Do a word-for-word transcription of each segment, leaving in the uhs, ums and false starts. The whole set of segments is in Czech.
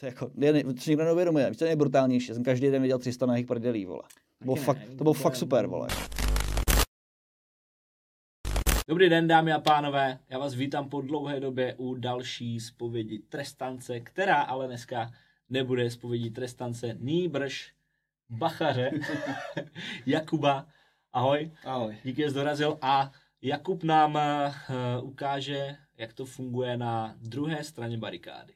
to je jako, to si nikdo neuvědomuje, víš, to je brutálnější, já jsem každý den viděl tři sta nahých prdelí, vole. To bylo, fakt, to bylo fakt super, vole. Dobrý den, dámy a pánové, já vás vítám po dlouhé době u další zpovědi trestance, která ale dneska nebude zpovědí trestance, nýbrž bachaře Jakuba. Ahoj. Ahoj. Díky, že jsi dorazil a Jakub nám uh, ukáže, jak to funguje na druhé straně barikády.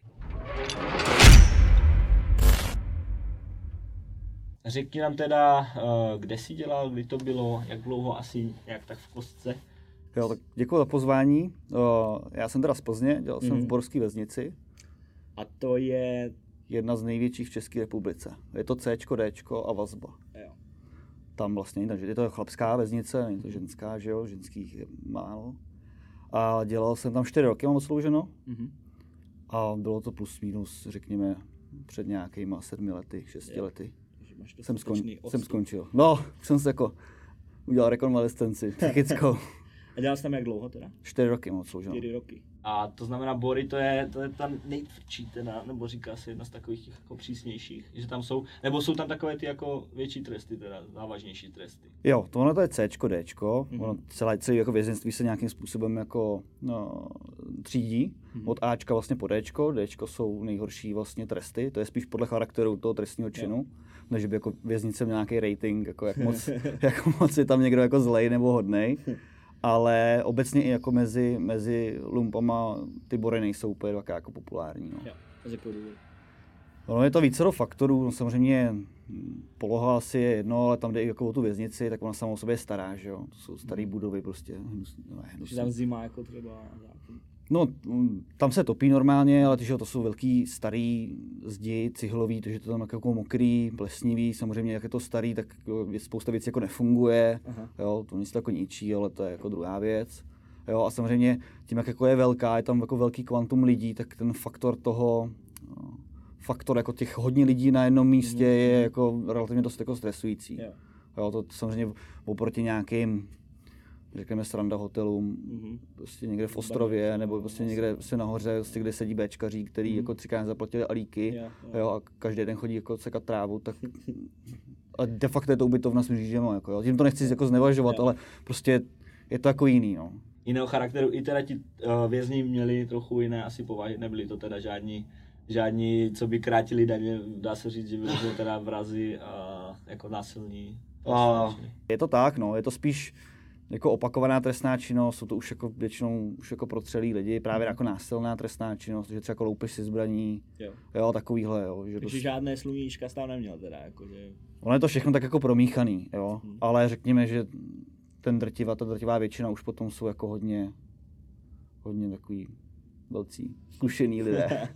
Řekni nám teda, uh, kde jsi dělal, kdy to bylo, jak dlouho asi, jak tak v kostce. Jo, tak děkuji za pozvání. O, já jsem teda z Plzně, dělal jsem mm. v Borské věznici. A to je... Jedna z největších v České republice. Je to Cčko, Dčko a vazba. Jo. Tam vlastně, takže je to chlapská věznice, není to ženská, že jo, ženských je málo. A dělal jsem tam čtyři roky, mám odslouženo. Mm-hmm. A bylo to plus minus, řekněme, před nějakýma sedmi lety, šesti jo. lety. Jsem, skon- jsem skončil. No, jsem se jako udělal rekonvalescenci psychickou. A dělal jsi tam jak dlouho teda? Čtyři roky mám odslouženo. Čtyři roky. A to znamená, Bory, to je, to je ta nejtvrdší teda, nebo říká se jedna z takových těch jako přísnějších, že tam jsou, nebo jsou tam takové ty jako větší tresty teda, závažnější tresty. Jo, to ono to je Cčko, Dčko, mm-hmm. ono celé, celé jako vězenství se nějakým způsobem jako no, třídí, mm-hmm. od Ačka vlastně po Dčko, Dčko jsou nejhorší vlastně tresty, to je spíš podle charakteru toho trestního činu, jo. než by jako věznice měl nějaký rating, jako jak moc, jak moc je tam někdo jako zlej nebo hodnej. Ale obecně i jako mezi, mezi lumpama ty bory nejsou úplně tak jako populární. No. Jo, to je No, je to vícero faktorů, no, samozřejmě poloha asi je jedno, ale tam jde i jako o tu věznici, tak ona sama o sobě je stará, že jo. To jsou staré budovy prostě. Hnus, no, hnusný. Tam zima jako třeba. No, tam se topí normálně, ale tyže to jsou velký starý zdi, cihlový, takže to tam jako mokrý, plesnivý, samozřejmě jak je to starý, tak spousta věcí jako nefunguje, aha. Jo, to nic jako ničí, ale to je jako druhá věc. Jo, a samozřejmě tím, jak jako je velká, je tam jako velký kvantum lidí, tak ten faktor toho, faktor jako těch hodně lidí na jednom místě mm-hmm. je jako relativně dost jako stresující. Jo. Jo, to samozřejmě oproti nějakým řekněme sranda hotelům, mm-hmm. prostě někde v Ostrově, nebo prostě někde prostě nahoře, prostě, kde sedí béčkaří, který mm-hmm. jako třikrát zaplatili alíky, yeah, yeah. Jo, a každý den chodí jako sekat trávu, tak a de facto je to ubytovna s mřížema, jako jo. Tím to nechci jako znevažovat, yeah. ale prostě je to jako jiný, no. Jiného charakteru, i teda ti uh, vězni měli trochu jiné asi povahy, nebyli to teda žádní, žádní, co by krátili daně, dá se říct, že byli to teda vrazi a jako násilní. A je to tak, no, je to spíš jako opakovaná trestná činnost, jsou to už jako většinou už jako protřelí lidi, právě mm. jako násilná trestná činnost, že třeba jako loupeš si zbraní, jo, jo takovýhle, jo. Že Takže to... žádné sluníčka stále neměl teda, jakože... Ono je to všechno tak jako promíchaný, jo, mm. ale řekněme, že ten drtivá, ta drtivá většina už potom jsou jako hodně, hodně takový velcí, zkušený lidé.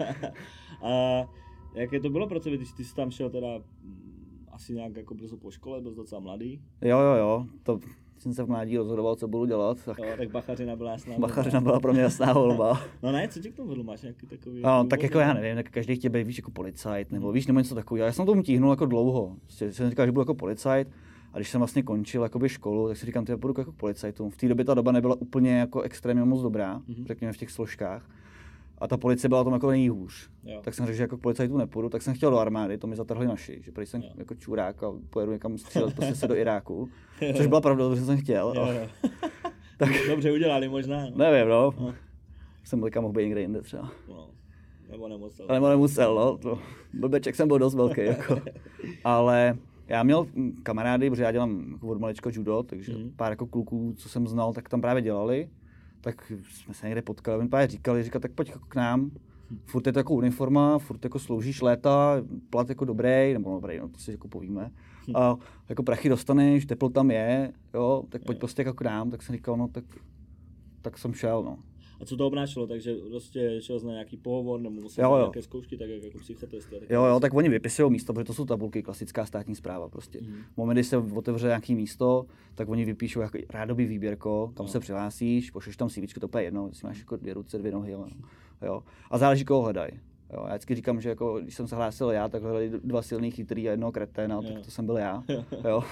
A jaké to bylo pro tebe, když ty jsi tam šel teda asi nějak jako brzo po škole, byl docela mladý? Jo, jo, jo, to... jsem se v mládí rozhodoval, co budu dělat. Tak, jo, tak bachařina byla jasná volba. Bachařina byla pro mě jasná volba. No ne, co tě k tomu vedlo? Máš nějaký takový... No, tak jako já nevím, tak každý chtěl být, víš, jako policajt, nebo víš, nebo něco takového. Já jsem tomu tíhnul jako dlouho. Prostě jsem říkal, že budu jako policajt, a když jsem vlastně končil jakoby školu, tak si říkám, že budu jako policajtům. V té době ta doba nebyla úplně jako extrémně moc dobrá, mm-hmm. řekněme v těch složkách. A ta policie byla tam jako nejhůř. Jo. Tak jsem řekl, že jako policajtů nepůjdu, tak jsem chtěl do armády, to mi zatrhli naši, že prý jsem jo. jako čurák a pojedu někam střílet prostě se do Iráku, což byla pravda, protože jsem chtěl. Jo, jo. Tak dobře udělali možná. No. Nevím, no. no. Jsem byl mohl být někde jinde třeba. No. Nebo nemusel. Nebo nemusel, no. To, blbeček jsem byl dost velký, jako. Ale já měl kamarády, protože já dělám od malička judo, takže mm. pár jako kluků, co jsem znal, tak tam právě dělali. Tak jsme se někde potkali, oni právě říkali, říkali, tak pojď k nám, furt je to jako uniforma, furt jako sloužíš léta, plat jako dobrý, nebo dobrý, no to si jako povíme, a jako prachy dostaneš, teplo tam je, jo, tak pojď prostě jako k nám, tak jsem říkal, no tak, tak jsem šel, no. A co to obnášelo, takže prostě šel jsi na nějaký pohovor, nebo musel na nějaké zkoušky, tak jako psychotesty? Jo, jo, tak oni vypisují místo, protože to jsou tabulky, klasická státní správa prostě. Mm. V moment, kdy se otevře nějaký místo, tak oni vypíšou jako rádový výběrko, kam no. se přihlásíš, pošleš tam CVčko, to je jedno, jestli máš jako dvě ruce, dvě nohy, jo. jo. A záleží, koho hledají. Jo, já vždycky říkám, že jako, když jsem se hlásil já, tak hledali dva silný, chytrý a jednoho kreténa, no, tak to jsem byl já. Jo.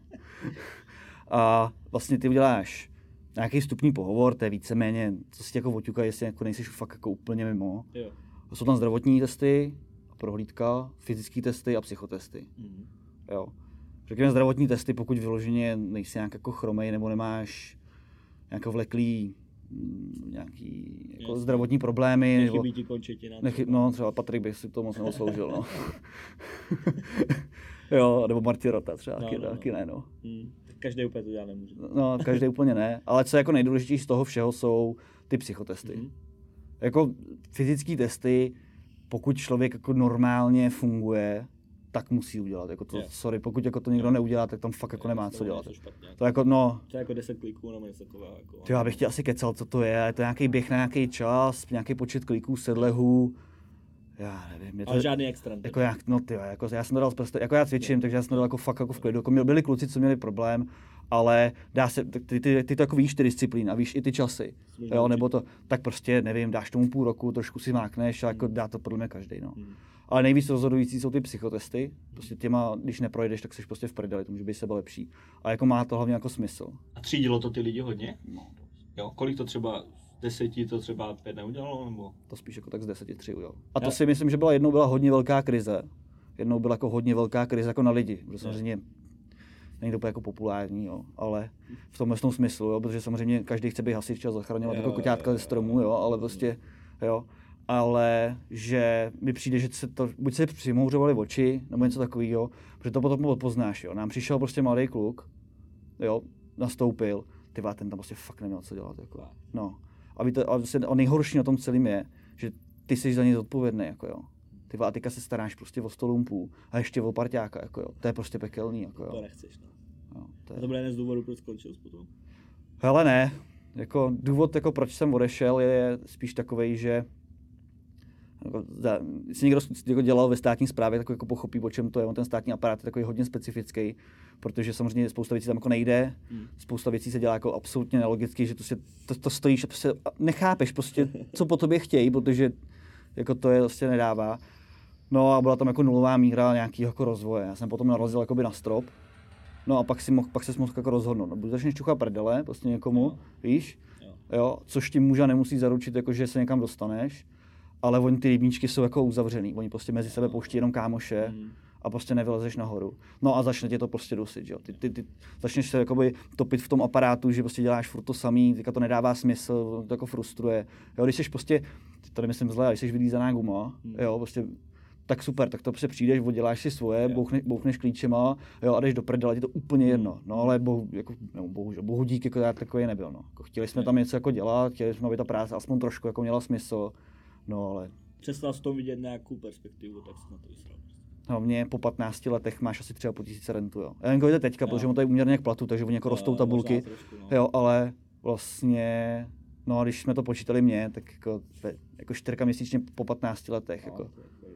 A vlastně ty uděláš nějaký vstupní pohovor, to je víceméně, co si jako oťuká, jestli jako nejsi fakt jako úplně mimo. Jo. Jsou tam zdravotní testy, prohlídka, fyzické testy a psychotesty. Mm. Jo. Řekněme zdravotní testy, pokud vyloženě nejsi nějak jako chromej nebo nemáš nějak vleklý nějaký jako Jasně. zdravotní problémy. Nechybí ti končetina. Nechy, no, třeba Patrik by si to moc neosloužil, no. Jo, nebo Martin Rota třeba, no, taky, no, taky ne, no. Hmm. Každý úplně to dělat nemůže. No, každý úplně ne, ale co je jako nejdůležitější z toho všeho jsou ty psychotesty. Mm-hmm. Jako fyzické testy, pokud člověk jako normálně funguje, tak musí udělat. Jako to, yeah. Sorry, pokud jako to někdo neudělá, tak tam fakt jako nemá co dělat. To je jako, no... To je jako deset kliků nebo něco takového. Jako... Tyjo, já bych tě asi kecal, co to je. Je to nějaký běh na nějaký čas, nějaký počet kliků, sedlehů. Já nevím. Ale to, žádný extra. Jako já, no tyjo, jako já jsem to dal prostě, jako já cvičím, yeah. takže já jsem to dal jako fakt jako v klidu. Jako byli kluci, co měli problém, ale dá se, ty, ty, ty to jako víš ty disciplíny a víš i ty časy. Jo, nebo to, tak prostě nevím, dáš tomu půl roku, trošku si mákneš a jako dá to podle mě každý, no. Hmm. Ale nejvíc rozhodující jsou ty psychotesty. Prostě těma, když neprojdeš, tak jsi prostě v prdeli, to může být sebe lepší. A jako má to hlavně jako smysl. A třídilo to ty lidi hodně? No. Jo, kolik to třeba z deseti to třeba pět neudělalo, nebo? To spíš jako tak z deseti tři udělal. A to ja. si myslím, že byla jednou byla hodně velká krize. Jednou byla jako hodně velká krize jako na lidi, protože samozřejmě není to úplně jako populární, jo, ale v tomhle tom smyslu, jo, protože samozřejmě každý chce být hasič a zachraňovat jako koťátka ze stromu, jo, ale prostě, jo. Ale že mi přijde, že se to, buď se přimouřovali oči, nebo něco takového, protože to potom poznáš, jo. Nám přišel prostě mladý kluk, jo, nastoupil, ty vá, ten tam prostě fakt neměl co dělat, jako, no. A, víte, a, a nejhorší na tom celým je, že ty jsi za něj zodpovědný, jako jo. Ty vá, teďka se staráš prostě o sto lumpů a ještě o parťáka, jako jo. To je prostě pekelný, jako jo. To nechceš, no. Jo, to je... A to bude jeden z důvodů, proč skončil potom. Hele ne, jako důvod, jako proč jsem odešel, je spíš takovej, že jako, když někdo jako dělal ve státní správě, tak jako pochopí, o čem to je. On ten státní aparát je takový hodně specifický, protože samozřejmě spousta věcí tam jako nejde, hmm. spousta věcí se dělá jako absolutně nelogicky, že to, se, to, to stojíš a prostě nechápeš prostě, co po tobě chtějí, protože jako to je prostě nedává. No a byla tam jako nulová míra nějakého jako rozvoje. Já jsem potom narazil jakoby na strop. No a pak si mohl, pak se mohl jako rozhodnout. No, buď začneš čuchat prdele prostě někomu, jo. víš, jo. Jo, což ti může nemusí zaručit, jako, že se někam dostaneš, ale oni ty rybníčky jsou jako uzavřený. Oni prostě mezi sebe pouští jenom kámoše mm. a prostě nevylezeš nahoru. No a začne tě to prostě dusit, jo. Ty, ty, ty začneš se jakoby topit v tom aparátu, že prostě děláš furt to samý, teďka to nedává smysl, to jako frustruje. Jo, když jsi prostě, to nemyslím zle, když jsi vylízaná guma, mm. jo, prostě tak super, tak to prostě přijdeš, odděláš si svoje, bouchne, bouchneš klíčema, jo, a jdeš do prdele, je to úplně jedno. No ale bohu, jako, no, bohužel, bohudík jako já takový nebyl, no. Jako, chtěli jsme tam něco jako dělat, chtěli jsme, aby ta práce aspoň trošku jako měla smysl, no ale... Přestal s tom vidět nějakou perspektivu, tak jsi na to vysral. Hlavně po patnácti letech máš asi třeba po tisíce rentu, jo. Já jen to teďka, jo. Protože mu to je uměrně k platu, takže oni jako jo, rostou tabulky, trošku, no. Jo, ale vlastně, no a když jsme to počítali mě, tak jako, jako čtyřka měsíčně po patnácti letech, no, jako.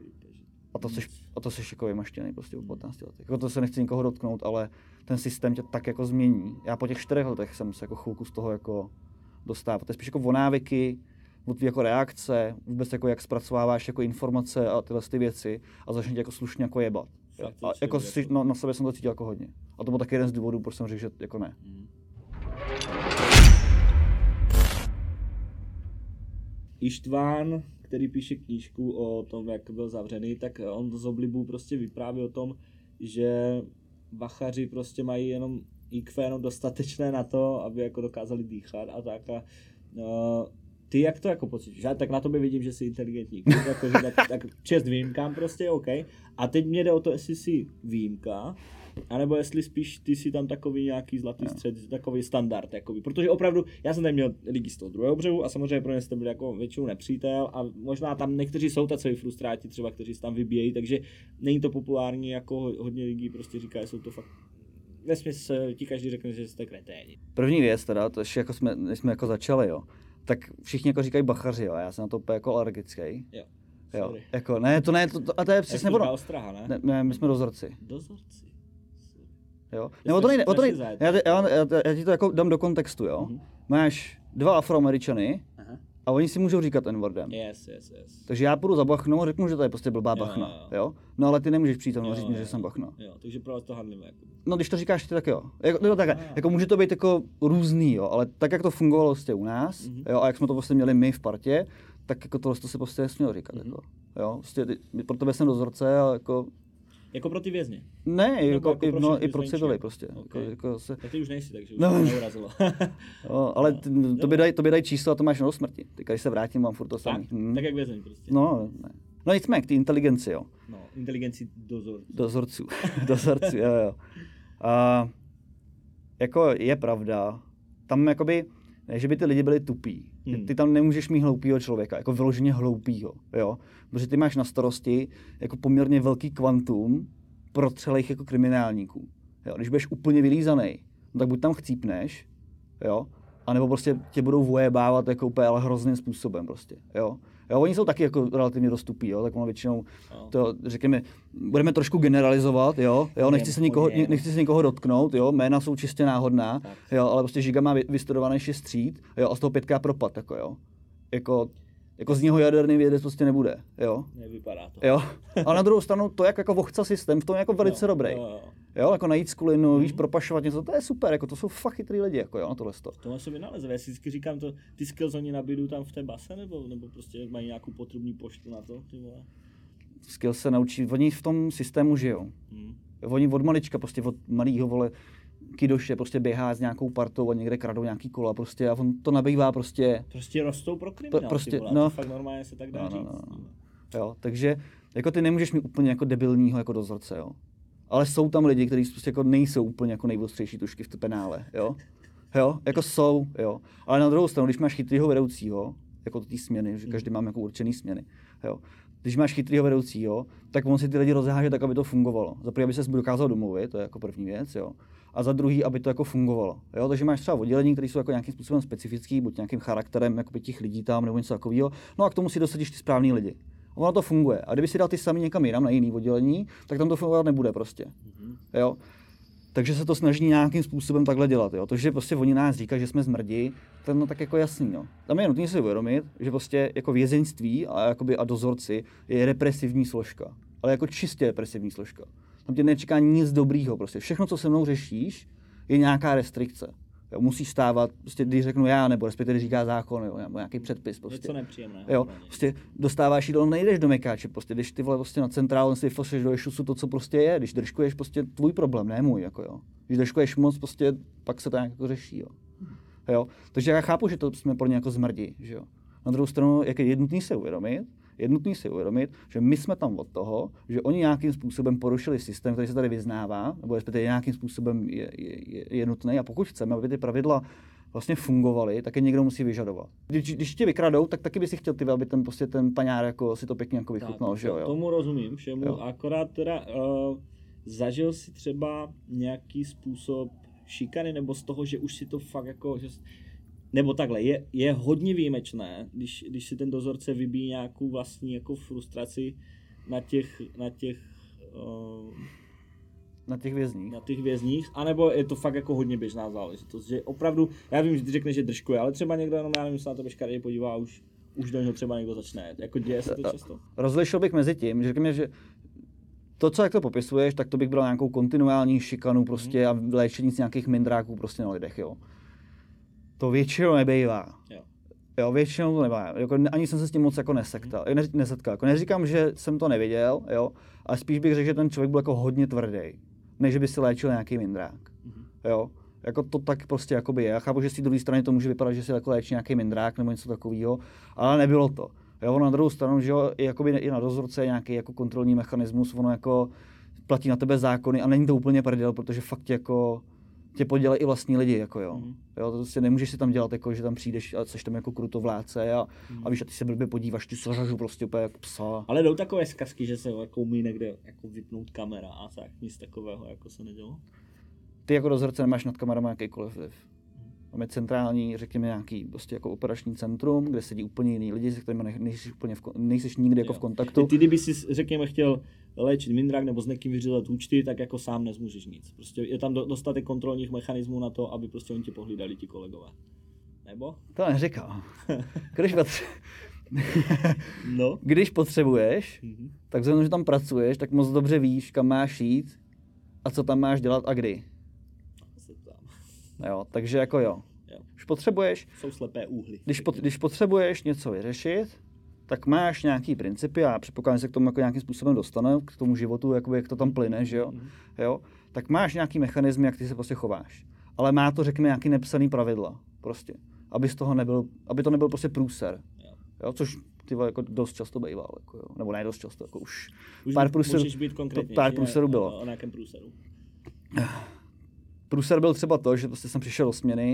A to jsi, a to jsi jako vymaštěný prostě po patnácti letech. Jako to se nechci nikoho dotknout, ale ten systém tě tak jako změní. Já po těch čtyřech letech jsem se jako chvilku z toho jako dostával. To je spíš jako o návyky, o tvý jako reakce, vůbec jako jak zpracováváš jako informace a tyhle ty věci a začne tě jako slušně jako jebat. A jako si, no, na sebe jsem to cítil jako hodně. A to byl taky jeden z důvodů, proč jsem řekl, že jako ne. Hmm. Ištván, který píše knížku o tom, jak byl zavřený, tak on z oblibu prostě vypráví o tom, že bachaři prostě mají jenom í kvé jenom dostatečné na to, aby jako dokázali dýchat a tak. A, no, ty jak to jako pocítíš? Já tak na tobě vidím, že jsi inteligentní. Jako, že tak, tak čest výjimkám prostě, OK. A teď mě jde o to, jestli jsi výjimka, anebo jestli spíš ty si tam takový nějaký zlatý střed, takový standard, jakoby. Protože opravdu, já jsem tady měl lidi z toho druhého břehu a samozřejmě pro ně jste byli jako většinou nepřítel a možná tam někteří jsou takový frustráti třeba, kteří se tam vybíjejí, takže není to populární, jako hodně lidí prostě říká, jsou to fakt, vesměs ti každý řekne, že jste kreténi. První věc teda, to ještě jako jsme, než jsme jako začali, jo, tak všichni jako říkají bachaři, jo, já jsem na to úplně jako alergický. Jo. Jo, jako ne, to ne, to, to, a to je přesně ono. Ostraha, ne? Ne, ne, my jsme dozorci. Dozorci. Jo. Nebo to nejde, o to nejde. Já, já, já, já ti to jako dám do kontextu, jo. Mm-hmm. Máš dva Afroameričany uh-huh. a oni si můžou říkat N-wordem. Yes, yes, yes. Takže já půjdu za bachnou a řeknu, že to je prostě blbá bachna, jo, jo. jo. No ale ty nemůžeš přijít tam říct mi, že jsem bachna. Jo, takže pro vás to handlíme jako. No když to říkáš ty, tak jo. Jako, no, tak, jako může to být jako různý, jo, ale tak jak to fungovalo vlastně u nás, mm-hmm. jo, a jak jsme to vlastně měli my v partě, tak jako tohle to se prostě nesmělo říkat, mm-hmm. jako. Jo? Prostě ty, pro tebe jsem dozorce a jako... Jako pro ty vězně? Ne, jako, jako i, pro no, i pro zvenčí. civily prostě. Okay. Jako, jako se... Tak ty už nejsi, takže už no. to neurazilo. Jo, ale t, to by dají daj číslo a to máš do smrti. Teď, když se vrátím, mám furt to samý. Tak, hmm. tak jak vězeň prostě. No, ne. No nicméně, k té inteligenci, jo. No, inteligenci dozorců. Dozorců, dozorců, jo, jo. A, jako je pravda, tam jakoby, ne, že by ty lidi byli tupí. Hmm. Ty tam nemůžeš mít hloupýho člověka, jako vyloženě hloupýho, jo. Protože ty máš na starosti jako poměrně velký kvantum protřelejch jako kriminálníků. Jo. Když budeš úplně vylízaný, no tak buď tam chcípneš, jo, anebo prostě tě budou vojebávat jako úplně ale hrozným způsobem prostě, jo. Jo, oni jsou taky jako relativně dostupí, jo, tak ono většinou, to, řekněme, budeme trošku generalizovat, jo, jo, nechci se nikoho, nechci se nikoho dotknout, jo, jména jsou čistě náhodná, tak. Jo, ale prostě Žiga má vystudovaný šest tříd, jo, a z toho pětká propad, jako jo, jako, jako z něho jaderný vědec prostě nebude, jo. Nevypadá to. Jo, ale na druhou stranu to, jak jako vochca systém, v tom je jako velice jo, dobrý. Jo, jo. Jo, jako najít skulinu, mm. víš, propašovat něco, to je super, jako to jsou fakt chytrý lidi, jako jo, na tohle sto. Tohle se vynalezve, já si vždycky říkám, to, ty skills oni nabídou tam v té base, nebo, nebo prostě mají nějakou potrubní poštu na to, ty vole? Skills se naučí, oni v tom systému žijou. Mm. Oni od malička, prostě od malýho, vole, kidoše, prostě běhá s nějakou partou a někde kradou nějaký kola, prostě a on to nabývá prostě... Prostě rostou pro kriminál, prostě, ty vole, no, to fakt normálně se tak dá no, říct. No, no. Jo, takže jako ty nemůžeš mít úplně jako debilního jako dozorce, jo. Ale jsou tam lidi, kteří prostě jako nejsou úplně jako nejostřejší tušky v té penále, jo. Jo, jako jsou, jo. Ale na druhou stranu, když máš chytrýho vedoucího, jako ty směny, že každý máme jako určený směny, jo. Když máš chytrýho vedoucího, tak on si ty lidi rozháže tak, aby to fungovalo. Za první, aby se dokázal domluvit, to je jako první věc, jo. A za druhý, aby to jako fungovalo. Jo? Takže máš třeba oddělení, které jsou jako nějakým způsobem specifický, buď nějakým charakterem jako těch lidí tam nebo něco takového. No a k tomu si dosadíš ty správný lidi. A ono to funguje. A kdyby si dal ty sami někam jinam na jiný oddělení, tak tam to fungovat nebude prostě. Mm-hmm. Jo? Takže se to snaží nějakým způsobem takhle dělat. Jo? To, že prostě oni nás říkají, že jsme zmrdi, to je no tak jako jasný. No. Tam je nutné si uvědomit, že prostě jako vězeňství a, jakoby, a dozorci je represivní složka. Ale jako čistě represivní složka. Tam tě nečeká nic dobrýho. Prostě. Všechno, co se mnou řešíš, je nějaká restrikce. Jo, musíš stávat, prostě, když řeknu já, nebo respektive když říká zákon, jo, nebo nějaký předpis. Prostě. Něco nepříjemného. Jo, prostě dostáváš jídlo, nejdeš do mekáče, prostě, když ty vole prostě na centrálu si vyfosuješ do ešusu to, co prostě je, když držkuješ, prostě tvůj problém, ne můj, jako jo. Když držkuješ moc, prostě pak se to nějak jako řeší, jo. Jo. Takže já chápu, že to jsme pro ně jako zmrdí, že jo. Na druhou stranu, jak je jednotný se uvědomit, je nutný si uvědomit, že my jsme tam od toho, že oni nějakým způsobem porušili systém, který se tady vyznává, nebo respektive nějakým způsobem je, je, je nutný. A pokud chceme, aby ty pravidla vlastně fungovaly, tak je někdo musí vyžadovat. Když, když tě vykradou, tak taky by si chtěl ty, aby ten, prostě ten paňár jako si to pěkně jako vychutnal, že jo? Tomu rozumím všemu, jo. Akorát teda uh, zažil si třeba nějaký způsob šikany, nebo z toho, že už si to fakt jako... Že, nebo takhle, je, je hodně výjimečné, když, když si ten dozorce vybíjí nějakou vlastní jako frustraci na těch, na těch, uh, na těch vězních. Na těch vězních, anebo je to fakt jako hodně běžná záležitost, že opravdu, já vím, že ty řekneš, že držkuje, ale třeba někdo jenom, já nevím, se na to škaredě podívá a už, už do něho třeba někdo začne, jako děje se to často. Rozlišil bych mezi tím, že řekněme, že to, co jak to popisuješ, tak to bych bral nějakou kontinuální šikanu prostě hmm. a léčení z nějakých mindráků prostě na lidech, jo. To většinou nebejvá. Jo. Jo, většinou to nebývá. Jako, ani jsem se s tím moc jako nesektal, ne, nesetkal. Jako, neříkám, že jsem to neviděl, jo, ale spíš bych řekl, že ten člověk byl jako hodně tvrdý, než by si léčil nějaký mindrák. Mm-hmm. Jo. Jako to tak prostě jakoby je. Já chápu, že z té druhé strany to může vypadat, že si jako léčí nějaký mindrák nebo něco takového, ale nebylo to. Jo, na druhou stranu, že jo, i, jakoby, i na dozorce je nějaký jako kontrolní mechanismus, ono jako platí na tebe zákony a není to úplně prdel, protože fakt jako tě podělají i vlastní lidi, jako jo. Mm. Jo, to prostě nemůžeš si tam dělat, jako, že tam přijdeš a seš tam jako krutovládce a, mm. a víš, a ty se blbě podíváš, ty seřažu prostě úplně jak psa. Ale jdou takové zkazky, že se jako umí někde jako vypnout kamera a tak, nic takového jako se nedělo? Ty jako dozorce nemáš nad kamerama jakýkoliv vliv. Máme centrální, řekněme nějaký prostě jako operační centrum, kde sedí úplně jiný lidi, se kterými nejsi, úplně v, nejsiš nikdy jako v kontaktu. Ty, kdyby si, řekněme, chtěl léčit mindrák nebo s někým vyřízet účty, tak jako sám nezmůžeš nic. Prostě je tam dostatek kontrolních mechanismů na to, aby prostě oni ti pohlídali ti kolegové. Nebo? To neříkám. Když, potře... no. Když potřebuješ, mm-hmm. tak vzhledem, že tam pracuješ, tak moc dobře víš, kam máš jít a co tam máš dělat a kdy. Jo, takže jako jo. jo. Když potřebuješ... Jsou slepé úhly. Když, pot, když potřebuješ něco vyřešit, tak máš nějaký principy a předpokládám, že se k tomu jako nějakým způsobem dostane, k tomu životu, jakoby, jak to tam plyne, že jo? jo? Tak máš nějaký mechanismy, jak ty se prostě chováš. Ale má to, řekněme, nějaký nepsaný pravidla, prostě. Aby z toho nebyl, aby to nebyl prostě průser. Jo? Což ty vole, jako dost často býval, jako, jo? Nebo ne dost často, jako už, už pár průserů, být konkrétně, pár průserů bylo. O, o nějakém průseru. Průser byl třeba to, že prostě jsem přišel do směny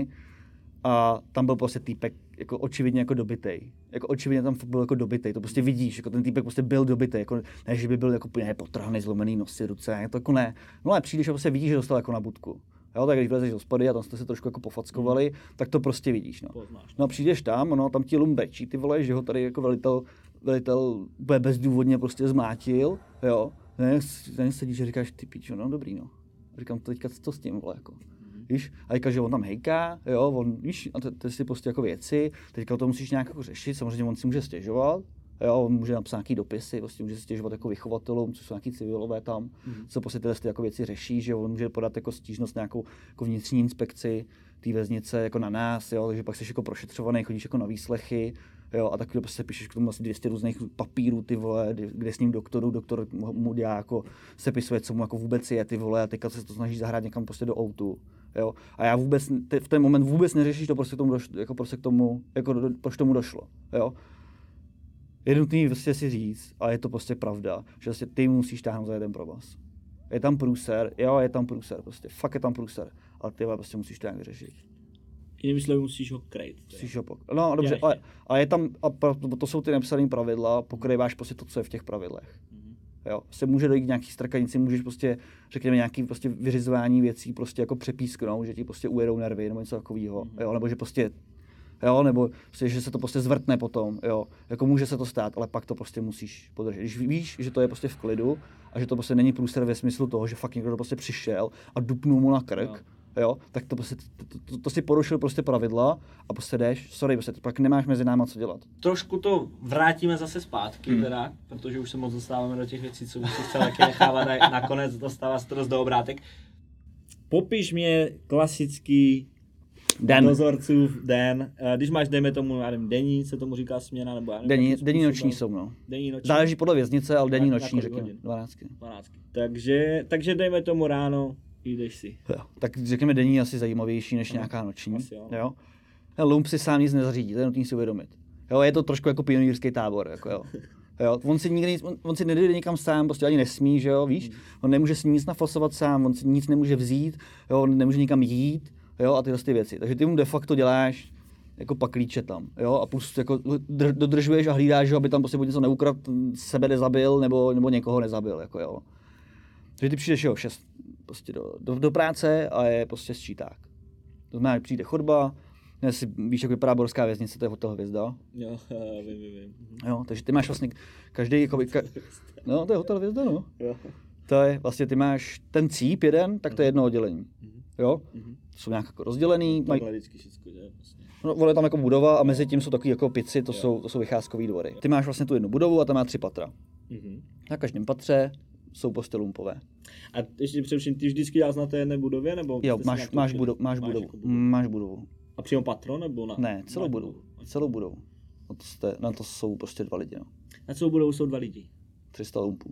a tam byl prostě týpek jako očividně jako dobitej. Jako očividně tam byl jako dobitej, to prostě vidíš, jako ten týpek prostě byl dobitej, jako ne, že by byl jako ne, potrhaný, zlomený nosy, ruce, to jako ne. No ale přijdeš a prostě vidíš, že dostal jako na budku. Jo, tak když vlezeš do spody a tam jste se trošku jako pofackovali, mm. tak to prostě vidíš, no. Poznáš. No a přijdeš tam, no, tam ti lumbrečí, ty vole, že ho tady jako velitel, velitel bezdůvodně prostě zmlátil, jo. Ten sedíš a říkáš, ty pičo, no dobrý, no. A říkám, teďka co s tím, vole, jako. Víš, a říká, že on tam hejká, jo, on, víš, a to, to si prostě jako věci, teďka to musíš nějak jako řešit, samozřejmě on si může stěžovat, jo, on může napsat nějaký dopisy, prostě může stěžovat jako vychovatelům, co jsou nějaký civilové tam, mm. co prostě tyhle jako věci řeší, že jo, on může podat jako stížnost nějakou jako vnitřní inspekci té věznice jako na nás, jo, takže pak jsi jako prošetřovaný, chodíš jako na výslechy, jo, a taky prostě píšeš k tomu asi dvě stě různých papírů, ty vole, kde s ním doktoru, doktor mu dělá jako, sepisuje, co mu jako vůbec je, ty vole, a teďka se to snažíš zahrát někam prostě do autu, jo, a já vůbec, te, v ten moment vůbec neřešíš to, prostě k tomu došlo, jako prostě k tomu, jako do, proč tomu došlo, jo. Je nutný prostě si říct, a je to prostě pravda, že prostě ty musíš táhnout za jeden provaz. Je tam průser, jo, je tam průser, prostě, fakt je tam průser, ale ty prostě musíš to nějak vyřešit. Jinými slovy musíš ho krejt. Musíš ho pok- No dobře, ale, ale je tam, a to jsou ty nepsané pravidla, pokrýváš prostě to, co je v těch pravidlech. Mm-hmm. Jo, se může dojít k nějaký strkanici, můžeš prostě, řekněme, nějaký prostě vyřizování věcí prostě jako přepísknout, že ti prostě ujedou nervy nebo něco takového, mm-hmm. jo, nebo že prostě Jo, nebo prostě, že se to prostě zvrtne potom, jo, jako může se to stát, ale pak to prostě musíš podržet. Když víš, že to je prostě v klidu a že to prostě není průser ve smyslu toho, že fakt někdo prostě přišel a dupnul mu na krk, jo, jo tak to prostě, to, to, to si porušil prostě pravidla a prostě jdeš, sorry, prostě pak nemáš mezi náma co dělat. Trošku to vrátíme zase zpátky hmm. teda, protože už se moc dostáváme do těch věcí, co už si chtěl taky nechávat na, nakonec, dostává se to dost do obrátek. Popiš mě klasický Den. Dozorcův den. Když máš, dejme tomu, já nevím, denní, se tomu říká směna, nebo já nevím. Denní, denní noční jsou, no. Denní noční. Záleží podle věznice, ale denní noční, řekněme. dvanáctky. dvanáctky. Takže, takže dejme tomu ráno, jdeš si. Jo. Tak řekněme denní je asi zajímavější než Aha. nějaká noční. Asi jo. jo. Lump si sám nic nezařídí, to je nutný si uvědomit. Jo, je to trošku jako pionýrský tábor, jako jo. Jo, on si nikdy, on, on si nejde nikam sám, prostě ani nesmí, že jo, víš? On nemůže si nic nafasovat sám, on si nic nemůže vzít, jo, on nemůže nikam jít. Jo, a tyhle ty věci. Takže ty mu de facto děláš jako paklíče tam, jo, a plus jako dodržuješ a hlídáš, aby tam prostě buď něco neukradl, sebe nezabil, nebo, nebo někoho nezabil, jako jo. Takže ty přijdeš, jo, šest prostě do, do, do práce a je prostě sčíták. To znamená, že přijde chodba, jestli víš, jak vypadá borská věznice, to je hotel Hvězda. Jo, vím, vím, vím. Jo, takže ty máš vlastně každý, jako, ka, no, to je hotel Hvězda, no. Jo. To je vlastně, ty máš ten cíp jeden, tak to je jedno oddělení, jo. Jsou nějak jako rozdělený. Takhle maj... vždycky všechno děje vlastně. No, je tam jako budova a mezi tím jsou takový jako pici, to jsou, to jsou vycházkový dvory. Ty máš vlastně tu jednu budovu a tam má tři patra. Mm-hmm. Na každém patře jsou prostě lumpové. A ještě především, ty vždycky děláš na té jedné budově, nebo? Jo, máš, máš, budo, máš, máš budovu. Jako budovu. Máš budovu. A přímo patro, nebo na? Ne, celou budovu. budovu. Celou budovu. Na to, jste, na to jsou prostě dva lidi, no. Na celou budovu jsou dva lidi? tři sta lumpů.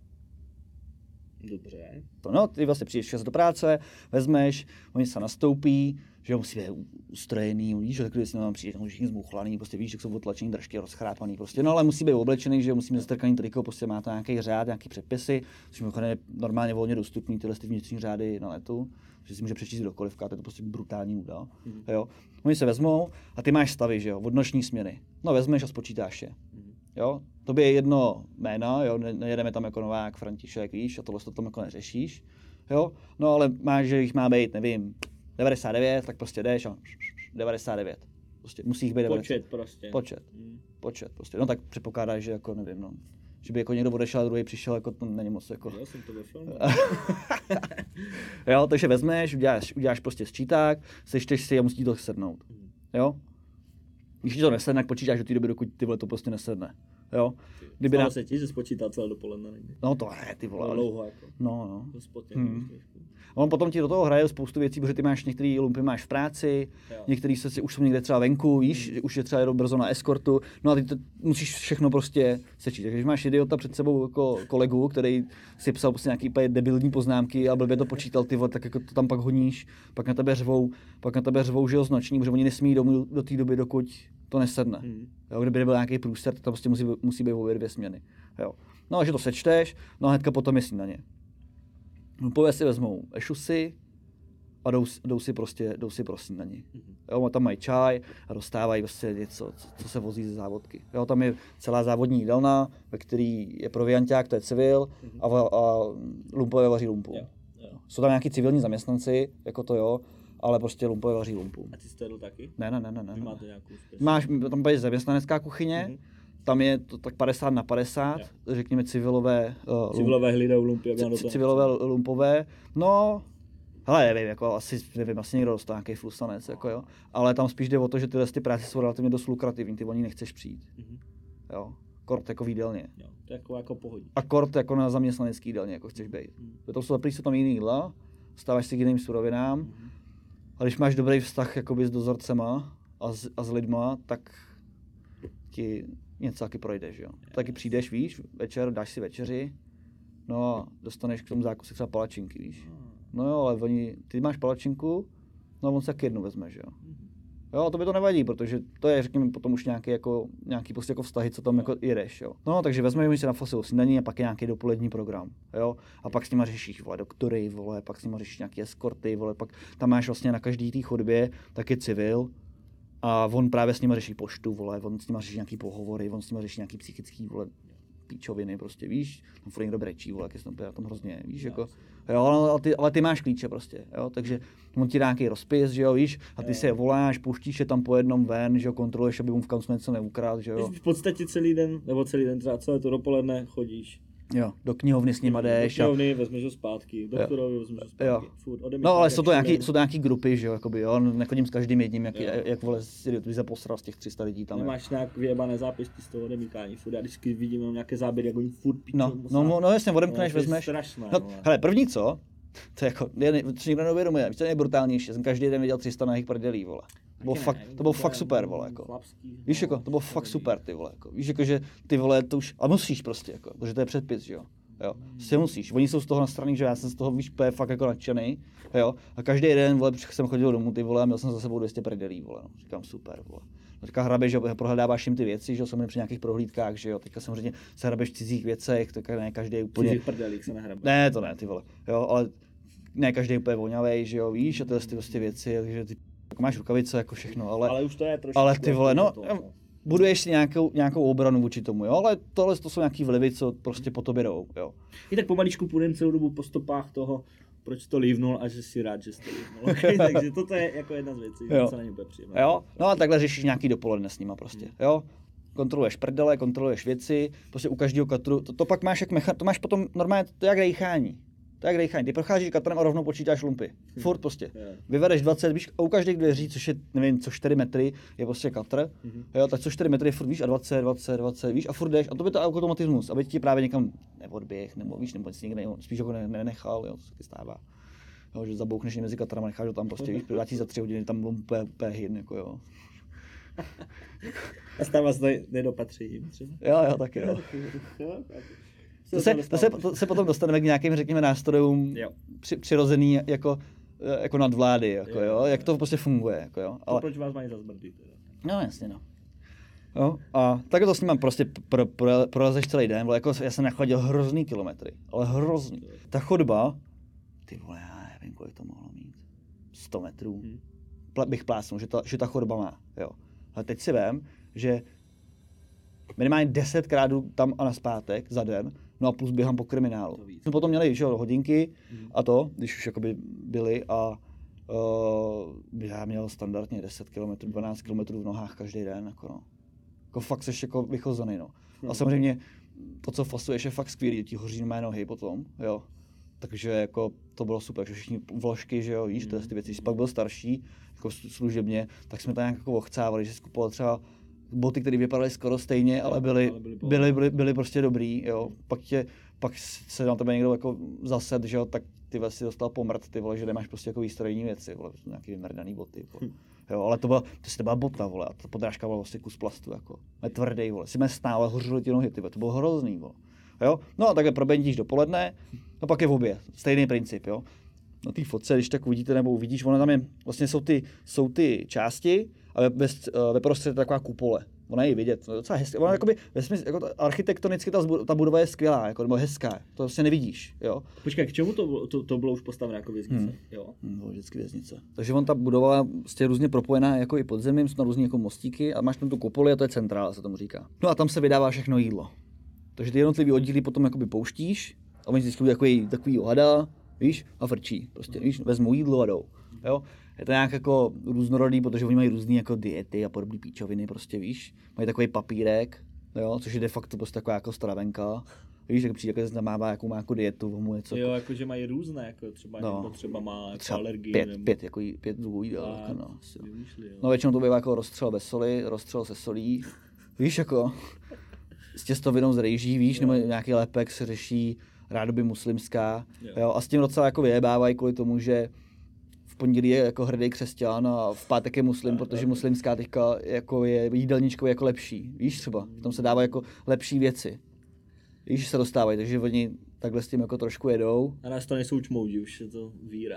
Dobře. No, ty vlastně přijdeš čas do práce, vezmeš, oni se nastoupí, že musí být ustrojený, víš, že když tam přijde, tam všichni zmuchlaný, prostě víš, jak jsou otlačený držky, rozchrápaný, prostě, no ale musí být oblečený, že musí mít zastrkaný triko, prostě má to nějaký řád, nějaký předpisy, což je normálně volně dostupný, tyhle ty vnitřní řády na letu, že si může přečíst kdokoliv, to je to prostě brutální nuda, mm. jo. Oni se vezmou a ty máš stavy, že jo, od noční směny, no vezmeš a spočítáš je. Mm. Jo, tobě je jedno jméno, jo, nejedeme tam jako Novák, František, víš, a tohle to tam jako neřešíš, jo, no ale máš, že jich má být, nevím, devadesát devět, tak prostě jdeš a devadesát devět, prostě musí jich být devadesát. Počet prostě. Počet, hmm. počet prostě, no tak předpokládáš, že jako nevím, no, že by jako někdo odešel a druhý přišel, jako to není moc jako. Já jsem to ve filmu. Jo, takže vezmeš, uděláš, uděláš prostě sčíták, sečteš si a musí to sednout, jo. Když ti to nesedne, tak počítáš do té doby, dokud ty vole to prostě nesedne. jo. Kdyby Stalo na... se ti, že spočítal celé dopoledne někdy? No to ne, ty vole. Dlouho jako. No, no. To spotě, Hmm. On potom ti do toho hraje spoustu věcí, protože ty máš některé lumpy máš v práci, Jo. některý se už jsou někde třeba venku, víš, hmm. už je třeba jedou brzo na eskortu, no a ty to musíš všechno prostě sečít. Takže když máš idiota před sebou jako kolegu, který si psal prostě nějaký úplně debilní poznámky a blbě to počítal, ty vole, tak jako to tam pak honíš, pak na tebe řvou, pak na tebe řvou, že jo, z noční, protože oni nesmí domů do té doby, dokud to nesedne. Hmm. Jo, kdyby nebyl nějaký průser, tak to prostě musí, musí být obě dvě směny. Jo. No a že to sečteš, no a hnedka potom je snídaně. Lumpové si vezmou ešusy a jdou, jdou si prostě jdou si pro snídaní. Jo, tam mají čaj a dostávají prostě něco, co, co se vozí ze závodky. Jo, tam je celá závodní jídelna, ve který je provianťák, to je civil, a, a lumpové vaří lumpu. Jo, jo. Jsou tam nějaký civilní zaměstnanci, jako to jo, ale prostě lumpové vaří lumpu. A ty jsi to jedl taky? Ne, ne, ne, ne. ne. Vy máte nějakou speciální? Máš, tam je zaměstnanecká kuchyně, mm-hmm. Tam je to tak padesát na padesát, jo. Řekněme civilové... Uh, civilové hlídou lumpy. C- civilové lumpové, no... Hele, nevím, jako asi, nevím, asi někdo dostal nějaký flusanec, jako jo. Ale tam spíš jde o to, že tyhle ty práce jsou relativně dost lukrativní, ty o ní nechceš přijít. Mm-hmm. Jo. Kort jako v jídelně. Jo, to je jako, jako pohodí. A kort jako na zaměstnanecký jídelně, jako chceš být. Mm. To jsou prý jsou tam jiný jídla, stáváš si k jiným surovinám. Mm-hmm. A když máš dobrý vztah jakoby s dozorcema a s, a s lidma, tak ti něco taky projdeš, jo. Yes. Taky přijdeš, víš, večer, dáš si večeři, no a dostaneš k tomu zákusek třeba palačinky, víš. Mm. No jo, ale oni, ty máš palačinku, no a on se tak jednu vezmeš, jo. Jo, a to by to nevadí, protože to je, řekněme, potom už nějaký, jako, nějaký prostě jako vztahy, co tam jako jedeš, jo. No, takže vezmeš si na fosilu snídaní a pak je nějaký dopolední program, jo. A pak s nima řešíš, vole, doktory, vole, pak s nima řešíš nějaké eskorty, vole, pak tam máš vlastně na každý té chodbě taky civil a on právě s nima řeší poštu, vole, on s nima řeší nějaký pohovory, on s nima řeší nějaký psychický, vole, píčoviny, prostě, víš, tam furt někdo brečí, vole, jak je tam, tam hrozně, víš, jako, jo, ale ty, ale ty máš klíče prostě, jo, takže on ti dá nějaký rozpis, že jo, víš, a ty jo. se je voláš, pouštíš je tam po jednom ven, že jo, kontroluješ, aby mu v kanclu něco neukrát, že jo. V podstatě celý den, nebo celý den, třeba celé to dopoledne chodíš. Jo, do knihovny s nima jdeš. Do knihovny vezmeš ho zpátky, doktorovi vezmeš ho zpátky. Jo. Furt, no ale jsou to, nějaký, jsou to nějaký grupy, že jo, jakoby, jo, nechodím s každým jedním, jak, jak, jak vole, si ty se posral z těch tři sta lidí tam. Nemáš nějak vyjebané zápisky z toho odemykání, furt, já vždycky vidím nějaké záběry, jak oni furt píčou. No, no, no, jasně, odemkneš, no, vezmeš. Strašné, no, hele, první co, to je jako, to nikdo neuvědomuje, víš, to je nejbrutálnější, já jsem každý den viděl tři sta nahých prdelí, vole. To bylo, fakt, to bylo fakt super, vole, jako. Víš, jako, to bylo fakt super, ty vole, jako. Víš, jako, že ty vole, to už, a musíš prostě, jako, protože to je předpis, že jo. Jo, si musíš. Oni jsou z toho nastraný, že já jsem z toho, víš, fakt jako nadšený, jo. A každý den, vole, jsem chodil domů, ty vole, a měl jsem za sebou dvě stě prdelí, vole, no. Říkám, super, vole. No, říká, hrabeš, že prohledáváš jim ty věci, že jo, samozřejmě při nějakých prohlídkách, že jo. Teďka samozřejmě se hrabeš v cizích věcech, tak ne každý úplně. Cizích prdelích se nehrabe. Ne, to ne, ty vole. Jo, ale ne každý úplně voňavej, že jo, víš, a tyhle ty prostě věci, takže ty máš rukavice jako všechno, ale ale už to je trošku. Ale ty vole, no, buduješ si nějakou, nějakou obranu vůči tomu, jo, ale tohle to jsou nějaký vlivy, co prostě po tobě jdou, jo. I tak pomaličku půjdem celou dobu po stopách toho, proč to lívnul a že jsi rád, že jsi to lívnul. Okay? Takže toto je jako jedna z věcí, že se na ně bude příjemné. Jo, no a takhle řešíš nějaký dopoledne s nima prostě, jo. Kontroluješ prdele, kontroluješ věci, prostě u každého katru, to, to pak máš jak mecha, to máš potom normálně, to je jak dejchání. To je jak dejchání. Ty procházíš katrem a rovnou počítáš lumpy. Furt prostě. Vyvedeš dvacet, víš, u každých dveří, což je, nevím, co čtyři metry, je prostě katr. Mm-hmm. Jo, tak co čtyři metry furt víš a dvacet, dvacet, dvacet, víš, a furt jdeš. A to by to automatismus, aby ti právě někam neodběh, nebo víš, nebo si někde spíš jako nenechal, jo, to se ti stává. Jo, že zabouchneš mezi katrama, necháš ho tam prostě, víš, vrátí za tři hodiny, tam lumpe, úplně hyn, jako jo. A stává se nedopatřením třeba? Jo, jo, taky jo. To se, to, se, to se potom dostaneme k nějakým, řekněme, nástrojům při, přirozený jako, jako nadvlády, jako, jo, jo, jak to prostě funguje. Jako, jo. Ale... proč vás mají zazmrdit? No jasně, no. Jo, a takhle to s ním mám prostě pro, pro, prolezeš celý den, vole, jako já jsem nachodil hrozný kilometry, ale hrozný. Ta chodba, ty vole, já nevím, kolik to mohlo mít, sto metrů, hmm. Pla, bych plásnul, že ta, že ta chodba má, jo. Ale teď si vem, že minimálně desetkrát jdu tam a nazpátek za den, no a plus běhám po kriminálu. Jsme potom měli, že jo, hodinky mm. a to, když už jakoby byli a uh, já měl standardně deset kilometrů, dvanáct kilometrů v nohách každý den, jako no. Jako fakt seš jako vychozený, no. Mm. A samozřejmě to, co fasuješ, je fakt skvělý, ti hoří mé nohy potom, jo. Takže jako to bylo super, že všichni vložky, že jo, víš, mm. ty věci, když pak byl starší, jako služebně, tak jsme tam nějak jako ochcávali, že si kupoval třeba boty, které vypadaly skoro stejně, ale byly, ale byly, byly, byly, byly prostě dobrý, jo. Pak, tě, pak se na tebe někdo jako zased, že jo, tak ty vlastně dostal pomrt, ty vole, že nemáš prostě jako výstrojní věci, vole, nějaký vymrdaný boty, vole. Jo, ale to byla, to si byla bota, vole, a ta podrážka byla vlastně kus plastu, jako, netvrdý, vole, si mě stál, hořily ti nohy, ty vole, to bylo hrozný, vole. Jo, no a takhle probendíš dopoledne, a pak je v obě, stejný princip, jo. Na té fotce, když tak uvidíte nebo uvidíš, ono tam je, vlastně jsou ty, jsou ty části a ve, ve, ve prostředí je taková kupole. Ona je vidět, to je docela hezké. Ona jakoby, ve smyslu, jako architektonicky ta, ta budova je skvělá, jako, nebo hezká, to vlastně nevidíš, jo. Počkej, k čemu to, to, to bylo už postavené jako věznice, hmm. jo? Hmm, bylo vždycky věznice. Takže on ta budova je různě propojená jako i pod zemím, jsou tam různý jako mostíky a máš tam tu kupoli a to je centrála, se tomu říká. No a tam se vydává všechno jídlo. Takže ty jednotlivý oddíly potom jakoby pouštíš a oni vždycky takový, takový ohada, víš, a frčí, prostě, víš, vezmou jídlo a jdou, jo. Je to nějak jako různorodý, protože oni mají různý jako diety a podobné píčoviny, prostě víš, mají takový papírek, jo, což je de facto prostě taková jako stravenka, víš, jak přijde, jak má jakou má jako dietu, mu něco. Jo, jako že mají různé, jako třeba no, někdo třeba má jako třeba alergii. Pět, nebo... pět, jako pět druhů jídel, a, jako no. Vymýšlí, no většinou to bývá jako rozstřel bez soli, rozstřel se solí, víš, jako s těstovinou z rejží, víš, jo. Nebo nějaký lepek se řeší rádoby muslimská, jo. Jo, a s tím docela jako vyjebávají kvůli tomu, že v pondělí je jako hrdý křesťan a v pátek je muslim, protože muslimská teďka jako je jídelníčkově jako lepší, víš třeba, v tom se dávají jako lepší věci, víš, se dostávají, takže oni takhle s tím jako trošku jedou. A nás to nejsou čmoudi, už je to víra.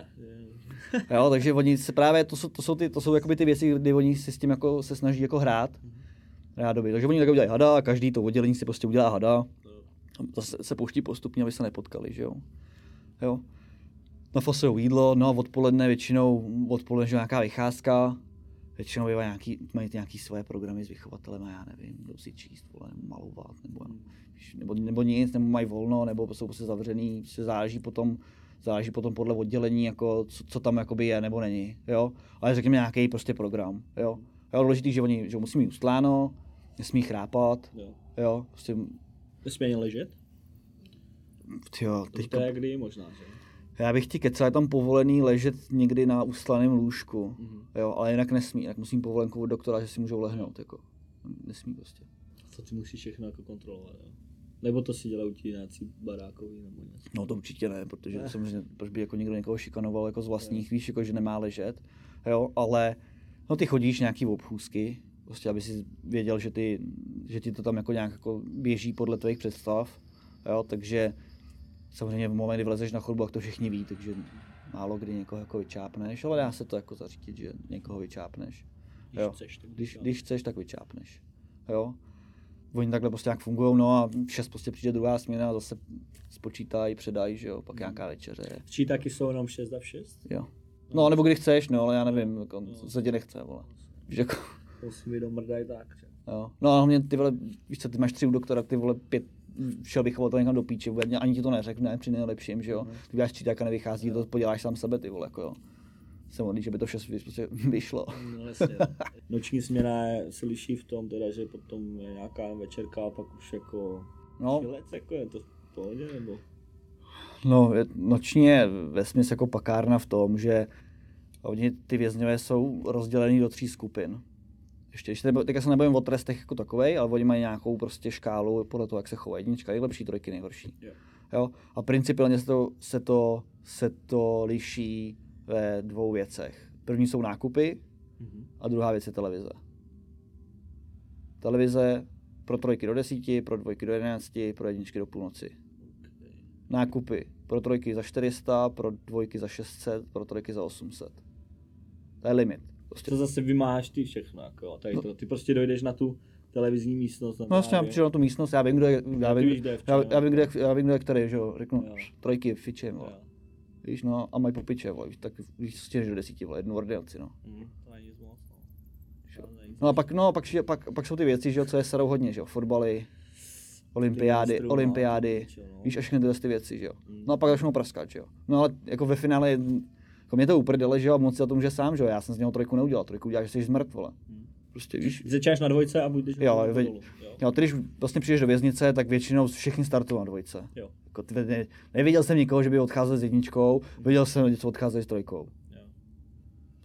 Jo, takže oni se právě, to jsou, to jsou, ty, to jsou jakoby ty věci, kdy oni si s tím jako se snaží jako hrát, rádoby, takže oni tak udělají hada, každý to oddělení si prostě udělá hada, zase se pouští postupně, aby se nepotkali, že jo, jo. Nafasují jídlo, no a odpoledne většinou, odpoledne že nějaká vycházka, většinou nějaký, mají nějaký svoje programy s vychovatelem a já nevím, jdou si číst, vole, nebo malovat, nebo, nebo, nebo nic, nebo mají volno, nebo jsou prostě zavřený, se záleží potom, záleží potom podle oddělení, jako, co, co tam jakoby je nebo není, jo, ale řekněme nějaký prostě program, jo. Jo, důležitý, že oni že musí mít ustláno, nesmí chrápat, jo, jo prostě... Nesmí ani ležet? Jo, teďka... To je kdy možná, že? Já bych ti kecal, je tam povolený ležet někdy na uslaném lůžku, mm-hmm. jo, ale jinak nesmí, jinak musím povolenku od doktora, že si můžou lehnout, jako, nesmí prostě. To ty musíš všechno jako kontrolovat, jo? Nebo to si dělají ti nějací barákoví nebo něco? No to určitě ne, protože ne. Samozřejmě, proč by jako někdo někoho šikanoval jako z vlastních, víš, jako že nemá ležet, jo, ale no ty chodíš nějaký obchůzky, prostě aby si věděl, že, ty, že ti to tam jako nějak jako běží podle tvých představ, jo, takže samozřejmě v momentu, kdy vlezeš na chodbu, jak to všichni ví, takže málo kdy někoho jako vyčápneš, ale dá se to jako zařídit, že někoho vyčápneš. Když jo. chceš, tak když, když chceš, tak vyčápneš. Jo. Oni takhle prostě nějak fungují, no a v šest prostě přijde druhá směna a zase spočítají, předají, že jo, pak nějaká večeře. Čítaky jsou jenom šest a v šest? Jo. No, nebo kdy chceš, no, ale já nevím, jako, no. Se tě nechce, vole. Víš, jako... To si mi domrdají tak, že? Jo. No a hlavně ty vole, víš co, ty máš tři u doktora, ty vole pět, šel bych to někam do píči, ani ti to neřekne při nejlepším, že jo. Mm. Ty dáš čítáka, nevychází, to poděláš sám sebe, ty vole, jako jo. Jsem modlí, že by to vše prostě vyšlo. No jasně. Noční směna se liší v tom, teda, že potom je nějaká večerka a pak už jako no. Šilec, jako je to v pohodě, nebo? No, noční je vesměs jako pakárna v tom, že oni ty vězňové jsou rozdělený do tří skupin. Ještě, ještě nebo, teďka se nebavím o trestech jako takovej, ale oni mají nějakou prostě škálu podle toho, jak se chovají. Jednička nejlepší, trojky nejhorší. Yeah. Jo? A principiálně se to, se, to, se to liší ve dvou věcech. První jsou nákupy mm-hmm. a druhá věc je televize. Televize pro trojky do desíti, pro dvojky do jedenácti, pro jedničky do půlnoci. Okay. Nákupy pro trojky za čtyři sta, pro dvojky za šest set, pro trojky za osm set. To je limit. Prostě. To zase vymáháš ty všechno, jako, tady to. Ty prostě dojdeš na tu televizní místnost. No vlastně já přijdu na tu místnost, já vím, kdo je, já vím, víš, je já, já, vím, kdo je, já vím, kdo je který, že jo, řeknu, jo. Trojky, fiče, vole. Víš, no, a mají popiče, vole, víš, tak víš, stěneš do desíti, vole, jednu ordinaci, no. Mm, to není nic moc, no. No a pak, no, pak, pak, pak jsou ty věci, že jo, co je starou hodně, že jo, fotbaly, olympiády, olympiády, víš, a všechny tyhle ty věci, že jo. No a pak začnou praskat, že jo. No ale jako ve finále, jako mě to uprdele, že jo, a moc si za to může sám, že jo, já jsem z něho trojku neudělal, trojku uděláš, že jsi zmrt, vole. Prostě víš. Začínáš na dvojce a budeš jo, ve, jo. jo, ty když vlastně přijdeš do věznice, tak většinou všichni startují na dvojce. Jo. Jako, ty, ne, neviděl jsem nikoho, že by odcházel s jedničkou, viděl jsem lidi, co odcházejí s trojkou. Jo.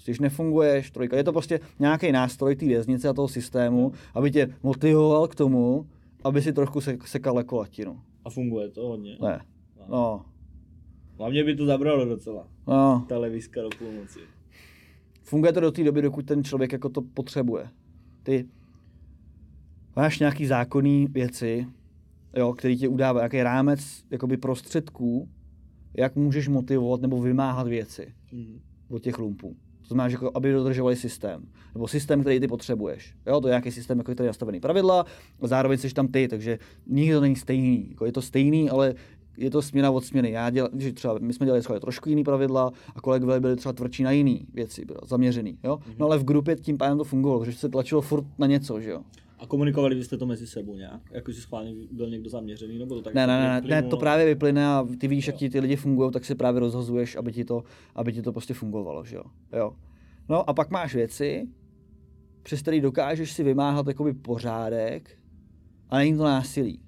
Když nefunguješ, trojka, je to prostě nějaký nástroj té věznice a toho systému, aby tě motivoval k tomu, aby si trošku sekal jako latinu. A funguje to hodně? Ne. No. Hlavně by to zabralo docela. No. Televizka do půlnoci. Funguje to do té doby, dokud ten člověk jako to potřebuje. Ty máš nějaký zákonný věci, jo, který tě udává, nějaký rámec jakoby prostředků, jak můžeš motivovat nebo vymáhat věci mm. od těch lumpů. To znamená, že jako, aby dodržovali systém. Nebo systém, který ty potřebuješ. Jo, to je nějaký systém, jako je tady nastavený pravidla, a zároveň jsi tam ty, takže nikdy to není stejný. Jako je to stejný, ale je to směna od směny. Já dělal, že třeba my jsme dělali trošku jiný pravidla a kolegové byli třeba tvrdší na jiný věci, bylo zaměřený, jo. Mm-hmm. No ale v grupě tím pádem to fungovalo, protože se tlačilo furt na něco, že jo. A komunikovali byste to mezi sebou nějak? Jako že schválně byl někdo zaměřený, nebo to tak? Ne, ne, ne, ne, to právě vyplyne a ty víš, jak ti ty lidi fungují, tak si právě rozhazuješ, aby ti to, aby ti to prostě fungovalo, že jo. jo. No a pak máš věci, přes který dokážeš si vymáhat jakoby pořádek a není to násilí.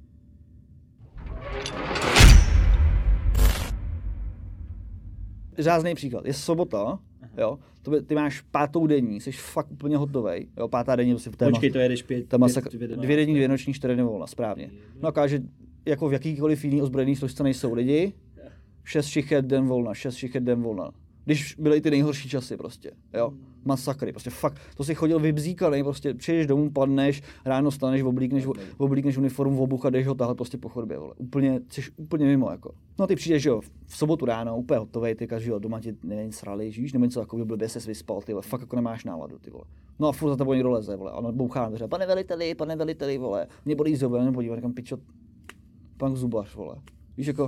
Řázný příklad. Je sobota, jo, to by, ty máš pátou denní, jsi fakt úplně hotovej, jo, pátá denní, prostě v téma. Počkej, to jedeš pět, téma pět, pět, dvě, dvě denní, dvě noční, čtyři dny volna, správně. No a že jako v jakýkoliv jiný ozbrojený složce nejsou lidi, šest šichet, den volna, šest šichet, den volna. Když byly ty nejhorší časy prostě, jo, masakry, prostě fakt, to si chodil vybzíkanej, prostě přijdeš domů, padneš, ráno staneš, oblíkneš, oblíkneš uniformu, obuch a jdeš ho tahat prostě po chodbě, vole, úplně, jsi úplně mimo, jako. No a ty přijdeš, jo, v sobotu ráno, úplně hotovej, ty kaží, jo, doma ti nevím, srali, žíš, nebo něco takového, blbě ses vyspal, ty vole, fakt jako nemáš náladu, ty vole. No a furt za tebou někdo leze, vole, a on bouchá na dveře, pane veliteli, pane veliteli, vole, mě bolí zuby, já nepodívám, říkám, pičo, pan zubař, vole, víš, jako,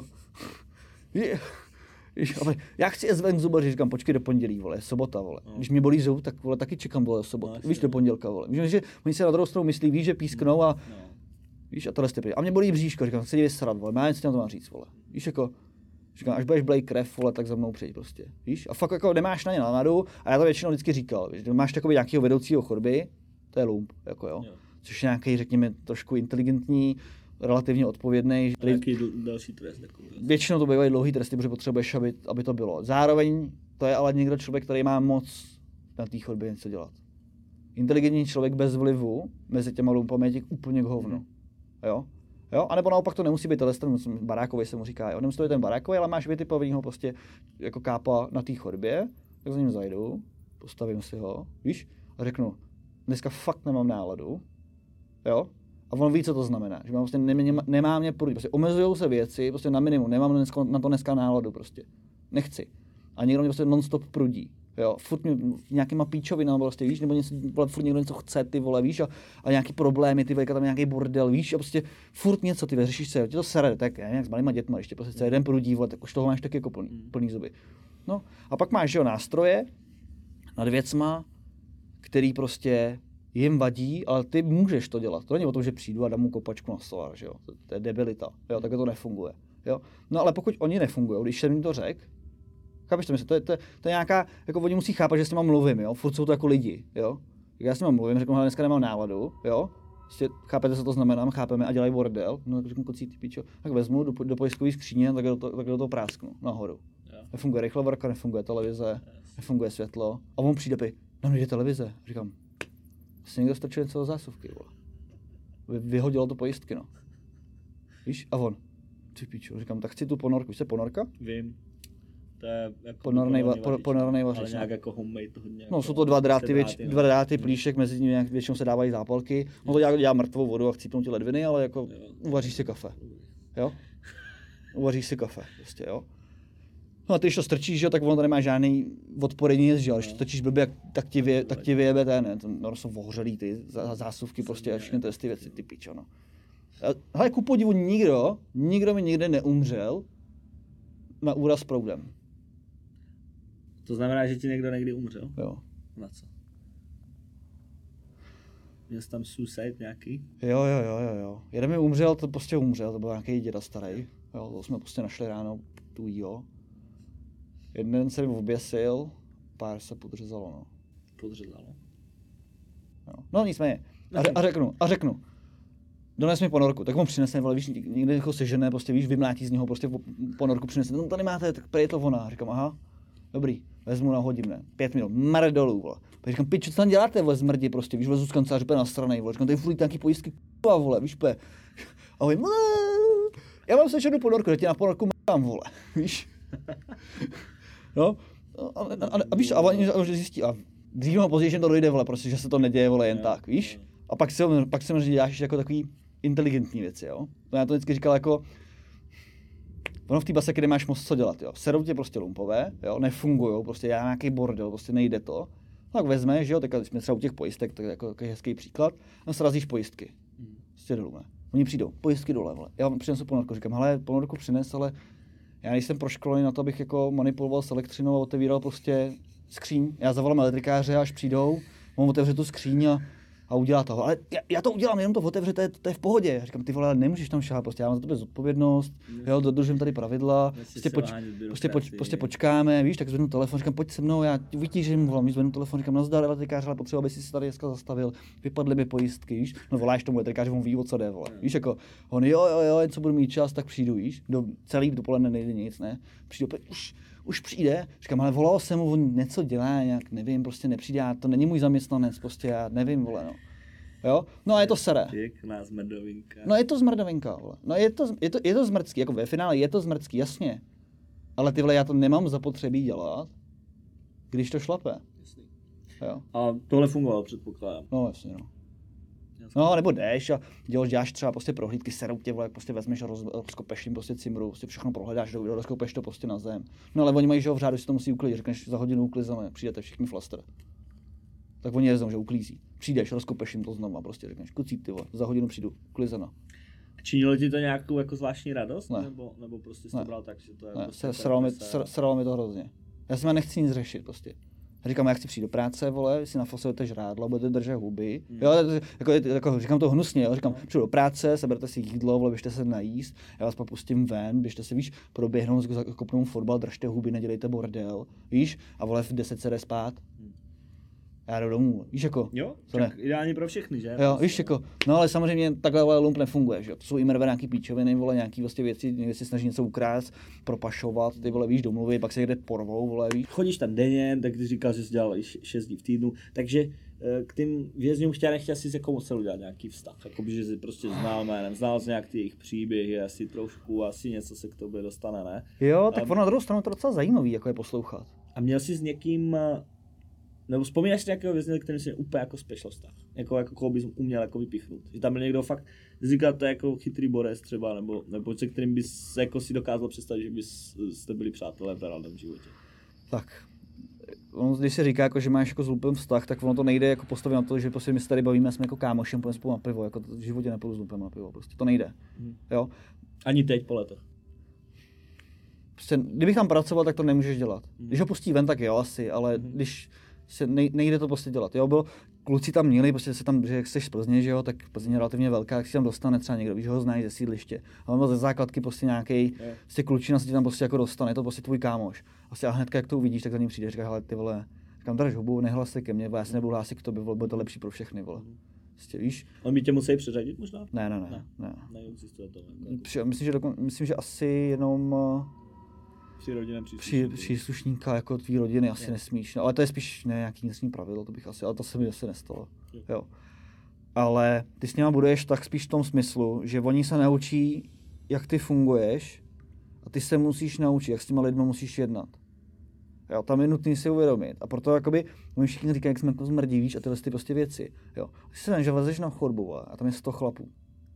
je, Víš, ale já chci jet ven zubaři, říkám, počkej do pondělí, vole, sobota, vole. No. Když mě bolí zub, tak vole, taky čekám, vole, sobotu. No, víš, do pondělka, vole. Víš, že oni se na druhou stranu myslí, víš, že písknou a no. Víš, a tohle jste A mě bolí bříško, říkám, chci vysrat, vole, má něco na to mám říct, vole. Víš, jako, říkám, až budeš blej krev, vole, tak za mnou přijď prostě. Víš, a fakt jako nemáš na ně náladu a já to většinou vždycky říkal, víš, máš takový nějakého vedoucího chodby, to je lump, jako jo. jo. Což je nějaký, řekněme, trošku inteligentní, relativně odpovědný. Jaký další trest? Většinou to bývají dlouhý tresty, protože potřebuješ, aby, aby to bylo. Zároveň to je ale někdo člověk, který má moc na té chodbě něco dělat. Inteligentní člověk bez vlivu mezi těma lumpami je těch úplně k hovnu. Mm. Jo? Jo? A nebo naopak to nemusí být ten barákový, se mu říká. Jo? Nemusí to být ten barákový, ale máš vytipovýho prostě jako kápa na té chodbě, tak za ním zajdu, postavím si ho, víš, a řeknu, dneska fakt nemám náladu, jo? A on ví, co to znamená, že mám prostě nemá, nemá mě prudit, prostě omezujou se věci, prostě na minimum, nemám dneska, na to dneska náladu prostě, nechci. A někdo mě prostě non-stop prudí, jo, furt mě nějakýma píčovinama prostě, víš, nebo něco, vole, furt někdo něco chce, ty vole, víš, a, a nějaký problémy, ty vole, tam nějaký bordel, víš, a prostě furt něco, ty vole, řešíš se, tě to sere, tak já nějak s malýma dětma, když tě prostě celý den prudí, vole, tak už toho máš taky jako plný, plný zuby. No, a pak máš, jo, nástroje nad věcma, který prostě jim vadí, ale ty můžeš to dělat. To není o tom, že přijdu a dám mu kopačku na solar, že jo. To, to je debilita, jo, takhle to nefunguje, jo. No ale pokud oni nefungují, když jsem jim to řekl, chápeš to myslím, to je, to, je, to je nějaká, jako oni musí chápat, že s nima mluvím, jo, furt jsou to jako lidi, jo. Já s nima mluvím, řeknu, dneska nemám náladu, jo. Prostě chápete, co to znamená, chápeme a dělají bordel, no tak řeknu, kocí ty píčo, tak vezmu do, do pojistkové skříně a tak do, to, tak do toho prásknu nahoru. Yeah. Nefunguje rychlovarka, nefunguje televize, yes. Nefunguje světlo a on přijde, by, no nejde televize, říkám. Vlastně někdo strčil něco do zásuvky, vole. Vy, vyhodilo to pojistky, no. Víš? A on, ty píču, říkám, tak chci tu ponorku. Víš, je ponorka? Vím. To je jako ponornej, va, po, ponornej vařič. Ale nějak jako homemade to hodně. No, jsou to dva dráty, věč, dva dráty, plíšek, mezi nimi nějak, většinou se dávají zápalky. No to dělá, dělá mrtvou vodu a chcípnou ti ledviny, ale jako uvaříš si kafe. Jo? Uvaříš si kafe, prostě, jo? No a ty, když to strčíš, jo, tak ono to nemá žádný odpory nic, že jo, když to strčíš blbě, tak ti, vě, tak ti vyjebe ten, ne, no, jsou ohořelý ty zásuvky prostě a všechny ty věci, ty pičo, no. Hele, ku podivu nikdo, nikdo mi nikdy neumřel na úraz proudem. To znamená, že ti někdo někdy umřel? Jo. Na co? Měl jsi tam suicide nějaký? Jo, jo, jo, jo, jo. Jeden mi umřel, to prostě umřel, to byl nějaký děda starý, jo, to jsme prostě našli ráno tu jo. Jeden se mi oběsil, pár se podřezalo, no. Podřezalo? Jo. No nicméně. A, a řeknu, a řeknu. Dones mi ponorku, tak on přinese, vole, víš, někde jako sežene, prostě víš, vymlátí z něho prostě ponorku přinese. No tady máte, tak prej je to ona. Říkám, aha, dobrý. vezmu na hodinu, pět minut, mare dolů, vole. Pak říkám, pič, co tam děláte, vole, zmrdě prostě, víš, vlezu z kanceláře na straně, vole, říkám, tady furt nějaký pojistky, k***a, vole, víš, pe. A oni, já mám sečenou ponorku, já tě na ponorku m***ám, vole, víš. No, a, a, a víš, a oni zjistí, a dřív nebo později, že to dojde, vole, prostě, že se to neděje, vole, jen tak, víš. A pak si, pak si možná děláš jako takový inteligentní věci, jo. To já to vždycky říkal jako, ono v té base, kde máš moc co dělat, jo. Serou tě prostě lumpové, jo, nefungujou, prostě já nějaký bordel, prostě nejde to. Tak vezmeš, jo, tak jsme třeba u těch pojistek, tak jako, jako hezký příklad, no srazíš pojistky. Prostě dolů, ne. Oni přijdou, pojistky dole, vole. Já vám přinesu ponorku, říkám, hele, ponorku přines, ale já nejsem proškolený na to, abych jako manipuloval s elektřinou a otevíral prostě skříň. Já zavolám elektrikáře, až přijdou, on otevře tu skříň a a udělá toho. Ale já, já to udělám, jenom to otevře, to je, to je v pohodě. Já říkám, ty vole, ale nemůžeš tam šáhat, prostě já mám za tebe zodpovědnost, jo, dodržím tady pravidla, prostě, poč, prostě, poč, prostě počkáme, víš, tak zvednu telefon, říkám, pojď se mnou, já vytížím, volám, zvednu telefon, říkám, nazdar, elektrikář, ale potřeba, aby si se tady dneska zastavil, vypadly by pojistky, víš, no voláš tomu elektrikáři, on ví, o co jde, vole, víš, jako, on jo, jo, jo, jen co budu mít čas, tak přijdu, víš, do celý dopoledne nejde nic, ne, přijdu, už, už přijde, říkám, ale volal jsem mu, on něco dělá, nějak, nevím, prostě nepřijde, to není můj zaměstnanec, prostě já nevím, vole, no. Jo? No a je to sere. Pěkná zmrdovinka. No je to zmrdovinka, vole. No je to, je to, je to zmrdský, jako ve finále je to zmrdský, jasně. Ale ty vole, já to nemám zapotřebí dělat, když to šlape. Jasný. Jo. A tohle fungovalo, předpokládám. No jasně, no. No, nebo jdeš a děláš, děláš třeba prostě prohlídky, serou tě, vole, prostě vezmeš a roz, rozkopeš jim prostě cimru, prostě všechno prohledáš, rozkopeš to prostě na zem. No ale oni mají, že ho v řádu, si to musí uklidit, řekneš za hodinu uklizeme, přijdete všichni flaster. Tak oni jezdou, že uklízí. Přijdeš, rozkopeš jim to znovu, prostě řekneš, kucí ty vole, za hodinu přijdu, uklizeno. Činilo ti to nějakou jako zvláštní radost? Ne. Nebo, nebo prostě jsi to bral tak, že to je ne, prostě sralo mi, sralo mi to hrozně. Já si nechci nic řešit prostě. Já říkám, já chci přijít do práce, vole, vy si nafasujete žrádlo, budete držet huby. Hmm. Jo, jako, jako, říkám to hnusně, jo, říkám, přijdu do práce, seberte si jídlo, vole, běžte se najíst, já vás pak pustím ven, běžte se, víš, proběhnout, kopnout fotbal, držte huby, nedělejte bordel, víš, a vole v deset se jde spát. Hmm. Já jdu domů, víš jako. Jo, to ne. Ideálně pro všechny, že? Jo, víš jako, no ale samozřejmě takhle vole, lump nefunguje, že jo. To jsou i mrve nějaký píčoviny, vole, nějaký vlastně věci, někdy si snaží něco ukrást, propašovat, ty vole, víš, domluvit, pak se někde porvou, vole, víš. Chodíš tam denně, tak ty říkal, že jsi dělal šest dní v týdnu, takže k tým vězňům chtěl, nechtěl si se komu se udělat nějaký vztah, jakoby, že jsi prostě znal jménem, znal jsi nějak ty jejich příběhy, asi trošku, asi něco se k tobě dostane, ne? Jo, tak ono na druhou stranu to docela zajímavý, jako je poslouchat. A měl jsi s někým, nebo vzpomínáš si nějakého vězně, který si úplně jako special vztah, jako, jako koho bys uměl jako vypichnout, že tam byl někdo fakt, říkal to jako chytrý borec třeba, nebo, nebo se kterým bys jako si dokázal představit, že bys jste byli přátelé v reálném životě. Tak, on, když se říká, jako, že máš jako s lupem vztah, tak ono to nejde jako postavit na to, že prostě my se tady bavíme, jsme jako kámošem, půjdeme spolu na pivo, jako v životě nepůjdu s lupem na pivo, prostě to nejde, hmm. jo. Ani teď po letech. Prostě, kdybych tam pracoval, tak to nemůžeš dělat. Hmm. Když ho pustí ven, tak jo asi, ale hmm. když se nejde to prostě dělat, jo, bylo, kluci tam měli, prostě se tam, že jak jsi z Plzně, že jo, tak Plzeň je relativně velká, jak si tam dostane třeba někdo, víš, ho znáš ze sídliště, a on byl ze základky prostě nějaký, prostě klučina se ti tam prostě jako dostane, je to prostě tvůj kámoš. Asi a hnedka jak to uvidíš, tak za ním přijde, říká, hele ty vole, říkám, drž hubu, nehlas se ke mně, já se nebudu hlásit k tobě, vole, bude to lepší pro všechny, vole. Prostě, víš? On by tě musí přeřadit možná? Ne, ne, ne. ne. ne. Neexistuje to. Myslím, že dokon, myslím, že asi jenom při rodinném při, příslušníka jako tvý rodiny asi je. Nesmíš, no, ale to je spíš ne, nějaký nesmí pravidlo, to bych asi, ale to se mi asi nestalo, je. Jo. Ale ty s něma buduješ tak spíš v tom smyslu, že oni se naučí, jak ty funguješ a ty se musíš naučit, jak s těma lidma musíš jednat. Jo, tam je nutný si uvědomit a proto jakoby, oni všichni říkají, jak jsme jako zmrdí, víš, a tyhle ty prostě věci, jo. Když se že vlezeš na chodbu, vole, a tam je sto chlapů.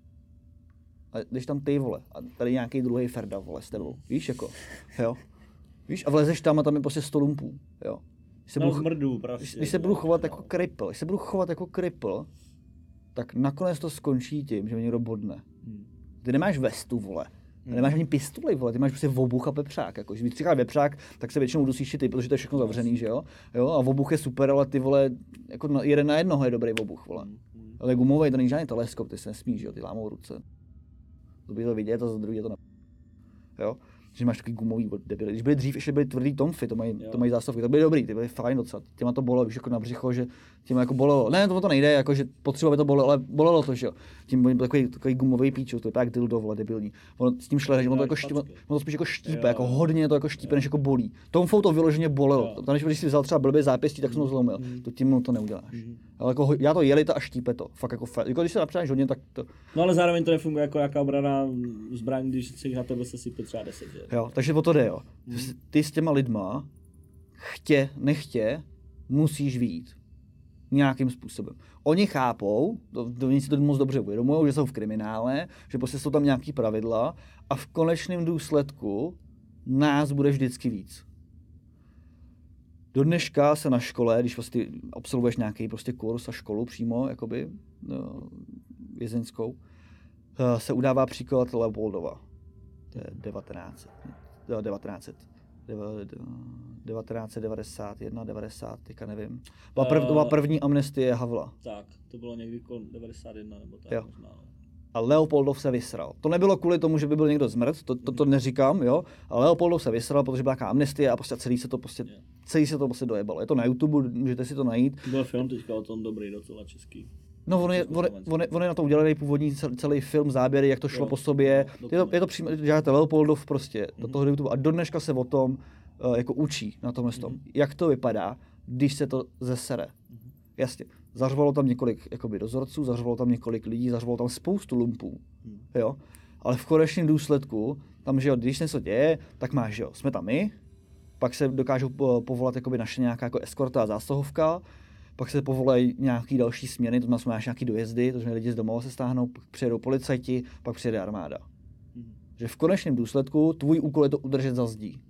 A když tam ty, vole, a tady nějaký druhý Ferda, vole, s tebou, víš, jako, jo. Víš, a vlezeš tam a tam je prostě sto lumpů, jo. Když se, no, budu, zmrdu, prostě, když, když se budu chovat jako kripl, když se budu chovat jako kripl, tak nakonec to skončí tím, že mě někdo bodne. Hmm. Ty nemáš vestu, vole. Ty nemáš ani pistoli, vole, ty máš prostě vobuch a pepřák, jako, když vystříkáš vepřák, tak se většinou dusíš ty, protože to je všechno zavřený, že jo? Jo, a vobuch je super, ale ty vole, jako na, jeden na jednoho je dobrý vobuch, vole. Hmm. Ale gumový, to není žádný teleskop, ty se nesmíš, jo, ty lámou ruce. To by to vidět a za druhý je to ne... Jo? že máš takový gumový debily. Když byly dřív, ještě byly tvrdý tomfy, to mají, to mají zásuvky, to byly dobrý, ty byly fajn docela. Těma to bolelo, víš, jako na břicho, že těma jako bolelo. Ne, to to nejde, jako že potřeba by to bolelo, ale bolelo to, že jo. Tím byl takový, takový gumový píčo, to je tak dildo, vole, debilní. Ono s tím šle, že on to jako štípe, on to spíš jako štípe, jako hodně to jako štípe, než jako bolí. Tomfou to vyloženě bolelo. Tam když si vzal třeba blbě zápěstí, tak jsem to zlomil. To tím to neuděláš. Ale jako já to jeli to a štípe to. Fakt jako fe, jako když se napřáš hodně, tak to. No ale zároveň to nefunguje jako jaká obrana zbraň, když se na tebe se sype třeba deset. Jo, takže o to jde, jo. Ty s těma lidma chtě, nechtě, musíš vyjít. Nějakým způsobem. Oni chápou, to, to oni si to moc dobře uvědomují, že jsou v kriminále, že prostě jsou tam nějaký pravidla a v konečném důsledku nás bude vždycky víc. Do dneška se na škole, když vlastně absolvuješ nějaký prostě kurz a školu přímo, jakoby, no, vězeňskou, se udává příklad Leopoldova. To je devatenáct set. devatenáct set. devatenáct set devadesát jedna, devadesát, teďka nevím. Byla, prv, to byla první amnestie Havla. Tak, to bylo někdy kolem devadesát jedna nebo tak jo. Možná. A Leopoldov se vysral. To nebylo kvůli tomu, že by byl někdo zmrt, to, to, to neříkám, jo. A Leopoldov se vysral, protože byla nějaká amnestie a prostě celý se to prostě, yeah. celý se to prostě dojebalo. Je to na YouTube, můžete si to najít. Byl film teďka o tom dobrý docela český. No, on je, on, on, on je na to udělaný původní celý film, záběry, jak to šlo jo, po sobě. Jo, je to, je to přímo, žádáte Leopoldov prostě mm-hmm. do toho YouTube a do dneška se o tom uh, jako učí na tomhle tom. Mm-hmm. Jak to vypadá, když se to zesere. Mm-hmm. Jasně. Zařvalo tam několik jakoby, dozorců, zařvalo tam několik lidí, zařvalo tam spoustu lumpů, mm. jo. Ale v konečném důsledku, tam, že jo, když se něco děje, tak máš, jo, jsme tam my, pak se dokážou povolat jakoby, naše nějaká jako eskorta a zásahovka, pak se povolají nějaký další směny, to znamená, máš nějaký dojezdy, to znamená, lidi z domova se stáhnou, pak přijedou policajti, pak přijede armáda. Mm. Že v konečném důsledku tvůj úkol je to udržet za zdí.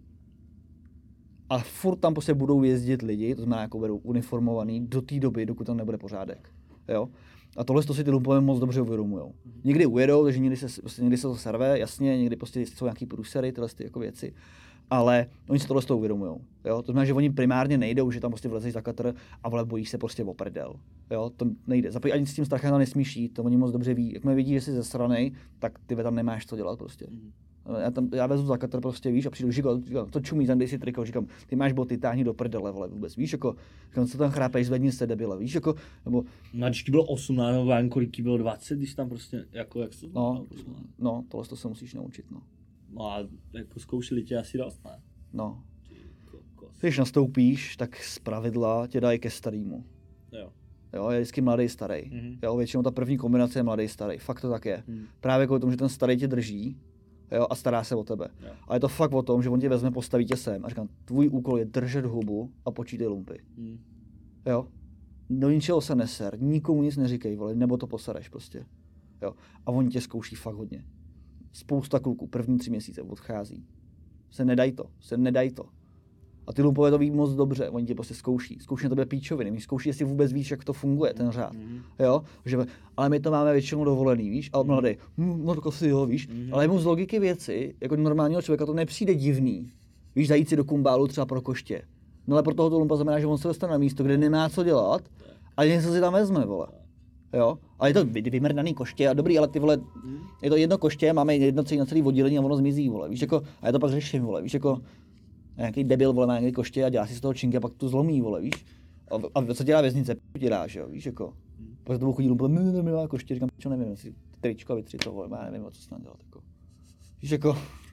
A furt tam prostě budou jezdit lidi, to znamená, jako budou uniformovaný do té doby, dokud tam nebude pořádek. Jo? A tohle to si ty lumpové moc dobře uvědomujou. Někdy ujedou, takže někdy se, prostě někdy se to serve, jasně, někdy prostě jsou nějaký průsery, tyhle ty jako věci, ale oni si tohle to uvědomujou. Jo? To znamená, že oni primárně nejdou, že tam prostě vlezeš za katr a vole bojíš se prostě o prdel. Jo? To nejde. Zapojit ani s tím strachem tam nesmíš jít, to oni moc dobře ví. Jakmile vidí, že jsi zesranej, tak ty tam nemáš co dělat prostě. Já, tam, já vezu za katr prostě, víš, a přijdu, říkám, to čumí, tam dej si triko, říkám, ty máš boty, táhni do prdele, vole, vůbec, víš, jako, říkám, co tam chrápeš, zvedni se, debile, víš, jako, nebo... No a když bylo osmnáct, nebo vám kolik bylo dvacet, když tam prostě, jako, jak se to no, no, tohle to se musíš naučit, no. No a jako zkoušeli tě asi dost, ne? No. Když nastoupíš, tak z pravidla tě dají ke starýmu. Jo. Jo, je vždycky mladý, starý. Mm-hmm. Jo, většinou ta první kombinace je mladý, starý, fakt to tak je. Mm. Právě kvůli tomu, že ten starý tě drží, jo, a stará se o tebe. Jo. A je to fakt o tom, že on tě vezme, postaví tě sem a říkám, tvůj úkol je držet hubu a počítej lumpy. Hmm. Jo? Do ničeho se neser, nikomu nic neříkej, vole, nebo to posereš prostě. Jo? A oni tě zkouší fakt hodně. Spousta kluků, první tři měsíce odchází. Se nedaj to, se nedaj to. A ty lumpové to ví moc dobře, oni tě prostě zkouší. Zkouší na tebe píčoviny, my zkouší, jestli vůbec víš, jak to funguje, ten řád. Mm-hmm. Jo? Že, ale my to máme většinou dovolený, víš? A mladý, hm, no to si ho, víš? Mm-hmm. Ale mu z logiky věci, jako normálního člověka, to nepřijde divný. Víš, zajít si do kumbálu třeba pro koště. No ale pro tohoto lumpa znamená, že on se dostane na místo, kde nemá co dělat, a něco si tam vezme, vole. Jo? Ale je to vymrdaný koště a dobrý, ale ty vole, je to jedno koště, máme jedno celý na celý oddělení a ono zmizí, vole. Víš, jako, a já to pak řeším, vole. Víš, jako, nějaký debil, vole, má nějaký koště a dělá si z toho činky a pak to zlomí, vole, víš. A, a co dělá věznice, dělá, že jo, víš, jako. Pak to chodí lumpa, my nemá koště, říkám, čo nevím, si tričko vytři to, vole, já nevím, co snad dělat, jako. Víš, jako.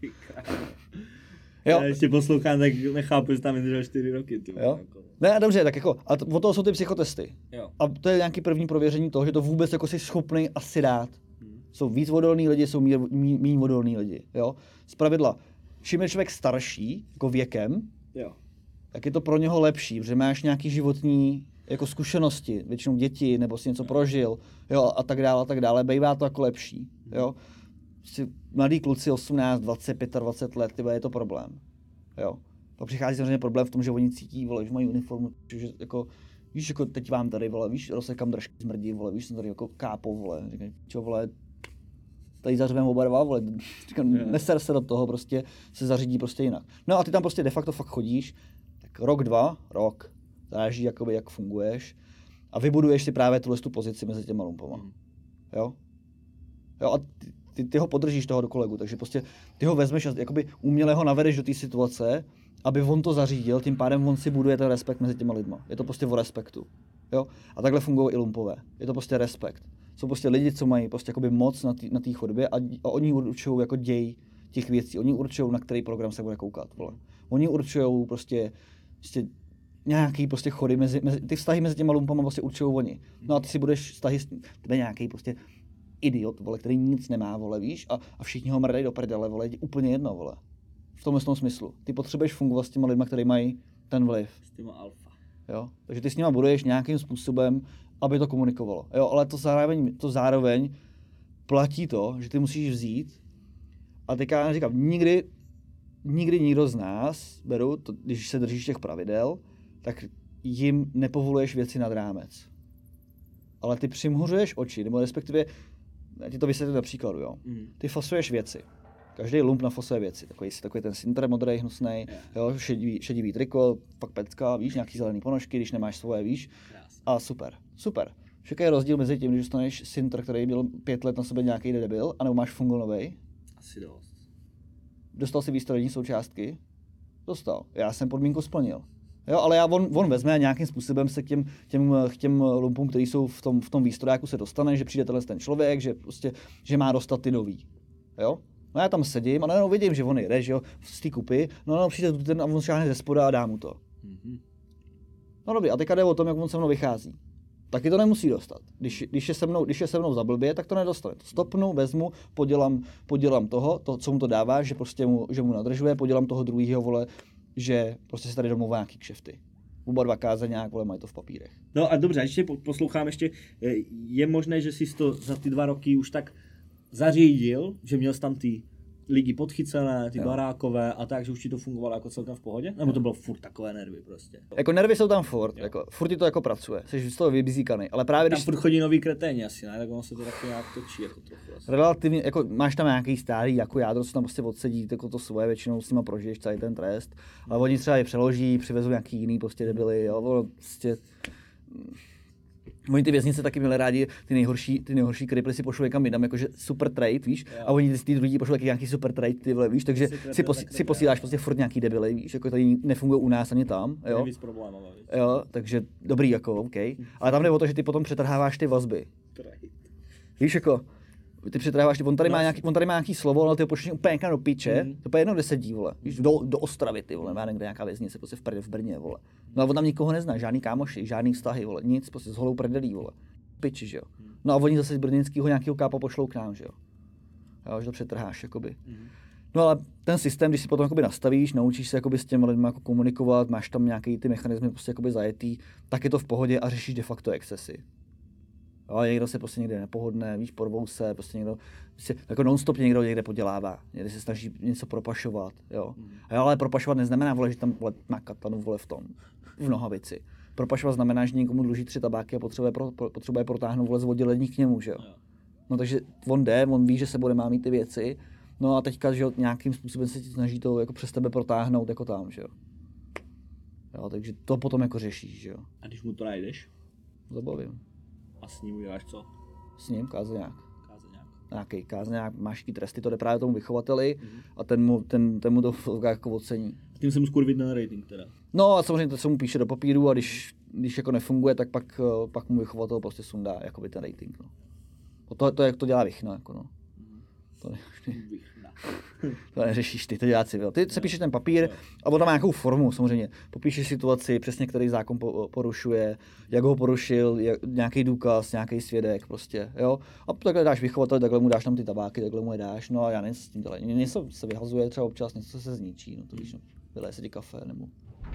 Jo. Já ještě poslouchám, tak nechápu, že tam vydržel čtyři roky, ty. Jo. Jako. Ne, dobře, tak jako, a to, od toho jsou ty psychotesty. Jo. A to je nějaký první prověření toho, že to vůbec jako jsi schopný asi dát. Hmm. Jsou víc odolní lidi, jsou méně odolní lidi, jo. Zpravidla, čím je člověk starší, jako věkem, jo. tak je to pro něho lepší, protože máš nějaký životní jako zkušenosti, většinou děti, nebo si něco jo. prožil, jo, a tak dále, a tak dále, bývá to jako lepší, jo. Prostě mladí kluci osmnáct, dvacet, dvacet pět let, tyba, je to problém, jo. Pak přichází samozřejmě problém v tom, že oni cítí, vole, že mají uniformu, že jako, víš, jako teď vám tady, vole, víš, rozsekám držky smrdí, vole, víš, jsem tady jako kápou, vole, říkají, čo, vole, tady zařveme oba dva, vole, říkám, neser se do toho, prostě se zařídí prostě jinak. No a ty tam prostě de facto fakt chodíš, tak rok, dva, rok, záleží jakoby, jak funguješ a vybuduješ si právě tuhle tu pozici mezi těma lumpama, jo. Jo a ty, ty, ty ho podržíš toho do kolegu, takže prostě ty ho vezmeš a jakoby uměle ho navedeš do té situace, aby on to zařídil, tím pádem on si buduje ten respekt mezi těma lidma. Je to prostě o respektu. Jo? A takhle fungují i lumpové. Je to prostě respekt. Jsou prostě lidi, co mají prostě jakoby moc na té na té chodbě a, a oni určují jako děj těch věcí. Oni určují, na který program se bude koukat. Vole. Oni určují prostě, prostě nějaký prostě chody mezi, mezi ty vztahy mezi těma lumpama prostě určují oni. No a ty si budeš vztahy s tebe nějaký prostě idiot, vole, který nic nemá, vole, víš, a, a všichni ho mrdají do prdele, vole, je úplně jedno, vole. V tomhle tom smyslu. Ty potřebuješ fungovat s těma lidma, kteří mají ten vliv. S těma alfa. Jo? Takže ty s nima buduješ nějakým způsobem, aby to komunikovalo. Jo? Ale to zároveň, to zároveň platí to, že ty musíš vzít a teď já říkám, nikdy, nikdy nikdo z nás, beru, to, když se držíš těch pravidel, tak jim nepovoluješ věci nad rámec. Ale ty přimhuřuješ oči, nebo respektive, já ti to vysvětlím na příkladu, jo. Mm. Ty fasuješ věci. Každý lump nafasuje věci. Takový, takový ten Sinter modrý, hnusnej, jo, šedivý, šedivý triko, pak pecka, víš, nějaký zelený ponožky, když nemáš svoje, víš. A super, super. Však je rozdíl mezi tím, když dostaneš Sinter, který byl pět let na sobě nějaký debil, anebo máš Fungal novej. Asi dost. Dostal si výstrojní součástky? Dostal. Já jsem podmínku splnil. Jo, ale já, on, on vezme a nějakým způsobem se k těm, těm, k těm lumpům, který jsou v tom, v tom výstrojáku, se dostane, že přijde tenhle ten člověk, že, prostě, že má dostat ty nový. Jo? No já tam sedím a najednou vidím, že on jde, že jo, z té kupy, no no přijde ten a on šáhne ze spoda a dá mu to. Mm-hmm. No dobrý, a teďka jde o tom, jak on se mnou vychází. Taky to nemusí dostat. Když, když, je se mnou, když je se mnou za blbě, tak to nedostane. Stopnu, vezmu, podělám, podělám toho, to, co mu to dává, že prostě mu, že mu nadržuje, podělám toho druhýho, vole, že prostě se tady domluvá nějaký kšefty. Oba dva káze nějak, vole, mají to v papírech. No a dobře, ještě poslouchám ještě, je možné, že jsi to za ty dva roky už tak zařídil, že měl jsi tam ty lidi podchycené, ty jo. barákové a tak, že už ti to fungovalo jako celkem v pohodě? Nebo to bylo furt takové nervy prostě? Jako nervy jsou tam furt, jako, furt ti to jako pracuje, jsi z toho vybizíkaný, ale právě tam když... furt chodí nový kreténi asi, ne? Tak ono se to taky nějak točí jako trochu. Asi. Relativně, jako máš tam nějaký starý, jako jádro, co tam prostě odsedí, jako to svoje, většinou s nima prožiješ celý ten trest, ale oni třeba je přeloží, přivezou nějaký jiný prostě debily, jo, ono prostě... Oni ty věznice taky měli rádi ty nejhorší, ty nejhorší kriply si pošlou někam jinam, jakože super trade, víš, jo. A oni ty, ty druhý pošlou taky nějaký super trade, ty vole, víš, takže si, si, posí, si posíláš prostě furt nějaký debily, víš, jako tady nefungují u nás ani tam, jo. Nejvíc problémů, jo, takže dobrý, jako, OK. Ale tam jde o to, že ty potom přetrháváš ty vazby. Víš, jako, ty přetrháváš, on tady má nějaký, on tady má nějaký slovo, ale ty ho pošleš úplně do piče, mm. to je jedno, kde sedí, vole, víš, do, do Ostravy, ty vole, má někde nějaká věznice, prostě v Brně, v Brně, vole. No a on tam nikoho nezná, žádný kámoši, žádný vztahy, vole, nic, prostě s holou prdelí, vole. Piči, že jo. No a oni zase z brněnského nějakého kápa pošlou k nám, že jo. Jo, že to přetrháš, jakoby. Mm. No ale ten systém, když si potom jakoby nastavíš, naučíš se jakoby s těmi lidmi jako komunikovat, máš tam nějaký ty mechanismy prostě jakoby zajetý, tak je to v pohodě a řešíš de facto excesy. Jo, někdo se prostě někde nepohodne, víš, porvou se, prostě někdo, prostě, jako non-stop někdo někde podělává, někde se snaží něco propašovat, jo. Mm. A jo, ale propašovat neznamená, vole, že tam vole, má katanu, vole, v tom, v nohavici. Propašovat znamená, že někomu dluží tři tabáky a potřebuje, pro, potřebuje protáhnout, vole, z oddělení k němu, že jo. No takže on jde, on ví, že se bude má mít ty věci, no a teďka, že jo, nějakým způsobem se ti snaží to jako přes tebe protáhnout jako tam, že jo. Jo, takže to potom jako řešíš, že jo. A když mu to najdeš? Zabavím. A s ním uděláš co? S ním kázeňák. Kázeňák. Nějaký kázeňák, máš ty tresty, to jde právě tomu vychovateli mm-hmm. a ten mu, ten, ten mu to jako ocení. Tím se mu skurvit na rating teda. No a samozřejmě to se mu píše do papíru a když, když jako nefunguje, tak pak, pak mu vychovatel prostě sundá jakoby ten rating. No. To, to, jak to dělá Vichna, jako no. Mm-hmm. To ne, to neřešíš ty, to dělá civil. Ty se píšeš ten papír a potom má nějakou formu samozřejmě. Popíšeš situaci, přesně který zákon porušuje, jak ho porušil, jak, nějaký důkaz, nějaký svědek prostě, jo. A takhle dáš vychovatel, takhle mu dáš tam ty tabáky, takhle mu je dáš, no a já nevím, s tím dělají. Něco se vyhazuje třeba občas, něco se zničí, no to víš, no. Vyleje se ti kafe nebo...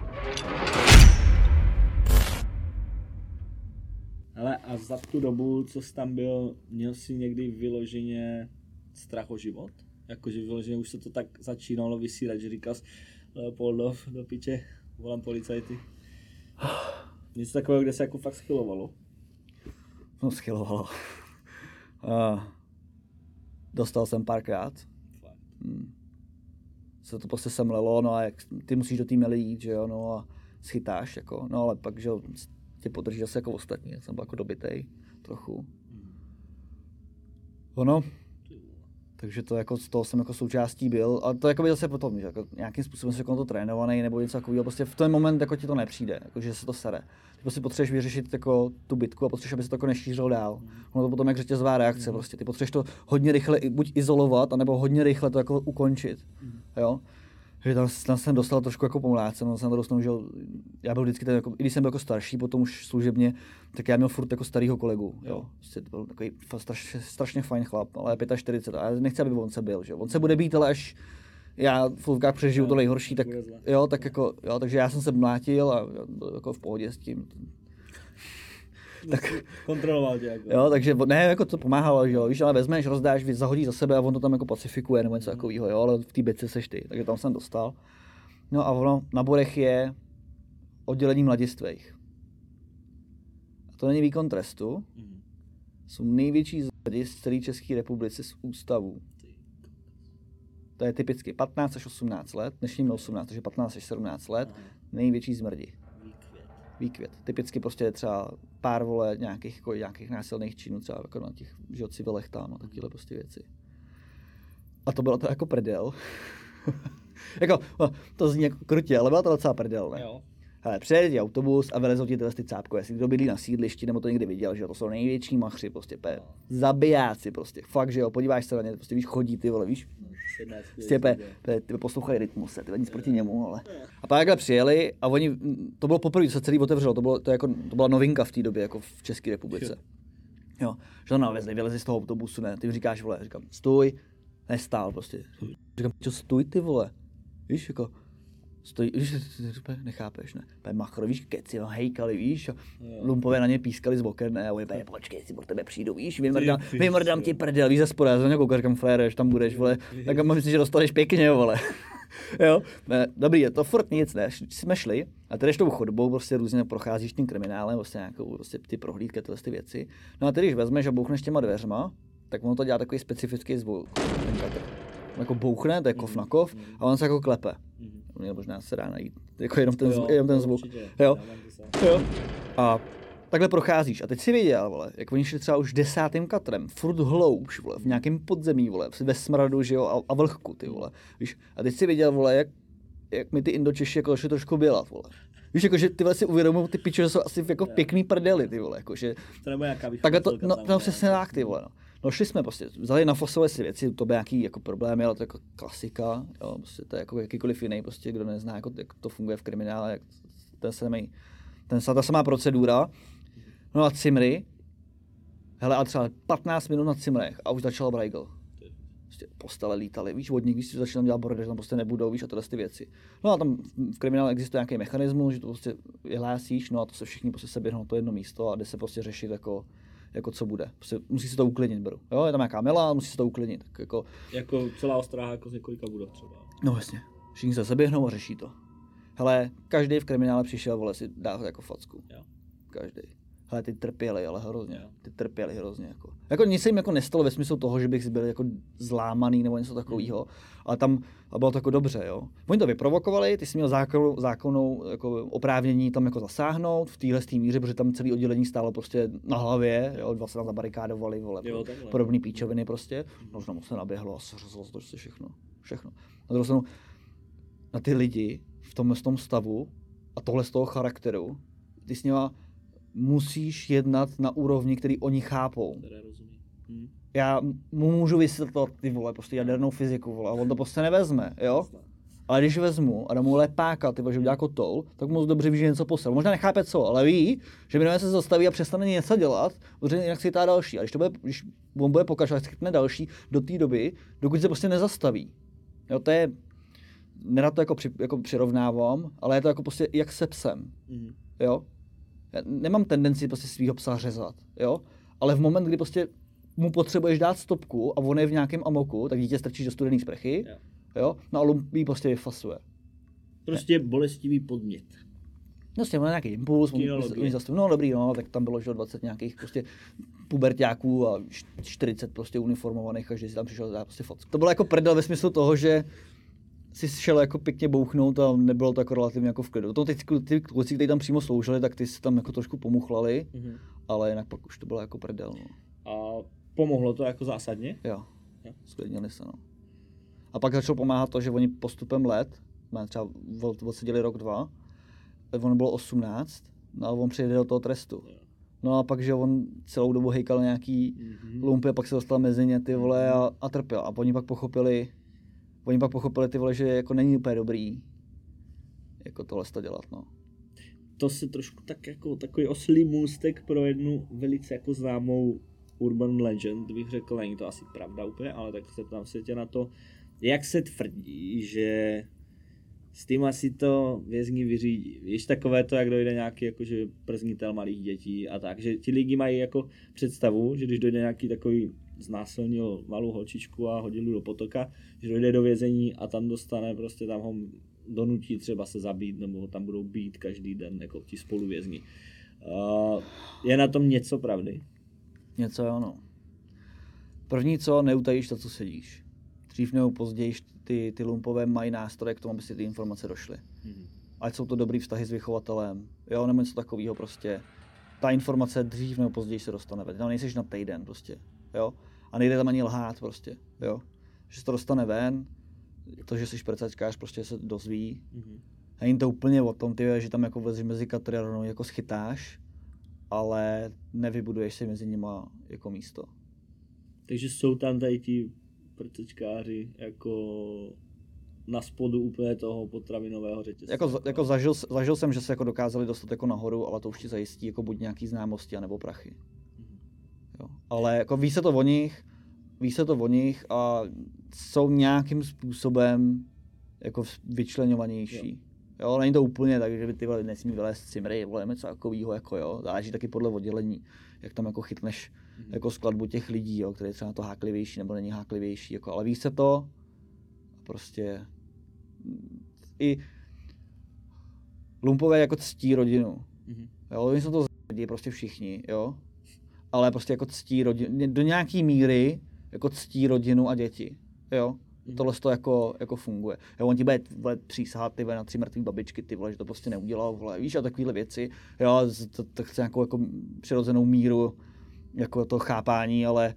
Ale a za tu dobu, co jsi tam byl, měl jsi někdy vyloženě strach o život? Jakože vyloženě už se to tak začínalo vysírat, že říkal jsi, Leopoldov, do piče, volám policajty. Něco takového, kde se jako fakt schylovalo? No schylovalo. uh, dostal jsem párkrát. Hmm. Se to prostě semlelo, no a jak ty musíš do té mely jít, že jo, no a schytáš, jako, no ale pak, že jo, tě podrží zase jako ostatní, jsem byl jako dobitej trochu. Ono, Takže to jako z toho jsem jako součástí byl, a to jako by zase potom, že jako nějakým způsobem jsi jako to trénovaný nebo něco takového, prostě v ten moment jako ti to nepřijde, jako že se to sere. Ty prostě potřebuješ vyřešit jako tu bitku a potřebuješ, aby se to jako nešířilo dál. Mm. Ono to potom jak řetězová reakce, mm. prostě ty potřebuješ to hodně rychle buď izolovat, anebo hodně rychle to jako ukončit, mm. jo. Že tam, tam jsem dostal trošku jako pomlácen, no, jsem to dostal, že já byl vždycky ten, jako, i když jsem byl jako starší, potom už služebně, tak já měl furt jako starýho kolegu, jo. Prostě to byl takový strašně, strašně fajn chlap, ale čtyřicet pět a já nechci, aby on se byl, že on se bude být, ale až já v fulkách přežiju to nejhorší, tak jo, tak jako, jo, takže já jsem se mlátil a byl jako v pohodě s tím. Tak kontroloval tě jako. Jo, takže ne, jako to pomáhalo, že jo, víš, ale vezmeš, rozdáš, zahodíš za sebe a on to tam jako pacifikuje nebo něco takového, jo, ale v té bitce seš ty, takže tam jsem dostal. No a ono na Borech je oddělení mladistvých. A to není výkon trestu, mm. jsou největší zrady z celé České republice z ústavů. To je typicky patnáct až osmnáct let, dnešním na osmnáct, takže patnáct až sedmnáct let, aha, největší zmrdi. Výkvět. Typicky prostě třeba pár vole nějakých, jako, nějakých násilných činů, třeba jako na těch že civilech tam a takovéhle prostě věci. A to bylo to jako prdel. Jako, to zní jako krutě, ale byla to docela prdel, ne? Jo. Hele, přijede ti autobus a vylezou ti tyhle ty cápkové, jestli kdo bydlí na sídlišti, nebo to někdy viděl, že jo, to jsou největší machři, prostě pe, zabijáci, prostě, fakt, že jo, podíváš se na ně, prostě víš, chodí ty vole, víš, prostě pe, pe, ty poslouchají rytmus, ty nic proti němu, ale. A pak takhle přijeli a oni, to bylo poprvé, co se celý otevřelo, to, bylo, to, jako, to byla novinka v té době, jako v České republice. Jo, že to navezli, vylezi z toho autobusu, ne, ty mi říkáš, vole, říkám, stůj, nestál prostě, říkám, čo stůj ty vole, víš, jako, stojí, víš, nechápeš, ne? Pé machro, víš, keci, no, hejkali, víš, a lumpové na ně pískali z boken, ne, a oni pé, počkej, si po tebe přijdu, víš, vymrdám, vymrdám ti prdel, víš, ze spoda, za někou říkám, frére, že tam budeš, vole, tak myslím, že dostaneš pěkně, vole. Jo, ne, dobrý, je to furt nic, ne, jsme šli a tedy tou chodbou prostě různě procházíš tím kriminálem, prostě nějakou, prostě ty prohlídky, tyhle ty věci. No a tedy, když vezmeš a bouchneš těma dveřma, tak ono to dělá takový specifický zvuk. Jako bouchne, to je kov na kov a on se jako klepe. Mě možná se dá najít, jako jenom ten, jo, jenom ten zvuk. Jo. Jo. A takhle procházíš a teď si viděl, vole, jak oni šli třeba už desátým katrem, furt hloubš, vole, v nějakém podzemí, vole, ve smradu, že jo, a, a vlhku, ty vole, víš. A teď si viděl, vole, jak, jak mi ty Indočeši jako šli trošku bělat, vole. Víš, jakože ty vole si uvědomují ty piče, že jsou asi jako pěkný prdely, ty vole, jakože. To nebo nějaká takhle to, no, no přesně tak, ty vole, no. No šli jsme prostě, vzali na fosové si věci, to by nějaký jako problémy, ale to je jako klasika, jo, prostě to je jako jakýkoliv jiný, prostě kdo nezná, jako, jak to funguje v kriminále, jak ten se nemají, ten ta samá procedura. No a cimry, hele a třeba patnáct minut na cimrech a už začal brajgl. Prostě postele lítaly, víš, vodník, víš, že začínám dělat bordel, že tam prostě nebudou, víš, a tohle ty věci. No a tam v kriminále existuje nějaký mechanismus, že to prostě vyhlásíš, no a to se všichni prostě seběhnou na to jedno místo a jde se prostě řešit jako jako co bude. Prostě musí se to uklidnit, beru. Jo, je tam nějaká mela, musí se to uklidnit. Tak jako... jako celá Ostráha jako z několika budov třeba. No jasně. Všichni se seběhnou a řeší to. Hele, každý v kriminále přišel, vole, si dá jako facku. Jo. Každý. Hele, ty trpěli, ale hrozně. Jo. Ty trpěli hrozně. Jako. Jako nic se jim jako nestalo ve smyslu toho, že bych byl jako zlámaný nebo něco takového, hmm. ale tam a bylo to jako dobře, jo. Oni to vyprovokovali, ty jsi měl zákon, zákonnou jako oprávnění tam jako zasáhnout v téhle míře, protože tam celé oddělení stálo prostě na hlavě, jo, dva se tam zabarikádovali, vole, jo, podobný píčoviny prostě. No tam se naběhlo a sřezlo to prostě všechno, všechno. Na druhou stranu, na ty lidi v tom, v tom stavu a tohle z toho charakteru, ty s nima musíš jednat na úrovni, který oni chápou. Hmm. Já mu můžu vysvětlovat ty vole, prostě jadernou fyziku, vole, a on to prostě nevezme, jo? Ale když vezmu a dám mu lepáka, ty vole, že udělá kotoul, tak moc dobře ví, že něco poslal. Možná nechápe co, ale ví, že minulé se zastaví a přestane něco dělat, protože jinak si chytá další. A když, to bude, když on bude pokračovat, chytne další do té doby, dokud se prostě nezastaví. Jo, to je, nerad to jako, při, jako přirovnávám, ale je to jako prostě jak se psem, hmm. jo? Já nemám tendenci prostě svýho psa řezat, jo? Ale v moment, kdy prostě mu potřebuješ dát stopku a on je v nějakém amoku, tak dítě strčíš do studený sprchy, jo? jo? No a lumpí prostě vyfasuje. Prostě bolestivý podmět. No s tím nějaký impuls, oni zastaví, no dobrý, no, tak tam bylo že dvacet nějakých prostě puberťáků a čtyřicet prostě uniformovaných, každý si tam přišel dát prostě fotku. To bylo jako prdel ve smyslu toho, že si šel jako pěkně bouchnout a nebylo to jako relativně jako v klidu. To ty, ty kluci, kteří tam přímo sloužili, tak ty si tam jako trošku pomuchlali, mm-hmm. ale jinak pak už to bylo jako prdel. No. A pomohlo to jako zásadně? Jo. Sklidnili se, no. A pak začalo pomáhat to, že oni postupem let, třeba odseděli rok, dva, on bylo osmnáct, no a on přijde do toho trestu. No a pak, že on celou dobu hejkal nějaký mm-hmm. lumpy a pak se dostal mezi ně, ty vole, a, a trpěl. A oni pak pochopili, oni pak pochopili, ty vole, že jako není úplně dobrý jako tohle to dělat, no. To se trošku tak jako takový oslý můstek pro jednu velice jako známou urban legend, bych řekl, není to asi pravda úplně, ale tak se tam se tě na to, jak se tvrdí, že s tím asi to vězni vyřídí. Víš, takové to, jak dojde nějaký jakože prznitel malých dětí a tak, že ti lidi mají jako představu, že když dojde nějaký takový znásilnil malou holčičku a hodil do potoka, že dojde do vězení a tam dostane, prostě tam ho donutí třeba se zabít, nebo ho tam budou bít každý den, jako ti spoluvězni. Uh, je na tom něco pravdy? Něco jo, no. První co, neutajíš to, co sedíš. Dřív nebo později ty, ty lumpové mají nástroje k tomu, aby si ty informace došly. Mm-hmm. Ať jsou to dobrý vztahy s vychovatelem, jo, nebo něco takového prostě. Ta informace dřív nebo později se dostane ven. Tam nejseš na týden prostě, jo. A nejde tam ani lhát prostě, jo. Že se to dostane ven, to, že jsi prcačkář, prostě se dozví. Mm-hmm. Není to úplně o tom, ty, že tam jako vezeš mezi katry a rovnou jako schytáš, ale nevybuduješ si mezi nima jako místo. Takže jsou tam tady ti prcečkáři jako na spodu úplně toho potravinového řetězce. Jako, jako zažil, zažil jsem, že se jako dokázali dostat jako nahoru, ale to už ti zajistí jako buď nějaký známosti, anebo prachy. Jo. Ale jako ví se to o nich, ví se to o nich a jsou nějakým způsobem jako vyčleňovanější. Jo. Jo, není to úplně tak, že by ty vole nesmí vylézt cimry, vole, něco takového, jako jo, záleží taky podle oddělení, jak tam jako chytneš mm. jako skladbu těch lidí, jo, který je třeba na to háklivější nebo není háklivější, jako, ale ví se to, prostě i lumpové jako ctí rodinu, mm. jo, oni jsou to z***, prostě všichni, jo, ale prostě jako ctí rodinu, do nějaký míry jako ctí rodinu a děti, jo. Tohle to jako, jako funguje. Jo, on ti bude, bude přísahat ty na tři mrtvý babičky, ty vole, že to prostě neudělal, vole, víš, a takovéhle věci. Jo, to, to chce nějakou jako přirozenou míru jako to chápání, ale,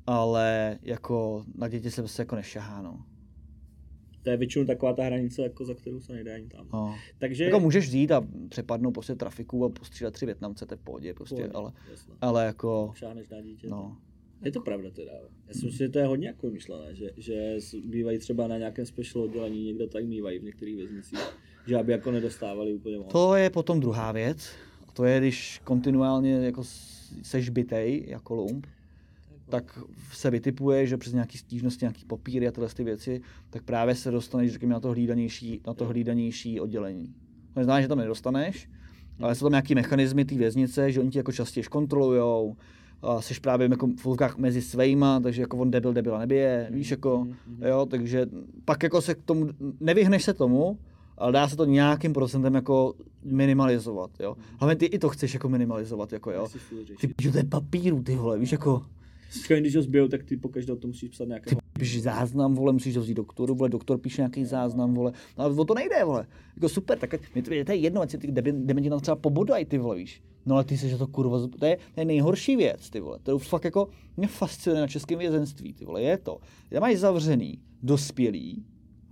ale jako na děti se prostě jako nešahá, no. To je většinou taková ta hranice, jako za kterou se nejde ani tam. No. Takže... Jako můžeš jít a přepadnout prostě trafiku a postřílet tři Vietnamce, to je v pohodě, prostě, pohodě, ale, ale jako... Šáhneš na dítě. No. Je to pravda teda. Já si myslím, že to je hodně jako myšlené, že, že bývají třeba na nějakém special oddělení, někdo tak mývají v některých věznicích, že aby jako nedostávali úplně moc. To je potom druhá věc. To je, když kontinuálně jako seš bitej jako lump, tak se vytipuje, že přes nějaký stížnosti, nějaký papíry a tyhle ty věci, tak právě se dostaneš řekněme, na to hlídanější, na to hlídanější oddělení. To neznamená, že tam nedostaneš, ale jsou tam nějaký mechanismy té věznice, že oni ti jako častěji kontrolujou, a jsi právě jako v fulkách mezi svejma, takže jako on debil debila nebije, víš jako, jo, takže pak jako se k tomu, nevyhneš se tomu, ale dá se to nějakým procentem jako minimalizovat, jo. Hlavně ty i to chceš jako minimalizovat, jako jo. Ty píšu, to je papíru, ty vole, víš jako. Když ho zbijou, tak ty pokaždé to musíš psat nějakého. Ty píšeš záznam, vole, musíš to vzít doktoru, vole, doktor píše nějaký záznam, vole, no ale o to nejde, vole. Jako super, tak mi to je, to je jedno, ať si ty dementi tam třeba pobodají, ty vole, víš. No ale ty jsi, že to kurva, to je, to je nejhorší věc, ty vole, to je fakt jako, mě fascinuje na českém vězenství, ty vole, je to. Já mají zavřený, dospělí,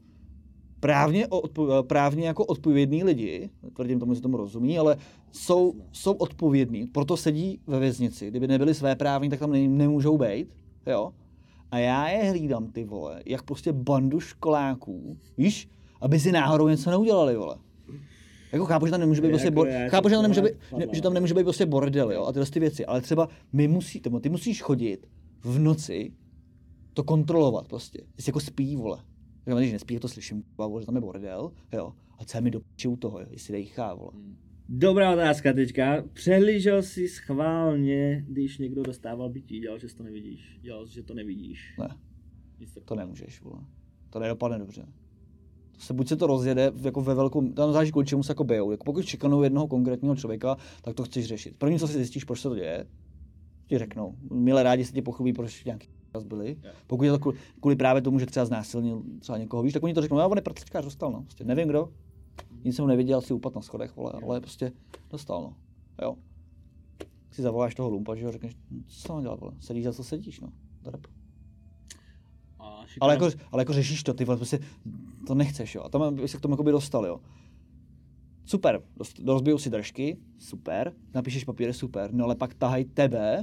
právně, odpo, právně jako odpovědní lidi, tvrdím tomu, že tomu rozumí, ale jsou, jsou odpovědní, proto sedí ve věznici, kdyby nebyli své právní, tak tam ne, nemůžou být, jo. A já je hlídám, ty vole, jak prostě bandu školáků, víš, aby si náhodou něco neudělali, vole. Jako chápu, že tam nemůže být prostě bor... chápu, že tam nemůže být, ne, že tam nemůže být prostě bordel, jo, a tyhle ty věci, ale třeba my musí, tomu, ty musíš chodit v noci to kontrolovat prostě, jestli jako spí, vole. Když nespí, to slyším, že tam je bordel, jo, a co je mi do p***či u toho, jo, jestli dejchá, vole. Dobrá otázka teďka, přehlížel jsi schválně, když někdo dostával bytí, dělal, že to nevidíš, dělal, že to nevidíš. Ne, to nemůžeš, vole, to nedopadne dobře. Se buď se to rozjede jako ve velkou, tam záleží, kvůli čemu se jako bijou. Jako pokud čekanou jednoho konkrétního člověka, tak to chceš řešit. První, co si zjistíš, proč se to děje, ti řeknou. Milé rádi se ti pochopí, proč nějaký čas byli. Pokud je to kvůli, kvůli právě tomu, že třeba znásilnil třeba někoho, víš, tak oni to řeknou, já on je prcečkář, dostal, no. Prostě nevím kdo, nic jsem ho neviděl, si upad na schodech, vole, ale prostě dostal, no. Jo. Si zavoláš toho lumpa, že jo, řekneš, co mám dělat, vole, sedíš za co sedíš, no. Drp. ale, jako, ale jako řešíš to, ty vole, prostě to nechceš, jo. A tam by se k tomu jakoby dostal, jo. Super, rozbijou si držky, super, napíšeš papíry, super, no ale pak tahají tebe,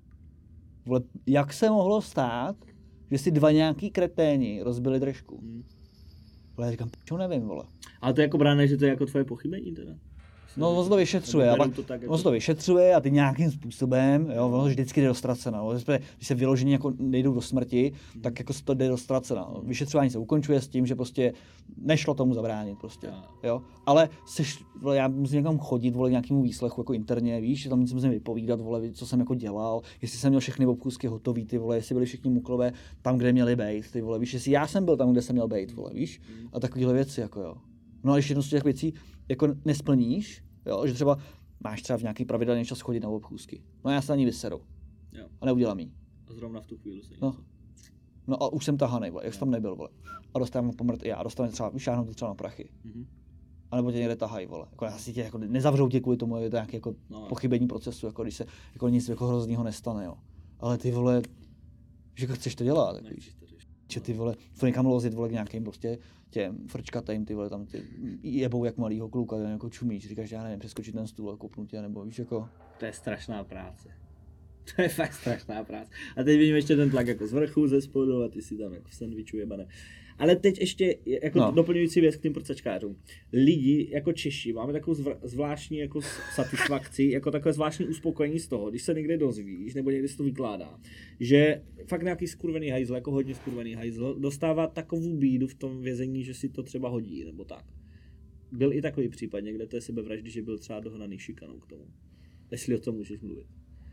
vole, jak se mohlo stát, že si dva nějaký kreténi rozbili držku? Hmm. Vole, já říkám, čo nevím, vole. Ale to je jako bráne, že to je jako tvoje pochybení teda? No, on se to vyšetřuje, a pak, to tak, jako... on se to vyšetřuje a ty nějakým způsobem, jo, ono vždycky jde do ztracena. Když se vyložení jako nejdou do smrti, mm. tak jako se to jde do ztracena. Vyšetřování se ukončuje s tím, že prostě nešlo tomu zabránit prostě, jo. Ale seš, vole, já musím někam chodit, vole, nějakému výslechu jako interně, víš, že tam nic musím vypovídat, vole, co jsem jako dělal, jestli jsem měl všechny obchůzky hotový, ty vole, jestli byli všichni muklové tam, kde měli být, ty vole, víš, jestli já jsem byl tam, kde jsem měl být, vole, víš, a takovéhle věci, jako jo. No a když jednu z těch věcí jako nesplníš, jo, že třeba máš třeba v nějaký pravidelný čas chodit na obchůzky. No já se na ní vyseru. Jo. A neudělám jí. A zrovna v tu chvíli se no. no a už jsem tahanej, vole, jak jsi tam nebyl, vole. A dostávám pomrt i já, dostávám třeba, vyšáhnout třeba na prachy. Mm-hmm. A nebo tě někde tahají, vole. Jako asi tě jako nezavřou tě kvůli tomu, je to nějaké jako no, pochybení procesu, jako když se jako nic jako hroznýho nestane, jo. Ale ty vole, že chceš to dělat, tak víš. Že ty vole, to někam lozit, vole, k nějakým prostě těm frčkatým, ty vole, tam ty jebou jak malýho kluka, ten jako čumíš, říkáš, já nevím, přeskočit ten stůl a kopnout tě, nebo víš, jako. To je strašná práce. To je fakt strašná práce. A teď vidím ještě ten tlak jako z vrchu, ze spodu a ty si tam jako v sandviču jebané. Ale teď ještě jako no. doplňující věc k těm prcačkářům. Lidi jako Češi máme takovou zvláštní jako satisfakci, jako takové zvláštní uspokojení z toho, když se někde dozvíš, nebo někde se to vykládá, že fakt nějaký skurvený hajzl, jako hodně skurvený hajzl, dostává takovou bídu v tom vězení, že si to třeba hodí, nebo tak. Byl i takový případ někde té sebevraždy, že byl třeba dohnaný šikanou k tomu. Jestli o tom můžeš mluvit.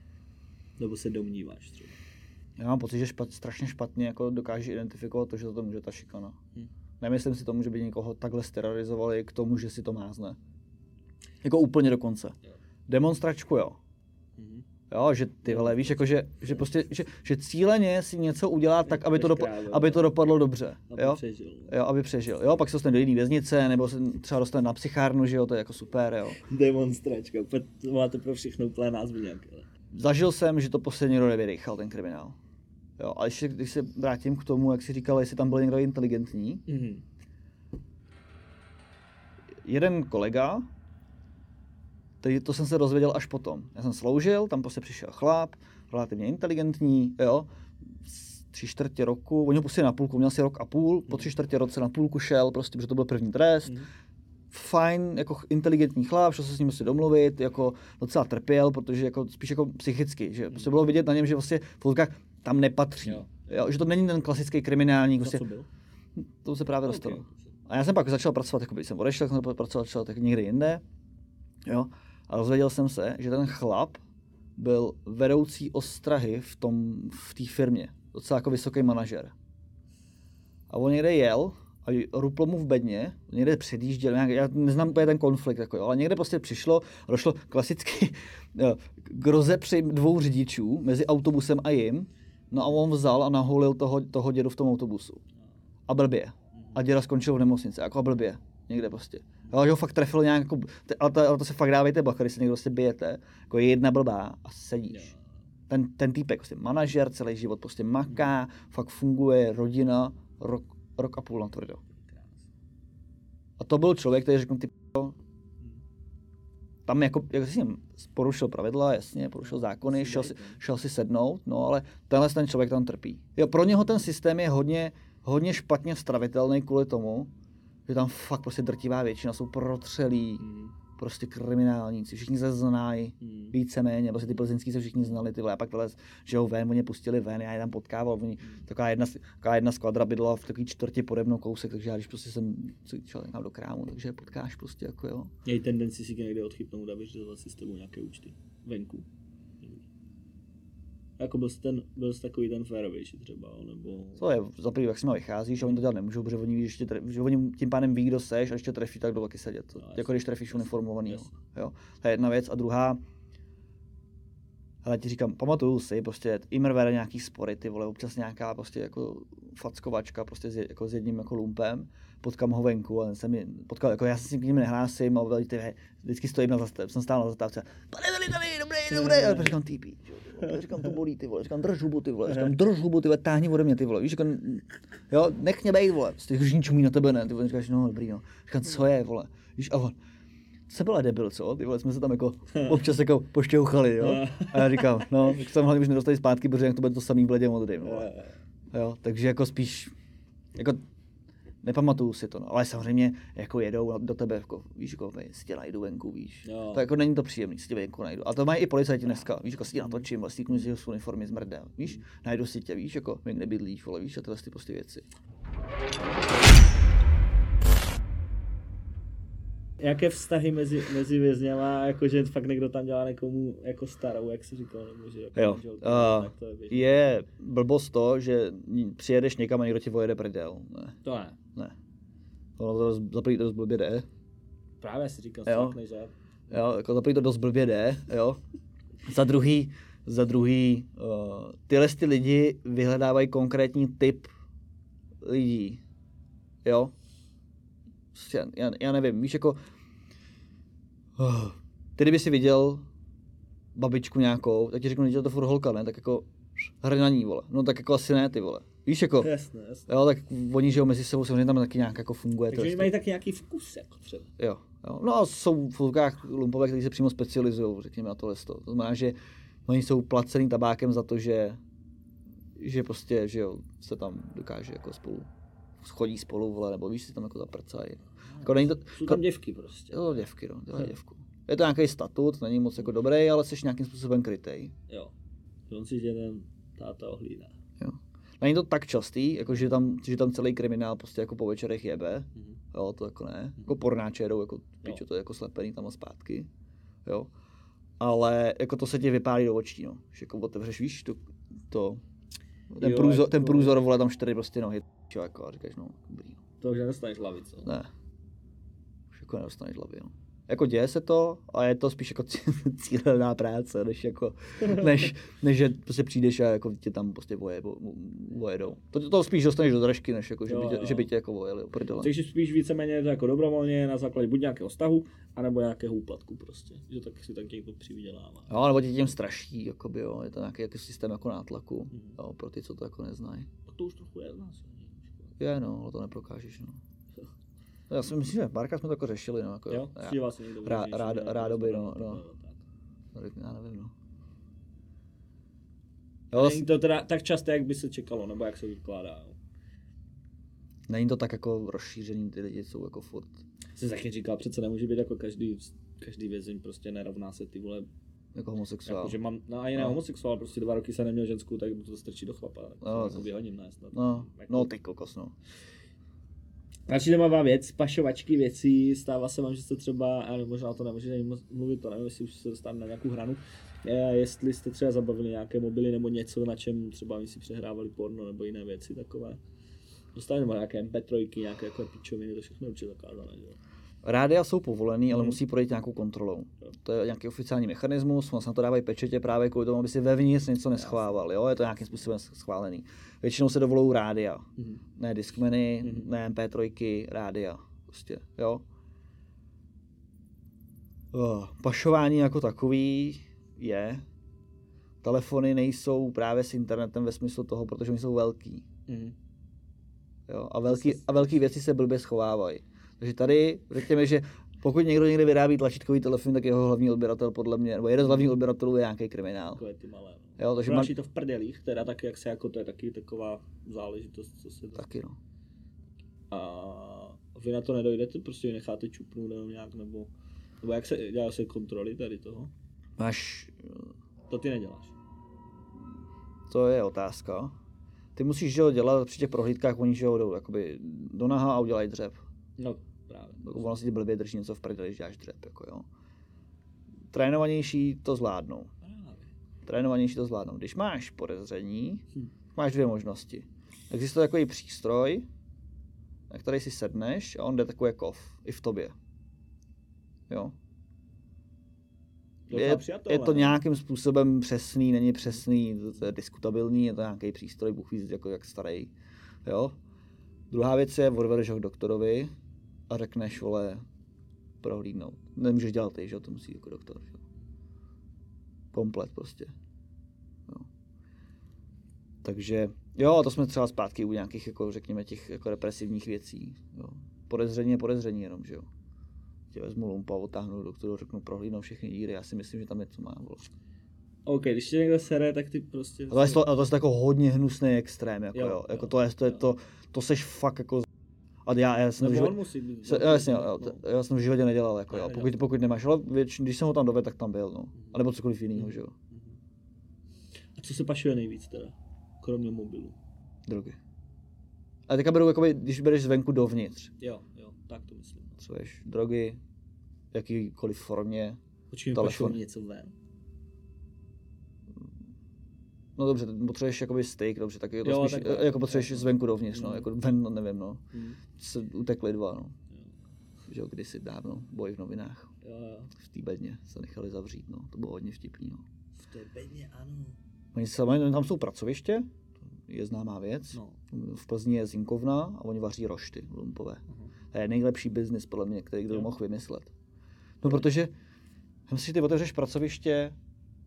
Nebo se domníváš třeba. Já mám pocit, že špat, strašně špatně jako dokáže identifikovat to, že to může ta šikana. Hmm. Nemyslím si tomu, že by někoho takhle sterorizovali k tomu, že si to mázne. Jako úplně do konce. Jo. Demonstračku jo. Hmm. Jo, že ty vole, víš, jako že, že prostě, že, že cíleně si něco udělá tak, aby to, dopo- aby to dopadlo dobře. Aby jo? přežil. Jo, aby přežil. Jo, pak se dostane do jiné věznice, nebo se třeba dostane na psychárnu, že jo, to je jako super, jo. Demonstračka, to máte pro všechno úplné názvy nějaké. Zažil jsem, že to poslední rok nevydechal ten kriminál. Jo, a ještě když se vrátím k tomu, jak jsi říkal, jestli tam byl někdo inteligentní. Mm-hmm. Jeden kolega, tedy to jsem se dozvěděl až potom. Já jsem sloužil, tam prostě přišel chlap, relativně inteligentní, jo, tři čtvrtě roku, oni ho pustili na půlku, měl si rok a půl, mm-hmm. po tři čtvrtě roce na půlku šel, prostě, protože to byl první trest. Mm-hmm. Fajn, jako inteligentní chlap, šel se s ním si domluvit, jako docela trpěl, protože jako spíš jako psychicky, že prostě bylo vidět na něm, že vlastně v fotkách tam nepatří, jo. Jo, že to není ten klasický kriminální, prostě, co byl? To se právě dostalo. Okay. A já jsem pak začal pracovat, jako když jsem odešel, jsem pracoval začal tak někde jinde, jo, a dozvěděl jsem se, že ten chlap byl vedoucí ostrahy v tom, v té firmě, docela jako vysoký manažer. A on někde jel, a ruplo mu v bedně, někde předjížděl, nějak, já neznám úplně ten konflikt, jako, ale někde prostě přišlo, došlo klasicky k rozepři dvou řidičů mezi autobusem a jim, no a on vzal a naholil toho, toho dědu v tom autobusu. A blbě. A děda skončil v nemocnici, jako a blbě, někde prostě. Jo, že ho fakt trefilo nějak, jako, ale, to, ale to se fakt dávejte bacha, když se někdo prostě bijete, jako je jedna blbá a sedíš. Ten, ten týpek, prostě manažer, celý život prostě maká, fakt funguje, rodina, rok, rok a půl na tvrdo. A to byl člověk, který řekl, ty p***o, tam jako, jak si porušil pravidla, jasně, porušil zákony, šel si, šel si sednout, no ale tenhle ten člověk tam trpí. Jo, pro něho ten systém je hodně, hodně špatně stravitelný kvůli tomu, že tam fakt prostě drtivá většina jsou protřelí, hmm. prostě kriminálníci, všichni se znají, hmm. víceméně, prostě ty plzeňský se všichni znali, ty vole, a pak vylez, že jo, ven, oni je pustili ven, já je tam potkával, oni, hmm. taková jedna, taková jedna skvadra bydla v takový čtvrtě pode mnou kousek, takže já když prostě jsem šel někam do krámu, takže je potkáš prostě jako jo. Měj tendenci si někde odchytnout a vyřizovat si s tebou nějaké účty, venku. Jako byl jsi, ten, byl jsi takový ten férovější třeba, nebo... To je, za první, jak si má vycházíš a oni to dělat nemůžou, protože oni, ještě tref, že oni tím pádem ví, kdo seš a ještě trefí, tak do taky sedět. No, jako když trefíš uniformovanýho. Jo. To je jedna věc. A druhá, hele, ti říkám, pamatuju si, prostě immer vede nějaký spory, ty vole, občas nějaká prostě jako fackovačka, prostě s, jako s jedním jako lumpem, potkám ho venku a jsem mi potkal, jako já se s ním k ním nehlásím a ty, vždycky stojím na zastávce, jsem stál na zastávce, pane veliteli, dobrý, dobrý, a říkám týpí, vole, říkám, to bolí, ty vole, říkám, drž hubu, ty vole, říkám, drž hubu, ty vole, táhni ode mě, ty vole, víš, říkám, jo, nech mě bejt, vole, ty hržní čumí na tebe, ne, ty vole, říkáš, no, dobrý, no, říkám, co je, vole, víš, a on, se byla debil, co, ty vole, jsme se tam jako občas jako pošťouchali, jo, a já říkám, no, tak jsem hlavně už nedostali zpátky, protože jak to bude to samý bledě modrý, vole, jo, takže jako spíš, jako, nepamatuju si to, no. Ale samozřejmě jako jedou do tebe, jako, víš, jako, si tě najdu venku, víš. Jo. To jako není to příjemný, si tě venku najdu. A to mají i policajti dneska, víš, jako si tě natočím, vlastně stýknu si z uniformy zmrdem, víš, najdu si tě, víš, jako, jak nebydlíš, vole, víš, a tyhle ty prostě věci. Jaké vztahy mezi, mezi vězněma, jakože fakt někdo tam dělá někomu jako starou, jak jsi říkal, nebo že jako jo. manželku, Uh, tak to je, je blbost to, že přijedeš někam a někdo ti vojede prdel. Ne. To ne. Ne. Ono to za první to dost blbě jde. Právě si říkal, jo. že? Jo, jako za první to dost blbě jde, jo. Za druhý, za druhý, uh, tyhle ty lidi vyhledávají konkrétní typ lidí, jo. Já, já nevím, víš, jako, uh, ty kdyby si viděl babičku nějakou, tak ti řeknu, že to furt holka, ne, tak jako hry na ní, vole, no tak jako asi ne, ty vole, víš, jako, jasně, jasně. Jo, tak oni, že jo, mezi sebou samozřejmě tam taky nějak jako funguje. Takže oni mají taky nějaký vkus, jako třeba. Jo, jo, no a jsou v fulkách lumpové, kteří se přímo specializují, řekněme na tohle. To znamená, že oni jsou placený tabákem za to, že, že prostě, že jo, se tam dokáže jako spolu, chodí spolu, vole, nebo víš, si tam jako zaprcají. Jako není to, jsou tam děvky prostě. Jo, děvky, no, dělají děvku. Je to nějaký statut, není moc jako dobrý, ale jsi nějakým způsobem krytej. Jo, on si jeden táta ohlídá. Jo. Není to tak častý, jako že tam, že tam celý kriminál prostě jako po večerech jebe, mm-hmm. jo, to jako ne, jako pornáče jedou, jako pičo, to je jako slepený tam a zpátky, jo. Ale jako to se ti vypálí do očí, no, že jako otevřeš, víš, to, to ten, jo, průzor, jako... ten průzor, vole, tam čtyři prostě nohy, čo, jako, a říkáš, no, dobrý, no. To už nedostaneš hlavy, co? Ne, už jako nedostaneš hlavy, no. Jako děje se to, a je to spíš jako cílená práce, než jako, než, než že prostě přijdeš a jako tě tam prostě voje, vojedou. To, to spíš dostaneš do držky, než jako, že, by tě, že by tě jako vojeli oprdele. Takže spíš víceméně to jako dobrovolně na základě buď nějakého vztahu, anebo nějakého úplatku prostě, že tak si tak někdo přivydělává. Jo, nebo tě tím straší, jakoby, jo, je to nějaký jako systém jako nátlaku, hmm. jo, pro ty, co to jako neznají. Tak to už trochu je z nás. Je, no, ale to neprokážeš, no. Já si myslím, že párkrát jsme to jako řešili, no, jako, jo, já, vlastně někdo rá, řeší, rád, ne, rádoby, no, to, no. to, Já nevím, no. Jo, není to teda tak často, jak by se čekalo, nebo jak se vykládá, jo. Není to tak jako rozšířený, ty lidi jsou jako furt. Jsi taky říkal, přece nemůže být jako každý, každý vězeň, prostě nerovná se ty vole. Jako homosexuál. Jako, že mám, no a i ne no. homosexuál, prostě dva roky se neměl ženskou, tak to strčí do chlapa, tak no, jako vyhoním, ne, snad. No, jako... no ty kokos, no. Další zajímavá věc, pašovačky věcí, stává se vám, že jste třeba, ale možná to nemůžete ani mluvit, to nevím, jestli už se dostane na nějakou hranu, e, jestli jste třeba zabavili nějaké mobily nebo něco, na čem třeba oni si přehrávali porno nebo jiné věci takové. Dostali nebo nějaké em pé tři, nějaké jako pičoviny, to všechno určitě zakázané, že jo. Rádia jsou povolený, ale hmm. musí projít nějakou kontrolou. To je nějaký oficiální mechanismus, vlastně na to dávají pečetě právě kvůli tomu, aby si vevnitř něco neschvával, jo? Je to nějakým způsobem schválený. Většinou se dovolují rádia, hmm. ne Discmany, hmm. ne em pé tři, rádia, prostě, jo. Oh, pašování jako takový je. Telefony nejsou právě s internetem ve smyslu toho, protože oni jsou velký. Hmm. Jo? A, velký, a velký věci se blbě schovávají. Takže tady, řekněme, že pokud někdo někde vyrábí tlačítkový telefon, tak jeho hlavní odběratel podle mě, nebo jeden z hlavních odběratelů je nějaký kriminál. Takové ty malé. No. Jo, takže man... to v prdelích, teda taky, jak se jako to je taky taková záležitost, co se... Taky no. A vy na to nedojdete, prostě vy necháte čupnout nebo nějak, nebo, nebo jak se dělá se kontroly tady toho? Máš... To ty neděláš. To je otázka. Ty musíš, že ho dělat při těch prohlídkách, oni, že ho jdou jakoby do naha a udělají dřep. No, právě. Ono si ti blbě drží něco v prdeli, když děláš dřep, jako jo. Trénovanější to zvládnou. Právě. Trénovanější to zvládnou. Když máš podezření, hm. máš dvě možnosti. Existuje takový přístroj, na který si sedneš a on jde takový kov, i v tobě. Jo. Je, je to nějakým způsobem přesný, není přesný, to je diskutabilní, je to nějaký přístroj, Bůh ví, jako jak starý. Jo. Druhá věc je, odvedeš ho k doktorovi a řekneš, vole, prohlídnout. Nemůžeš dělat ty, že to musí jako doktor. Že? Komplet prostě. Takže jo, to jsme třeba zpátky u nějakých, jako řekněme, těch jako represivních věcí. Jo. Podezření je podezření jenom, že jo. Tě vezmu lumpa, otáhnu doktoru, řeknu, prohlídnou všechny díry, já si myslím, že tam něco má. Vole. OK, když tě někdo sere, tak ty prostě... A to je to, a to je jako hodně hnusný extrém, jako jo, jo. Jako jo, to je, to je jo. to, to seš fakt jako... A já, já jsem Nebo v životě, on musí být. se, jasně, jo, no. já jsem v životě nedělal, jako jo, Ne, pokud, pokud nemáš, ale věč, když jsem ho tam dovedl, tak tam byl, no. A nebo cokoliv jiného, že jo. A co se pašuje nejvíc teda? Kromě mobilu. Drogy. A teďka beru, jakoby, když bereš zvenku dovnitř, Jo, jo, tak to myslím. potřebuješ drogy, v jakýkoliv formě. Počkej, Telefon. pašuje něco ven. No dobře, potřebuješ jakoby steak, dobře, tak je to Jo, spíš, takhle. jako potřebuješ Jo. zvenku dovnitř, no, Mm. jako ven, no, nevím, no. Hmm. Se utekli dva, no. Jo. Že jo, kdysi dávno, boj v novinách. Jo, jo. V té bedně se nechali zavřít, no, to bylo hodně vtipný, no. V té bedně, ano. Oni se, oni, tam jsou pracoviště, je známá věc. No. V Plzni je zinkovna a oni vaří rošty lumpové. Aha. To je nejlepší biznis, podle mě, který kdo Jo. mohl vymyslet. No protože, myslím si, že ty otevřeš pracoviště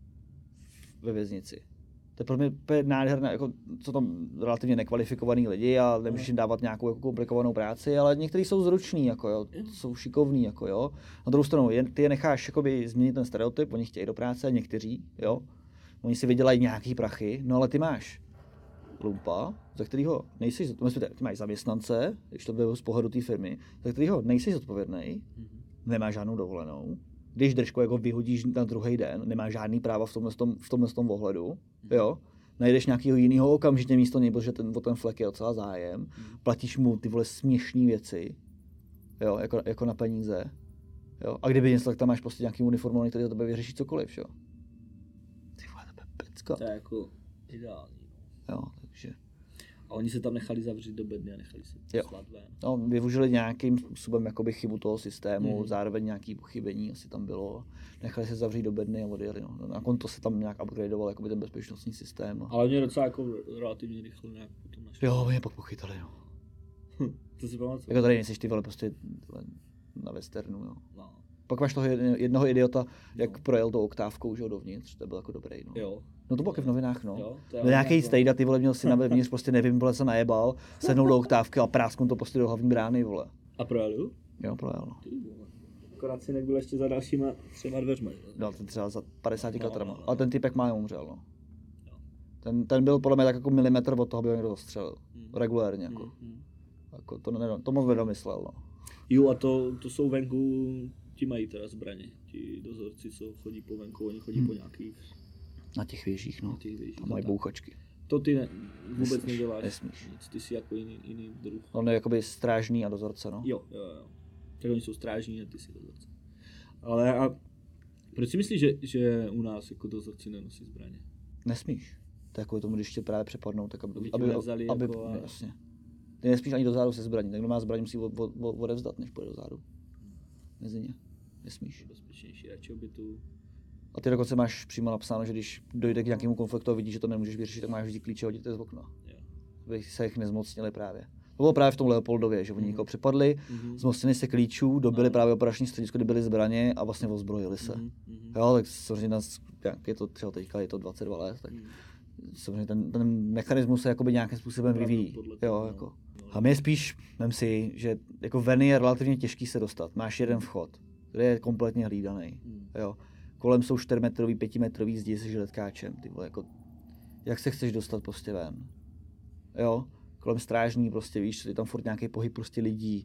ve věznici. To je pro mě úplně nádherné, jako, co tam relativně nekvalifikovaný lidi a nemůžeš jim dávat nějakou jako komplikovanou práci, ale někteří jsou zruční, jako jo, jsou šikovní, jako jo. Na druhou stranu, je, ty je necháš jakoby změnit ten stereotyp, oni chtějí do práce, někteří, jo. Oni si vydělají nějaký prachy, no ale ty máš lumpa, za kterého nejsi, ty máš zaměstnance, když to bylo z pohledu té firmy, za kterého nejsi zodpovědný, nemáš žádnou dovolenou. Když držku jako vyhodíš na druhý den, nemáš žádný práva v tomhle, tom, v tomhle tom ohledu, jo. Najdeš nějakého jiného okamžitě místo něj, protože ten, o ten flek je docela zájem, platíš mu ty vole směšné věci, jo, jako, jako na peníze, jo. A kdyby něco, tak tam máš prostě nějaký uniformovaný, který za tebe vyřeší cokoliv, jo. Ty vole, to je pecka. To je jako ideální. Jo, takže... A oni se tam nechali zavřít do bedny a nechali se Jo. poslat ven. No, využili nějakým způsobem jakoby chybu toho systému, Mhm. zároveň nějaký pochybení asi tam bylo. Nechali se zavřít do bedny a odjeli. No. Na konto se tam nějak upgradeoval jakoby ten bezpečnostní systém. No. Ale mě docela jako relativně rychle nějak potom našli. Jo, mě pak pochytali. No. To si pamatuju. Jako tady nejseš ty vole prostě vole, na westernu. Jo. No. Pak máš toho jedno- jednoho idiota, jak projel tou oktávkou, že jo, dovnitř, to byl jako dobrý. No. Jo. No to bylo v novinách, no. Jo, to je Byl nějaký jako- stejda, ty vole, měl si na vevnitř, prostě nevím, vole, se najebal, sednul do oktávky a prásknul to prostě do hlavní brány, vole. A projeli? Jo, projel, no. Ty vole. Akorát si nebyl ještě za dalšíma třema dveřma. že? Dal ten třeba za padesáti No, klatrama. no, no. A ten typek má umřel, no. Jo. Ten, ten byl podle mě tak jako milimetr od toho, aby ho někdo zastřelil. Hmm. Regulérně, jako. Hmm, hmm. jako to, ne, to moc nedomyslel, no. Jo, a to, to jsou venku, ti mají teda zbraně. Ti dozorci, co chodí po venku, oni chodí Hmm. po nějakých Na těch věžích, no. na těch věžích. A mají tak. bouchačky. To ty ne, vůbec Nesmíš, neděláš nesmíš. nic, ty jsi jako jiný, jiný druh. On je jakoby strážný a dozorce, no. Jo, jo, jo. Tak oni jsou strážní a ty jsi dozorce. Ale a proč si myslíš, že, že u nás jako dozorci nenosí zbraně? Nesmíš. To je kvůli tomu, když tě právě přepadnou, tak aby, Aby tě aby, nevzali aby, jako a- ne, jasně. Ty nesmíš ani do zádu se zbraní. Ten, kdo má zbraň, musí od, od, od, odevzdat, než půjde do zádu. Mezi ně. Nesmíš. Bezpečnější, radši by tu... A ty dokonce máš přímo napsáno, že když dojde k nějakému konfliktu a vidíš, že to nemůžeš vyřešit, tak máš vzít klíče a hodit je z okna. Jo. Aby se jich nezmocnili právě. To bylo právě v tom Leopoldově, že oni někoho přepadli, Mhm. zmocnili se klíčů, dobili No. právě operační středisko, kde byly zbraně a vlastně ozbrojili se. Mhm, mhm. Jo, tak samozřejmě nás, jak je to třeba teďka, je to dvacet dva let, tak Mhm. samozřejmě ten, ten mechanismus se jakoby nějakým způsobem Opravdu vyvíjí. podle toho, Jo, no. jako. No. A mě spíš, vem si, že jako ven je relativně těžký se dostat. Máš jeden vchod, který je kompletně hlídaný. Mhm. Jo. Kolem jsou čtyřmetrový, pětimetrový zdi se žiletkáčem. Ty vole, jako, jak se chceš dostat prostě ven? Jo. Kolem strážní prostě, víš, je tam furt nějaký pohyb prostě lidí.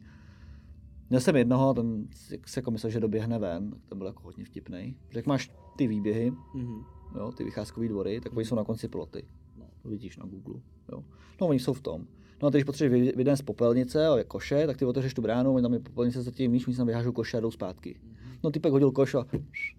Měl jsem jednoho, ten jak se jako myslel, že doběhne ven, tak ten byl jako hodně vtipnej. Protože jak máš ty výběhy, Mhm. jo, ty vycházkové dvory, tak oni jsou na konci ploty. No. To vidíš na Google. Jo. No, oni jsou v tom. No a ty, když potřebuješ vyjít z popelnice a je koše, tak ty otevřeš tu bránu, oni tam je popelnice zatím, víš, oni tam vyhážou koše a jdou zpátky. No typek hodil koš a,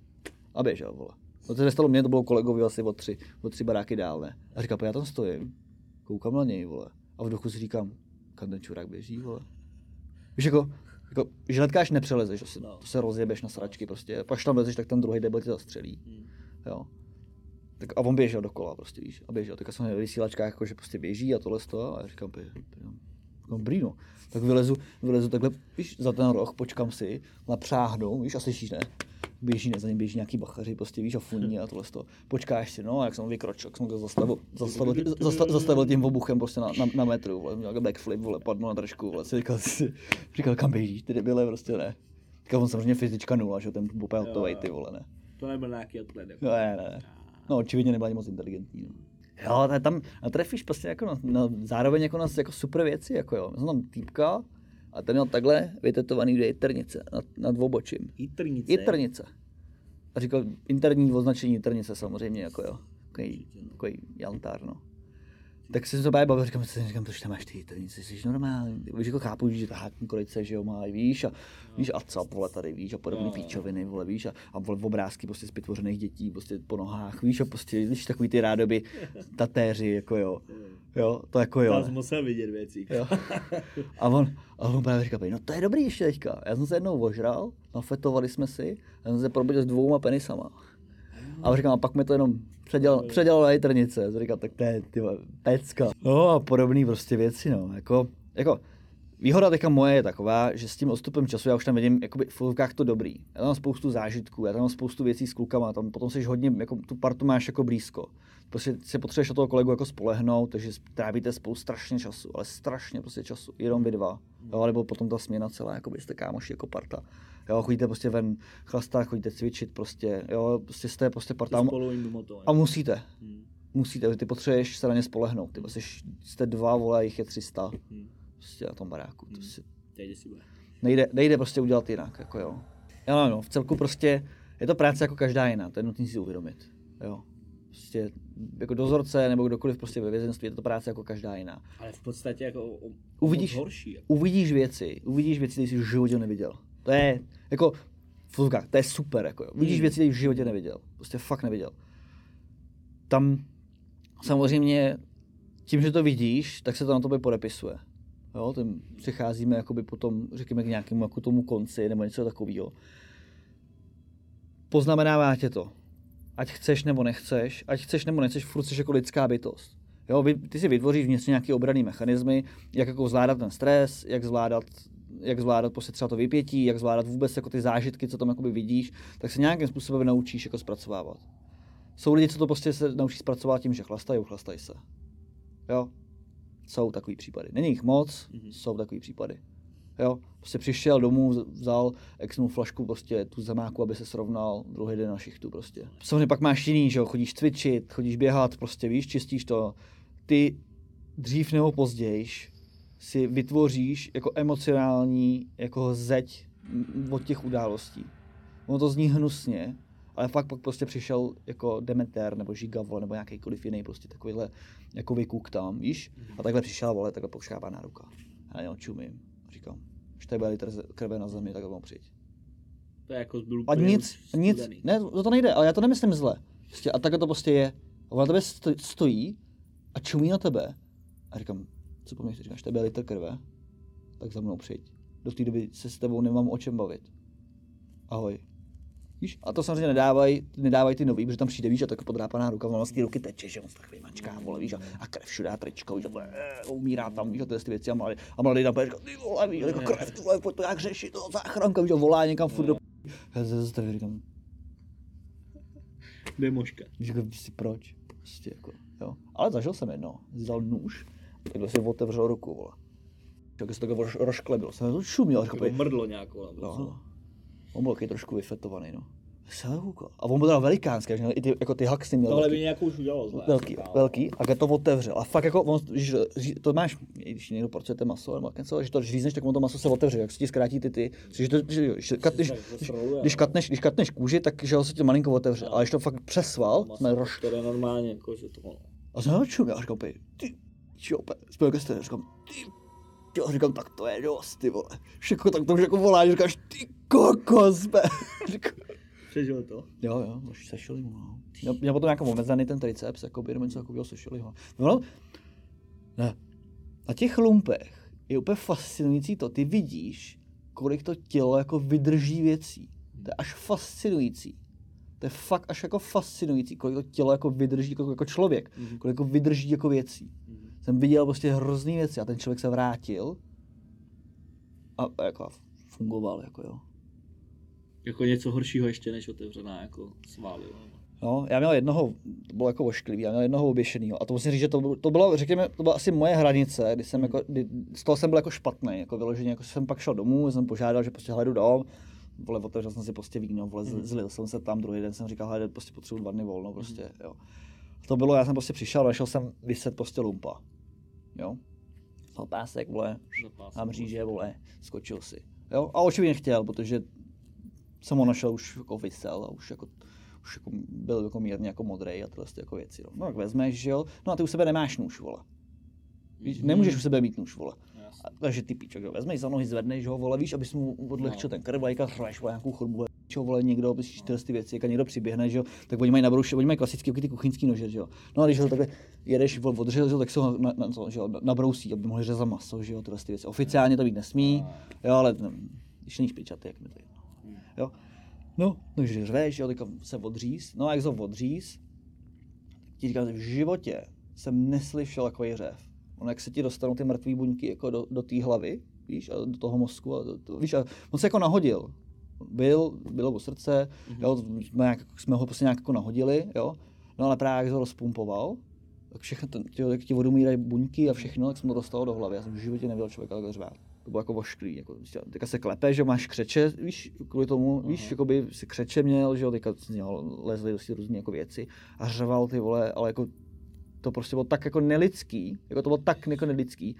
a běžel, vole. No to se stalo mně, to bylo kolegovi asi o tři, o tři baráky dál, ne. A říkal, já tam stojím, koukám na něj, vole. A v duchu si říkám, kam ten čurák běží, vole. Víš, jako, jako žiletkáš nepřelezeš, to se, No. to se rozjebeš na sračky prostě. Pak tam lezeš, tak ten druhý debil tě zastřelí. Mhm. Jo. Tak a on běžel dokola prostě, víš, a běžel. Tak jsem na vysílačkách, jako, že prostě běží a tohle z toho, a já říkám, pě, pě, Dobrý, no. Tak vylezu, vylezu takhle, víš, za ten roh, počkám si, napřáhnu, víš, a slyšíš, ne? Běží, ne, za ním běží nějaký bachaři, prostě víš, a funí a tohle z toho. Počkáš si, no, a jak jsem vykročil, jak jsem to zastavil, zastavil, zastavil, zastavil tím obuchem prostě na, na, na metru, vole, měl backflip, vole, padnu na držku, vole, si říkal, si, říkal, kam běžíš, ty debile, prostě ne. Říkal, on samozřejmě fyzička nula, že ten úplně hotovej, ty vole, ne. To nebyl nějaký odklad. No, ne, ne. No, očividně nebyla ani moc inteligentní, no. Jo, tam trefíš prostě jako na, na, zároveň jako na jako super věci, jako jo. Já jsem tam týpka a ten měl takhle vytetovaný dvě jitrnice nad, nad obočím. Jitrnice? Jitrnice. A říkal interní označení jitrnice samozřejmě, jako jo. Takový, takový jantár, no. Tak jsem se to bavil, říkám, říkám, proč tam máš ty jitrnice, jsi normální. Víš, jako chápu, že ta hákninkolice, že jo, má, víš, a víš, a cap, vole, tady, víš, a podobný píčoviny, vole, víš, a, a vole, obrázky prostě z vytvořených dětí, prostě po nohách, víš, a prostě, víš, takový ty rádoby tatéři, jako jo, jo, to jako jo. Já jsem musel vidět věci. Jo. A on, a on právě říkal, no to je dobrý ještě teďka, já jsem se jednou ožral, nafetovali jsme si, já jsem se probudil s dvouma penisama. A říkám, a pak mi to jenom předělal, předělal na jitrnice. A říkal, tak to je ty pecka. No a podobný prostě věci, no. Jako, jako výhoda teďka moje je taková, že s tím odstupem času já už tam vidím jakoby v fotkách to dobrý. Já tam mám spoustu zážitků, já tam mám spoustu věcí s klukama, tam potom jsi hodně, jako tu partu máš jako blízko. Prostě si potřebuješ na toho kolegu jako spolehnout, takže trávíte spolu strašně času, ale strašně prostě času, jenom vy dva. Jo, nebo potom ta směna celá, jakoby jste kámoši jako parta. Jo, chodíte prostě ven chlastat, chodíte cvičit prostě, jo, prostě jste prostě parta. A musíte, hmm. musíte, ty potřebuješ se na ně spolehnout, ty prostě jste dva, vole, jich je tři sta, hmm. prostě na tom baráku. Hmm. To si... nejde, nejde prostě udělat jinak, jako jo. Já no, v celku prostě je to práce jako každá jiná, to je nutné si uvědomit, jo. Prostě jako dozorce nebo kdokoliv prostě ve vězenství, je to práce jako každá jiná. Ale v podstatě jako o, o uvidíš, horší. Jako. Uvidíš věci, uvidíš věci, které jsi v životě neviděl. To je jako, fuzka, to je super, jako jo. Uvidíš hmm. věci, které jsi v životě neviděl. Prostě fakt neviděl. Tam samozřejmě tím, že to vidíš, tak se to na tobě podepisuje. Jo, tím přicházíme jakoby potom, řekněme, k nějakému jako tomu konci nebo něco takového. Poznamenává tě to. Ať chceš nebo nechceš, ať chceš nebo nechceš, furt jsi jako lidská bytost. Jo, vy, ty si vytvoříš vnitř nějaký obranný mechanismy, jak jako zvládat ten stres, jak zvládat, jak zvládat prostě třeba to vypětí, jak zvládat vůbec jako ty zážitky, co tam jakoby vidíš, tak se nějakým způsobem naučíš jako zpracovávat. Jsou lidi, co to prostě se naučí zpracovat tím, že chlastají, uchlastají se. Jo, jsou takový případy. Není jich moc, mm-hmm. jsou takový případy. Jo, prostě přišel domů, vzal, exnul flašku, prostě tu zemáku, aby se srovnal, druhý den na šichtu prostě. Samozřejmě pak máš jiný, že jo, chodíš cvičit, chodíš běhat, prostě víš, čistíš to. Ty dřív nebo později si vytvoříš jako emocionální jako zeď od těch událostí. Ono to zní hnusně, ale fakt pak prostě přišel jako Demeter nebo Žigavo nebo nějakýkoliv jiný prostě takovýhle jako vykuk tam, víš? A takhle přišel, vole, takhle poškrábaná ruka. Já jenom čumím. Říkám, že tady bude litr krve na zemi, tak vám přijď. To je jako zbyl a nic, nic, ne, to, to nejde, ale já to nemyslím zle. Prostě, a takhle to prostě je. A ona tebe stojí a čumí na tebe. A říkám, co po mně říkáš, tebe je litr krve, tak za mnou přijď. Do té doby se s tebou nemám o čem bavit. Ahoj. Víš? A to samozřejmě nedávají nedávaj ty nový, protože tam přijde, víš, a tak podrápaná ruka, ono z té ruky teče, že on se takový mačká, vole, víš, a, a krev všude a tričko, víš, a vole, umírá tam, víš, a tyhle ty věci a mladý, a mladý tam říká, ty vole, víš, jako krev, ty vole, pojď to jak řešit, to záchranka, víš, a volá někam furt do já se zase říkám, kde je moška? Říkám si proč, prostě jako, jo. Ale zažil jsem jedno, vzal nůž, takhle si otevřel ruku, vole. Tak se takhle rozklebil, jsem to šuměl, říkal, jako mrdlo nějakou, no. On byl trošku vyfetovaný, no. A on byl teda velikánský, že i ty, jako ty haxy měl. Tohle by nějakou už udělalo zle. Velký, velký, a když to otevřel. A fakt jako, on, když to máš, když někdo porcujete maso, nebo něco, že to řízneš, tak on to maso se otevře, jak se ti zkrátí ty ty. Že to, že, když, když, když, když, katneš, když katneš kůži, tak že ho se ti malinko otevře. Ale když to fakt přesval, jsme rož... To je normálně, jako, že to... A jsem ho čum, já říkám, ty, čope, spěl ke stejně, říkám, ty, jo, říkám, tak to je dost, ty vole. Všechno tak to už jako voláš, říkáš, ty kokos, be. Přežil to? Jo, jo, už sešili mu, no. Měl, měl potom nějakou omezený ten triceps, jako by jenom něco takového sešili ho. No, ne. Na těch lumpech je úplně fascinující to, ty vidíš, kolik to tělo jako vydrží věcí. To je až fascinující. To je fakt až jako fascinující, kolik to tělo jako vydrží jako, jako člověk, mm-hmm. kolik jako vydrží jako věcí. Mm-hmm. jsem viděl prostě hrozný věci a ten člověk se vrátil a, a jako fungoval, jako jo. Jako něco horšího ještě než otevřená jako svály. No, já měl jednoho, to bylo jako ošklivý, já měl jednoho oběšenýho a to musím říct, že to, to bylo, řekněme, to byla asi moje hranice, kdy jsem jako, kdy, z toho jsem byl jako špatný, jako vyloženě, jako jsem pak šel domů, jsem požádal, že prostě hledu dom, vole, otevřel jsem si prostě víno, vole, mm. zlil jsem se tam, druhý den jsem říkal, hele, prostě potřebuji dva dny volno, prostě, mm. jo. To bylo, já jsem prostě přišel, našel jsem vyset prostě lumpa, jo. Vzal pásek, vole, na mříže, vole, skočil si, jo, a očividně chtěl, protože jsem ho našel už jako vysel a už jako už jako byl jako mírně jako modrej a tyhle jako věci. No. no tak vezmeš, že jo, no a ty u sebe nemáš nůž, vole. Víš, mm. nemůžeš u sebe mít nůž, vole. A, takže ty píček, jo, vezmeš za nohy, zvedneš ho, vole, víš, abys mu odlehčil no. ten krv, a hraješ, vole, nějakou chodbu, čo, vole, někdo, bys tyhle ty věci, jak někdo přiběhne, že jo, tak oni mají nabrouši, oni mají klasický ty kuchyňský nože, že jo. No a když ho takhle jedeš, odřezl, tak se ho na, na, na, že jo, nabrousí, aby mohli řezat maso, že jo, tyhle ty věci. Oficiálně to být nesmí, jo, ale ne, když není špičatý, jak mi to jedno, jo. No, takže řveš, jo, teďka se odříz, no a jak se odříz, ti říkám, že v životě jsem neslyšel takový řev. On jak se ti dostanou ty mrtvý buňky jako do, do té hlavy, víš, a do toho mozku, a do, to, víš, a on se jako nahodil. Byl, bylo u srdce, mm-hmm. jo, jsme, nějak, jsme ho prostě nějak jako nahodili, jo, no ale právě jak se ho rozpumpoval, tak všechno, jak ti odumírají buňky a všechno, tak jsem to dostal do hlavy, já jsem v životě neviděl člověka takhle řvát. To bylo jako vošklý, jako, teďka se klepe, že máš křeče, víš, kvůli tomu, uh-huh. víš, jako by si křeče měl, že jo, teďka z něho lezly prostě různý jako věci a řval ty vole, ale jako to prostě bylo tak jako nelidský, jako to bylo tak jako nelidský.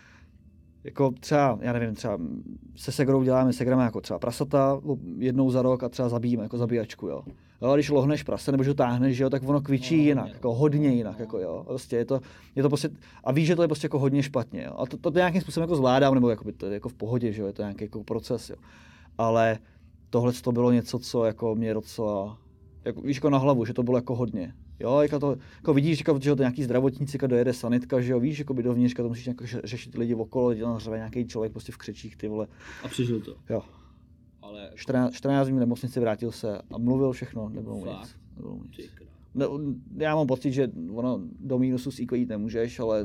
Jako třeba, já nevím, třeba se segrou děláme, segrama jako třeba prasata jednou za rok a třeba zabijíme jako zabíjačku, jo. Jo, když lohneš prase nebo že ho táhneš, že jo, tak ono kvičí no, jinak, jako hodně jinak, jako jo. Prostě je to, je to prostě, a víš, že to je prostě jako hodně špatně, jo. A to, to nějakým způsobem jako zvládám, nebo jako by to je jako v pohodě, že jo, je to nějaký jako proces, jo. Ale tohle to bylo něco, co jako mě docela, jako, víš, jako na hlavu, že to bylo jako hodně. Jo, jako to, jako vidíš, jako, že to nějaký zdravotníci, jako dojede sanitka, že jo, víš, jako by dovnitř, to musíš jako řešit lidi okolo, dělá řve nějaký člověk prostě v křečích, ty vole. A přežil to. Jo. Ale čtrnáct, čtrnáct dní v nemocnici, vrátil se a mluvil všechno, nebylo mu nic. Nebylo mu nic. Ne, já mám pocit, že ono do mínusu s í kó jít nemůžeš, ale...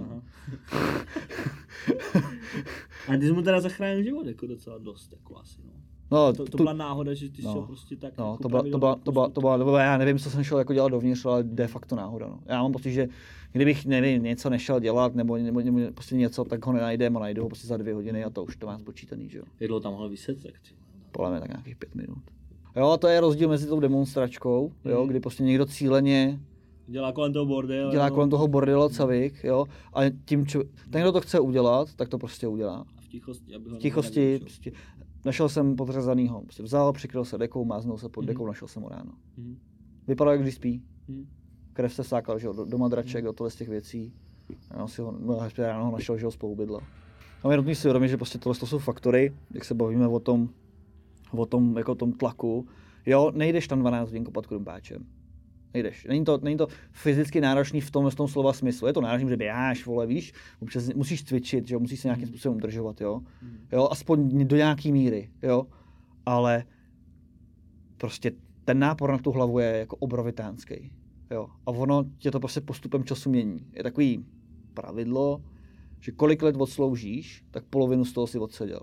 A ty jsi mu teda zachránil život, jako docela dost, jako asi, no. No, to, to tu, byla náhoda, že ty no, šel prostě tak... No, jako to byla, to byla, to byla, to byla, to byla, já nevím, co jsem šel jako dělat dovnitř, ale de facto náhoda, no. Já mám pocit, že kdybych, nevím, něco nešel dělat, nebo, nebo, nebo prostě něco, tak ho nenajdem a najdu ho prostě za dvě hodiny a to už to mám spočítaný, že jo. Jak dlouho tam mohl vyset, tak ty? Podle mě tak nějakých pět minut. Jo, to je rozdíl mezi tou demonstračkou, jo, mm. kdy prostě někdo cíleně dělá kolem toho bordelu. Dělá kolem toho bordelu cavík, jo, a tím, čo, ten, kdo to chce udělat, tak to prostě udělá. A v tichosti, aby ho v tichosti, prostě, našel jsem podřezanýho, prostě vzal, přikryl se dekou, máznul se pod dekou, mm. našel jsem ho ráno. Mm. Vypadal, jak když spí. Mm. Krev se sákal, že jo, do, do madraček, mm. do tohle z těch věcí. Já si ho, no, ráno ho našel, že ho spoubydla. A je nutný si uvědomit, že prostě tohle to jsou faktory, jak se bavíme o tom, o tom, jako tom tlaku. Jo, nejdeš tam dvanáct hodin kopat krumpáčem. Nejdeš. Není to, není to fyzicky náročný v tom, v tom slova smyslu. Je to náročný, že běháš, vole, víš, občas musíš cvičit, že jo, musíš se nějakým způsobem udržovat, jo. Jo, aspoň do nějaký míry, jo. Ale prostě ten nápor na tu hlavu je jako obrovitánský, jo. A ono tě to prostě postupem času mění. Je takový pravidlo, že kolik let odsloužíš, tak polovinu z toho si odseděl.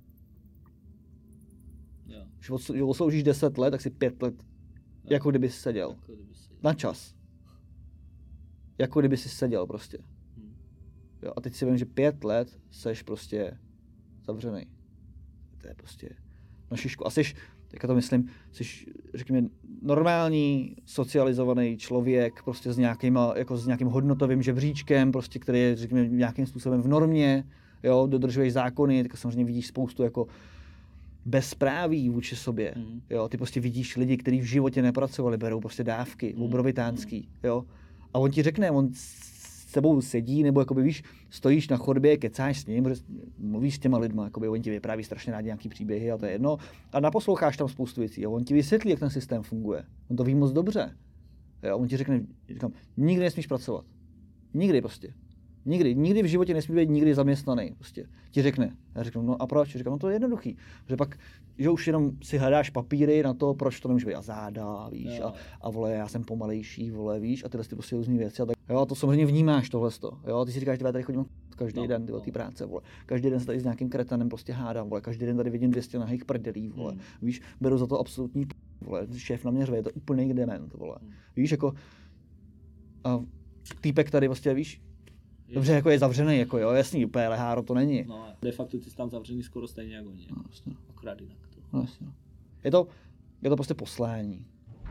Když odsloužíš deset let, tak si pět let, no. jako kdyby jsi seděl. Jako kdyby seděl. Na čas. Jako kdyby jsi seděl prostě. Hmm. Jo, a teď si vím, že pět let seš prostě zavřený. To je prostě na šišku. A jsi, teďka to myslím, jsi, řekněme, normální, socializovaný člověk, prostě s nějakým, jako s nějakým hodnotovým žebříčkem, prostě, který je, řekněme, nějakým způsobem v normě, jo, dodržuješ zákony, tak samozřejmě vidíš spoustu jako bezpráví vůči sobě, mm. jo, ty prostě vidíš lidi, kteří v životě nepracovali, berou prostě dávky, mm. obrovitánský, jo, a on ti řekne, on s tebou sedí, nebo jakoby víš, stojíš na chodbě, kecáš s ním, mluvíš s těma lidma, jakoby on ti vypráví strašně rádi nějaký příběhy a to je jedno, a naposloucháš tam spoustu věcí a on ti vysvětlí, jak ten systém funguje, on to ví moc dobře, jo, on ti řekne, říkám, nikdy nesmíš pracovat, nikdy prostě. Nikdy, nikdy v životě nesmí být nikdy zaměstnaný. Prostě ti řekne. Já řeknu, no a proč? Říkám, no to je jednoduchý. Že pak, že už jenom si hledáš papíry na to, proč to nemůže být a záda, víš, a, a vole, já jsem pomalejší, vole, víš, a tyhle ty prostě různý věci. A tak, jo, a to samozřejmě vnímáš tohleto. Jo, a ty si říkáš, že tady chodím každý no, den, ty no. té práce, vole. Každý den se tady s nějakým kretanem prostě hádám, vole. Každý den tady vidím dvě stě nahých prdelí, vole. Hmm. Víš, beru za to absolutní p***, vole. Šéf na mě řve, je to úplný dement, vole. Hmm. Víš, jako a týpek tady prostě, víš, dobře, jako je zavřený, jako jo, jasný, úplně leháro to není. No, de facto ty jsi tam zavřený skoro stejně jako oni. No, jasně. Akorát jinak to. No, jasně. Je to, je to prostě poslání.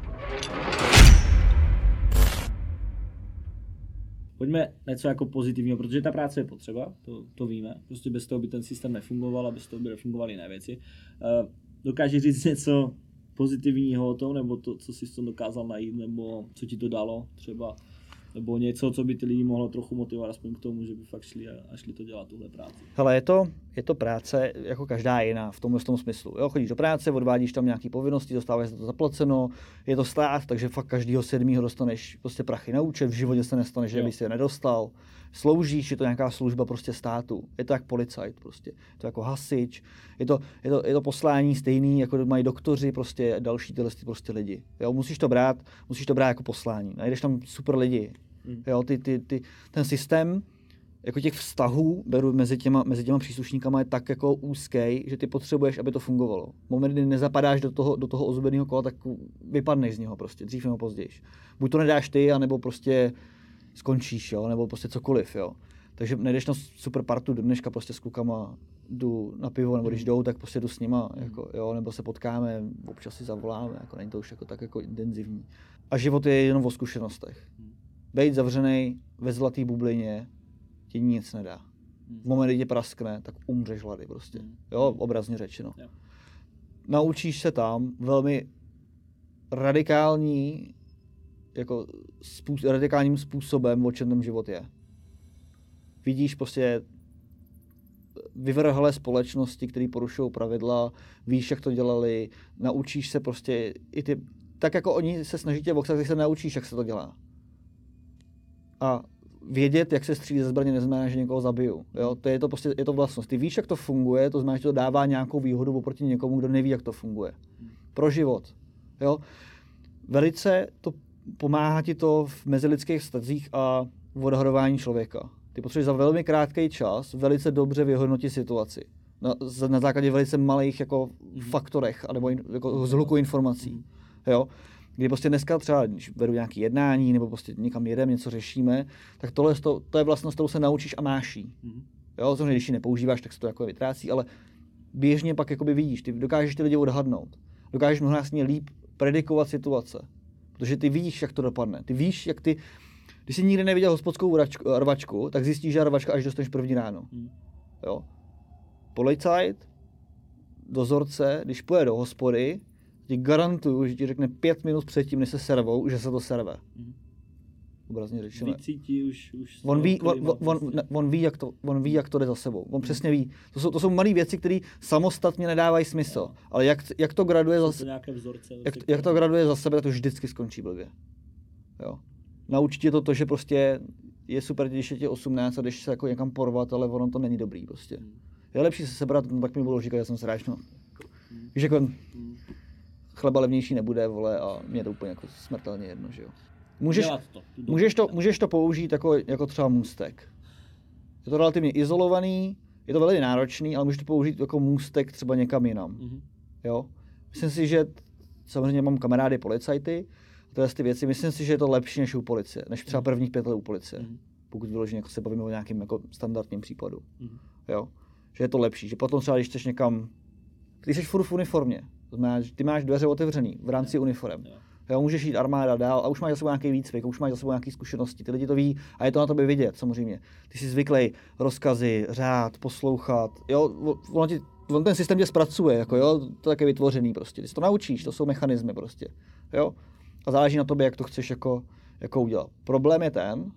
Pojďme něco jako pozitivního, protože ta práce je potřeba, to, to víme. Prostě bez toho by ten systém nefungoval a bez toho by nefungovaly jiné věci. Uh, dokážeš říct něco pozitivního o tom, nebo to, co jsi to dokázal najít, nebo co ti to dalo třeba? Nebo něco, co by ty lidi mohlo trochu motivovat aspoň k tomu, že by fakt šli a, a šli to dělat tuhle práci. Hele, je to, je to práce jako každá jiná v tomhle tom smyslu. Jo, chodíš do práce, odvádíš tam nějaké povinnosti, dostáváš za to zaplaceno, je to stát, takže fakt každýho sedmýho dostaneš prostě prachy na účet, v životě se nestane, že by si je nedostal. Sloužíš, je to nějaká služba prostě státu. Je to jak policajt prostě, je to jako hasič, je to, je to, je to poslání stejný, jako mají doktoři, prostě další tyhle prostě lidi. Jo, musíš to brát, musíš to brát jako poslání. Najdeš tam super lidi. Jo, ty, ty, ty, ten systém jako těch vztahů beru mezi těma, mezi těma příslušníkama je tak jako úzký, že ty potřebuješ, aby to fungovalo. V moment, kdy nezapadáš do toho, do toho ozuběného kola, tak vypadneš z něho prostě, dřív nebo později. Buď to nedáš ty, anebo prostě skončíš, jo, nebo prostě cokoliv, jo. Takže nejdeš na super partu do dneška prostě s klukama, jdu na pivo, nebo když jdou, tak prostě jdu s nima, jako, jo, nebo se potkáme, občas si zavoláme, jako není to už jako tak jako intenzivní. A život je jenom o zkušenostech. Bejt zavřenej ve zlatý bublině ti nic nedá. V momentě, kdy tě praskne, tak umřeš hlady prostě. Jo, obrazně řečeno. Naučíš se tam velmi radikální, jako způsob, radikálním způsobem, o čem ten život je. Vidíš prostě vyvrhlé společnosti, které porušují pravidla, víš, jak to dělali, naučíš se prostě i ty, tak jako oni se snaží tě boxat, tak se naučíš, jak se to dělá. A vědět, jak se střílí ze zbraně, neznamená, že někoho zabiju. Jo? To je to prostě, je to vlastnost. Ty víš, jak to funguje, to znamená, že to dává nějakou výhodu oproti někomu, kdo neví, jak to funguje. Pro život. Jo? Velice to pomáhá ti to v mezilidských vztazích a v odhadování člověka. Ty potřebuješ za velmi krátký čas velice dobře vyhodnotit situaci. Na, na základě velice malých jako faktorech, nebo jako zhluku informací. Jo? Kdy prostě dneska třeba, když beru nějaké jednání, nebo prostě někam jedeme, něco řešíme, tak tohle to, to je vlastnost, kterou se naučíš a máš jí. Jo, samozřejmě, když ji nepoužíváš, tak se to jako vytrácí, ale běžně pak jakoby vidíš, ty dokážeš ty lidi odhadnout. Dokážeš mnohonásobně líp predikovat situace, protože ty víš, jak to dopadne. Ty víš, jak ty, když jsi nikdy neviděl hospodskou rvačku, tak zjistíš, že rvačka až dostaneš první ráno. Jo. Policajt, dozorce, když pojede do hospody, ti garantuju, že ti řekne pět minut předtím, než se servou, že se to serve. Mm. Obrazně řečeno. Vycítí už, už on, ví, on, on, on, on, ví, jak to, on ví, jak to jde za sebou. On mm. přesně ví. To jsou, to jsou malé věci, které samostatně nedávají smysl. No. Ale jak, jak to graduje za sebe, jak, jak to graduje za sebe, to vždycky skončí blbě. Jo. Naučí tě to to, že prostě je super, když je tě osmnáct a jdeš se jako někam porvat, ale ono to není dobrý prostě. Mm. Je lepší se sebrat, no, tak mi bylo říkat, že jsem se ráčnul. Mm. Víš, jako, mm. chleba levnější nebude, vole, a mě je to úplně jako smrtelně jedno, že jo. Můžeš to, můžeš to, můžeš to použít jako, jako třeba můstek. Je to relativně izolovaný, je to velmi náročný, ale můžeš to použít jako můstek třeba někam jinam. Mm-hmm. Jo. Myslím si, že samozřejmě mám kamarády policajty, a tyhle ty věci, myslím si, že je to lepší než u policie, než třeba prvních pět let u policie. Mm-hmm. Pokud vyloženě jako se bavíme o nějakém jako standardním případu. Mm-hmm. Jo. Že je to lepší, že potom třeba, když chceš někam, když jsi furt v uniformě, to znamená, že ty máš dveře otevřený v rámci jo. uniform. Jo. Jo, můžeš jít armáda dál a už máš za sebou nějaký výcvik, už máš za sebou nějaké zkušenosti, ty lidi to ví a je to na tobě vidět samozřejmě. Ty jsi zvyklý rozkazy, řád, poslouchat, jo, on, ti, on ten systém tě zpracuje, jako jo, to tak je vytvořený prostě, ty si to naučíš, to jsou mechanismy prostě, jo. A záleží na tobě, jak to chceš jako, jako udělat. Problém je ten,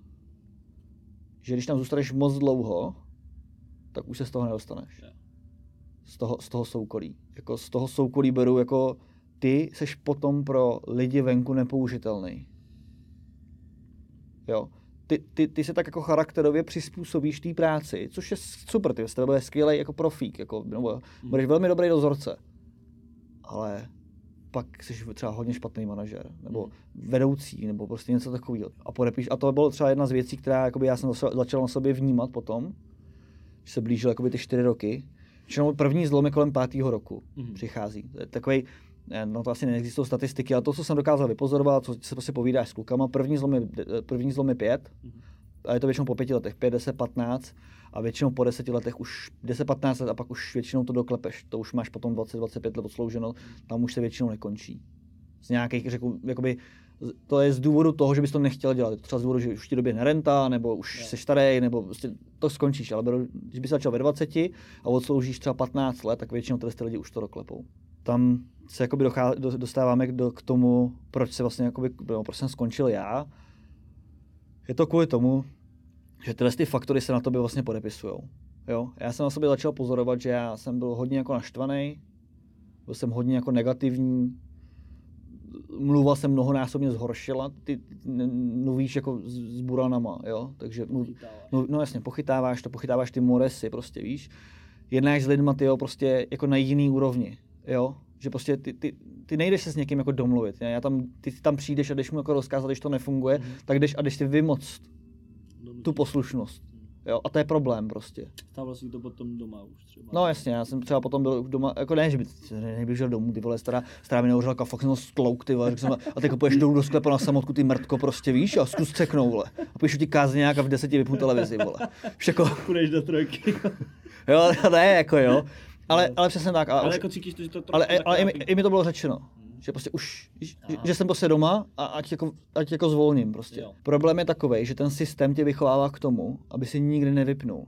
že když tam zůstaneš moc dlouho, tak už se z toho nedostaneš. Z toho, z toho soukolí. Jako z toho soukolí beru jako ty seš potom pro lidi venku nepoužitelný. Jo. ty, ty, ty se tak jako charakterově přizpůsobíš té práci, což je super, ty z tebe bude skvělej jako profík, jako, nebo budeš velmi dobrý dozorce. Ale pak jsi třeba hodně špatný manažer, nebo vedoucí, nebo prostě něco takového. A podepíš, a to bylo třeba jedna z věcí, která jakoby já jsem začal na sobě vnímat potom, že se blížily jakoby ty čtyři roky. Většinou první zlom je kolem pátého roku mm. přichází. Takový, no to asi neexistují statistiky, ale to, co jsem dokázal vypozorovat, co se prostě povídáš s klukama, první zlom je, první zlom je pět, mm. a je to většinou po pěti letech, pět, deset, patnáct, a většinou po deseti letech už deset, patnáct let a pak už většinou to doklepeš. To už máš potom dvacet, dvacet pět let odslouženo, tam už se většinou nekončí. Z nějakých, řekl, jakoby, to je z důvodu toho, že bys to nechtěl dělat. Třeba z důvodu, že už ti doběhne renta, nebo už yeah. jsi starý, nebo prostě to skončíš. Ale když bys začal ve dvaceti a odsloužíš třeba patnáct let, tak většinou ty lidi už to doklepou. Tam se jakoby dochá, dostáváme do, k tomu, proč se vlastně jakoby, no, proč jsem skončil já. Je to kvůli tomu, že tyhle ty faktory se na tobě vlastně podepisují. Jo? Já jsem na sobě začal pozorovat, že já jsem byl hodně jako naštvaný, byl jsem hodně jako negativní, mluva se mnohonásobně zhoršila, ty mluvíš jako s buranama, jo, takže mluv, no, no jasně, pochytáváš to, pochytáváš ty moresy, prostě víš, jednáš s lidma, ty jo, prostě jako na jiný úrovni, jo, že prostě ty, ty, ty nejdeš se s někým jako domluvit, já tam, ty tam přijdeš a jdeš mu jako rozkázat, když to nefunguje, mm. tak jdeš a jdeš si vymoct tu poslušnost. Jo, a to je problém prostě. Stávalo si to potom doma už třeba. No jasně, já jsem třeba potom byl doma, jako ne, že by neběžel domů, ty vole, stará, stará mi neuřela, fakt jsem ho stlouk, ty vole, jsem, a teď půjdeš dolů do sklepa na samotku, ty mrtko, prostě víš, a zkus ceknou, vole. A píšu ti kázněják a v deseti vypnu televizi, vole. Všako. Půjdeš do trojky. Jo, ne, jako jo. Ale, ale přesně tak. A ale už, jako cítíš to, že to ale, ale i, mi, i mi to bylo řečeno. Že prostě už, že, že jsem prostě doma a ať jako, ať jako zvolním prostě. Jo. Problém je takovej, že ten systém tě vychovává k tomu, aby si nikdy nevypnul.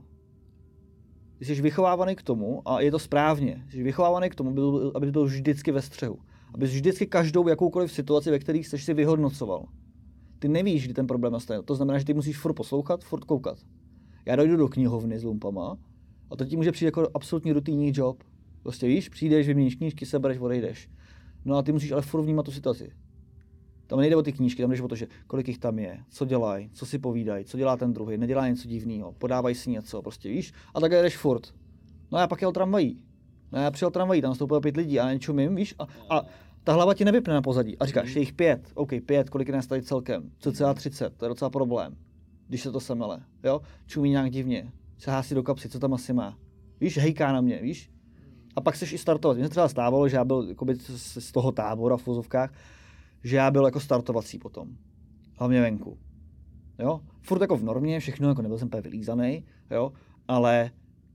Ty jsi vychovávaný k tomu, a je to správně, jsi vychovávaný k tomu, aby byl vždycky ve střehu. Aby vždycky každou jakoukoliv situaci, ve které jsi si vyhodnocoval. Ty nevíš, kdy ten problém nastane. To znamená, že ty musíš furt poslouchat, furt koukat. Já dojdu do knihovny s lumpama a to ti může přijít jako absolutní rutinní job. Prostě víš, přijdeš, vyměníš knížky, sebereš, odejdeš. No a ty musíš ale furt vnímat tu situaci. Tam nejde o ty knížky, tam jde o to, že kolik jich tam je, co dělají, co si povídají, co dělá ten druhý, nedělá něco divného, podávají si něco, prostě víš, a takhle jdeš furt. No a já pak jel tramvají. No a já přijel tramvají, tam stoupilo pět lidí a nečumím, víš, a, a ta hlava ti nevypne na pozadí. A říkáš, je jich pět, OK, pět, kolik je nás tady celkem, cca třicet, to je docela problém, když se to semele, jo, čumí nějak divně, sahá si do kapsy, co tam asi má, víš, hejká na mě, víš. A pak chceš i startovat. Mně se třeba stávalo, že já byl jakoby z toho tábora v vozovkách, že já byl jako startovací potom. Hlavně venku. Jo? Furt jako v normě, všechno, jako nebyl jsem úplně vylízaný, jo? Ale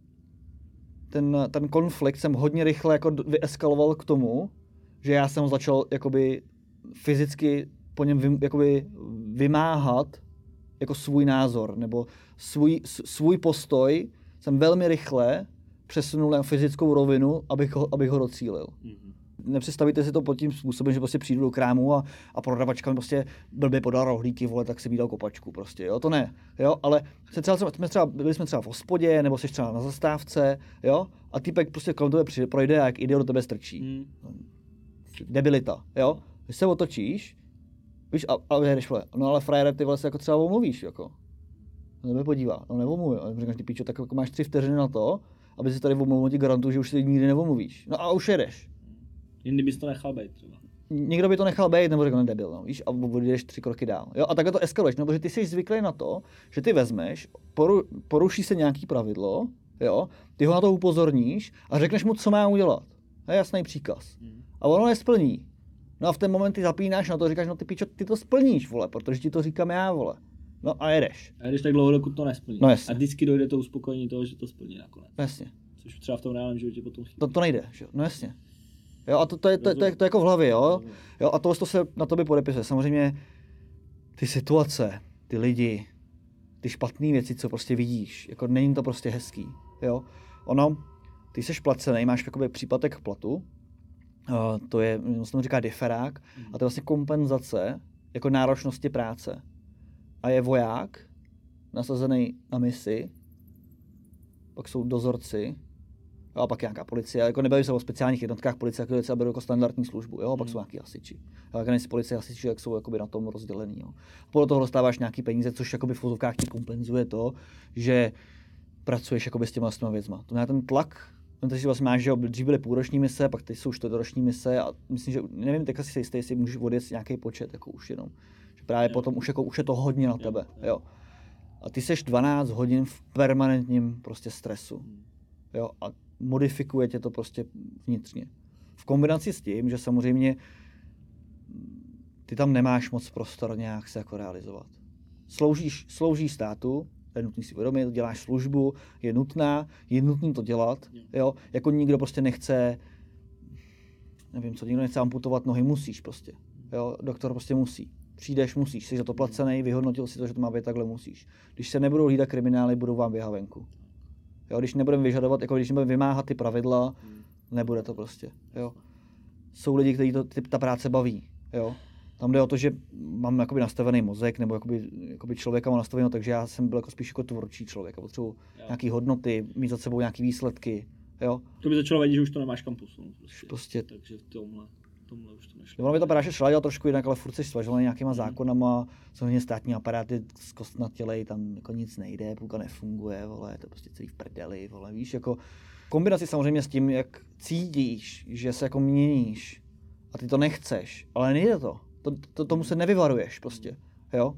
ten, ten konflikt jsem hodně rychle jako vyeskaloval k tomu, že já jsem začal jakoby fyzicky po něm vy, jakoby vymáhat jako svůj názor, nebo svůj, svůj postoj jsem velmi rychle přesunul na fyzickou rovinu, abych ho, abych ho docílil. Mm-hmm. Nepředstavíte si to pod tím způsobem, že prostě přijdu do krámu a, a prodavačka mi prostě blbě podal rohlíky, vole, tak si mi dal kopačku prostě, jo, to ne, jo, ale se třeba, jsme třeba, byli jsme třeba v hospodě, nebo jsi třeba na zastávce, jo, a týpek prostě kolem tebe přijde, projde a jak idiot do tebe strčí. Mm. Debilita, jo, když se otočíš, víš, a, a jdeš, vole, no ale frajere, ty vole se jako třeba omluvíš, jako, no mě podívá, no neomluví, ale říkáš, ty píčo, tak jako máš tři vteřiny na to, aby si tady omluvil, ti garantuju, že už si nikdy neomluvíš. No a už jedeš. Jindy bys to nechal být třeba. Někdo by to nechal být, nebo řekl, nedebil, no, víš, a budeš tři kroky dál. Jo, a takhle to eskaluješ, no, protože ty jsi zvyklý na to, že ty vezmeš, poru, poruší se nějaký pravidlo, jo, ty ho na to upozorníš a řekneš mu, co má udělat. To je jasný příkaz. Hmm. A ono nesplní. No a v ten moment ty zapínáš na to, říkáš, no ty pičo, ty to splníš, vole, protože ti to říkám já, vole. No a jedeš. A jedeš tak dlouho, dokud to nesplní. No jasně. A vždycky dojde to uspokojení toho, že to splní nakonec. Jasně. Což třeba v tom reálném životě potom chybí. To, to nejde, že jo, no jasně. Jo, a to, to, je, to, to, je, to je jako v hlavě, jo. jo a tohle to se na tobě podepisuje. Samozřejmě ty situace, ty lidi, ty špatné věci, co prostě vidíš, jako není to prostě hezký, jo. Ono, ty jsi placený, máš jakoby příplatek k platu, uh, to je, se tomu říká diferák, mm. a to je vlastně kompenzace jako náročnosti práce. A je voják, nasazený na misi, pak jsou dozorci, Jo, a pak nějaká policie, jako nebavím se o speciálních jednotkách policie, jako třeba berou jako standardní službu, jo, a pak Hmm. jsou nějaký hasiči. Jo, jak nejsi policie hasiči, jak jsou jakoby na tom rozdělený, jo. Podle toho dostáváš nějaký peníze, což jakoby v fotovkách ti kompenzuje to, že pracuješ jakoby s těma, s těma věcma. To znamená ten tlak, ten si vlastně máš, že dřív byly půlroční mise, pak teď jsou čtvrtoroční mise a myslím, že nevím, teďka si jistý, jestli můžeš odjet nějaký počet, jako už jenom. Že právě jo. Potom už, jako, už je to hodně na tebe, jo. jo. A ty seš dvanáct hodin v permanentním prostě stresu, jo, a modifikuje tě to prostě vnitřně. V kombinaci s tím, že samozřejmě ty tam nemáš moc prostor nějak se jako realizovat. Sloužíš, sloužíš státu, je nutný si uvědomit, děláš službu, je nutná, je nutný to dělat, jo, jako nikdo prostě nechce, nevím co, nikdo nechce amputovat nohy, musíš prostě, jo, doktor prostě musí. Přijdeš, musíš, jsi za to placený, vyhodnotil si to, že to má být takhle, musíš. Když se nebudou hlídat kriminály, budou vám běhat venku. Jo, když nebudeme vyžadovat, jako když nebudeme vymáhat ty pravidla, nebude to prostě, jo. Jsou lidi, kteří to, ty, ta práce baví, jo. Tam jde o to, že mám jakoby nastavený mozek, nebo jakoby, jakoby člověka mám nastaveno, takže já jsem byl jako spíš jako tvorčí člověk a potřebuji nějaký hodnoty, mít za sebou nějaký výsledky, jo. To by začalo vadit, že už to nemáš kam posunout. Prostě. prostě. Takže v tomhle, tomhle už to nešlo. Ono by ta práce šla dělat trošku jinak, ale furt jsi svažovaný nějakýma zákonama, samozřejmě státní aparáty zkostnatělej, tam jako nic nejde, půlka nefunguje, vole, to je prostě celý v prdeli, vole, víš, jako kombinaci samozřejmě s tím, jak cítíš, že se jako měníš a ty to nechceš, ale nejde to, to, to tomu se nevyvaruješ prostě, jo,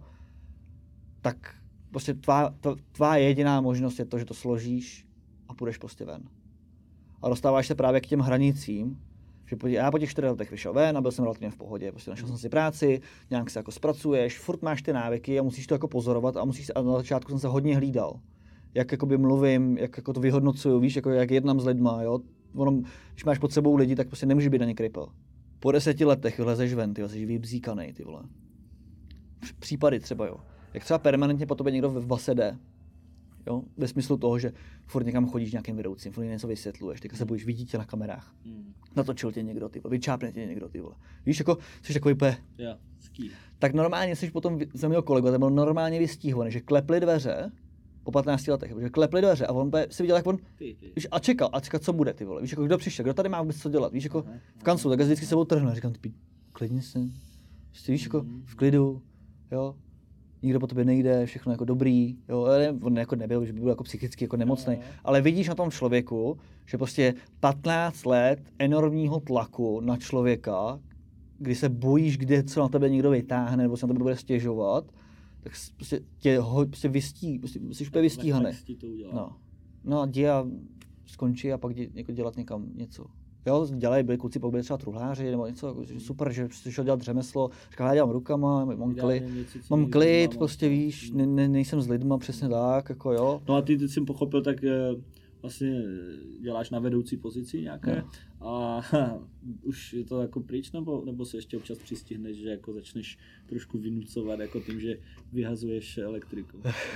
tak prostě tvá, tvá jediná možnost je to, že to složíš a půjdeš prostě ven. A dostáváš se právě k těm hranicím, že po, já po těch čtyřech letech vyšel ven a byl jsem relativně v pohodě, prostě našel jsem si práci, nějak se jako zpracuješ, furt máš ty návyky a musíš to jako pozorovat a musíš, a na začátku jsem se hodně hlídal. Jak jakoby mluvím, jak jako to vyhodnocuju, víš, jako jak jednám s lidma, jo. Ono, když máš pod sebou lidi, tak prostě nemůžeš být ani kripel. Po deseti letech vylezeš ven, ty jsi vybzíkanej, ty vole. Případy třeba, jo. Jak třeba permanentně po tobě někdo v base jde, jo, ve smyslu toho, že furt někam chodíš nějakým vedoucím, furt něco vysvětluješ, teďka se bojíš, vidí tě na kamerách. Mm. Natočil tě někdo, ty vole, vyčápne tě někdo, ty vole. Víš, jako, jsi takový pe. Yeah, tak normálně jsi potom, jsem měl kolegu, ten byl normálně vystíhovaný, že klepli dveře, po patnácti letech, že klepli dveře a on si viděl, jak on, víš, a čekal, a čekal, co bude, ty vole, víš, jako kdo přišel, kdo tady má vůbec co dělat, víš, jako aha, v kanclu, tak vždycky sebou trhne, říkám, ty klidně se, víš, jako v klidu, jo. Nikdo po tobě nejde, všechno jako dobrý, jo, on jako nebyl, že by byl jako psychicky jako nemocný, ale vidíš na tom člověku, že prostě patnáct let enormního tlaku na člověka, kdy se bojíš, kde co na tebe někdo vytáhne, nebo se na tebe bude stěžovat, tak prostě tě ho, prostě vystí, prostě jsi úplně vystíhaný. No, no a jdi a skončí a pak jdi jako dělat někam něco. Jo, dělají, byli kluci, pak byli třeba truhláři nebo něco, jako, super, že jsi šel dělat řemeslo, říkal, já dělám rukama, mám klid, mám klid, prostě víš, ne, ne, nejsem s lidma, přesně tak, jako jo. No a ty, teď jsem pochopil, tak vlastně děláš na vedoucí pozici nějaké no. a ha, už je to jako pryč, nebo, nebo se ještě občas přistihneš, že jako začneš trošku vynucovat jako tím, že vyhazuješ elektriku.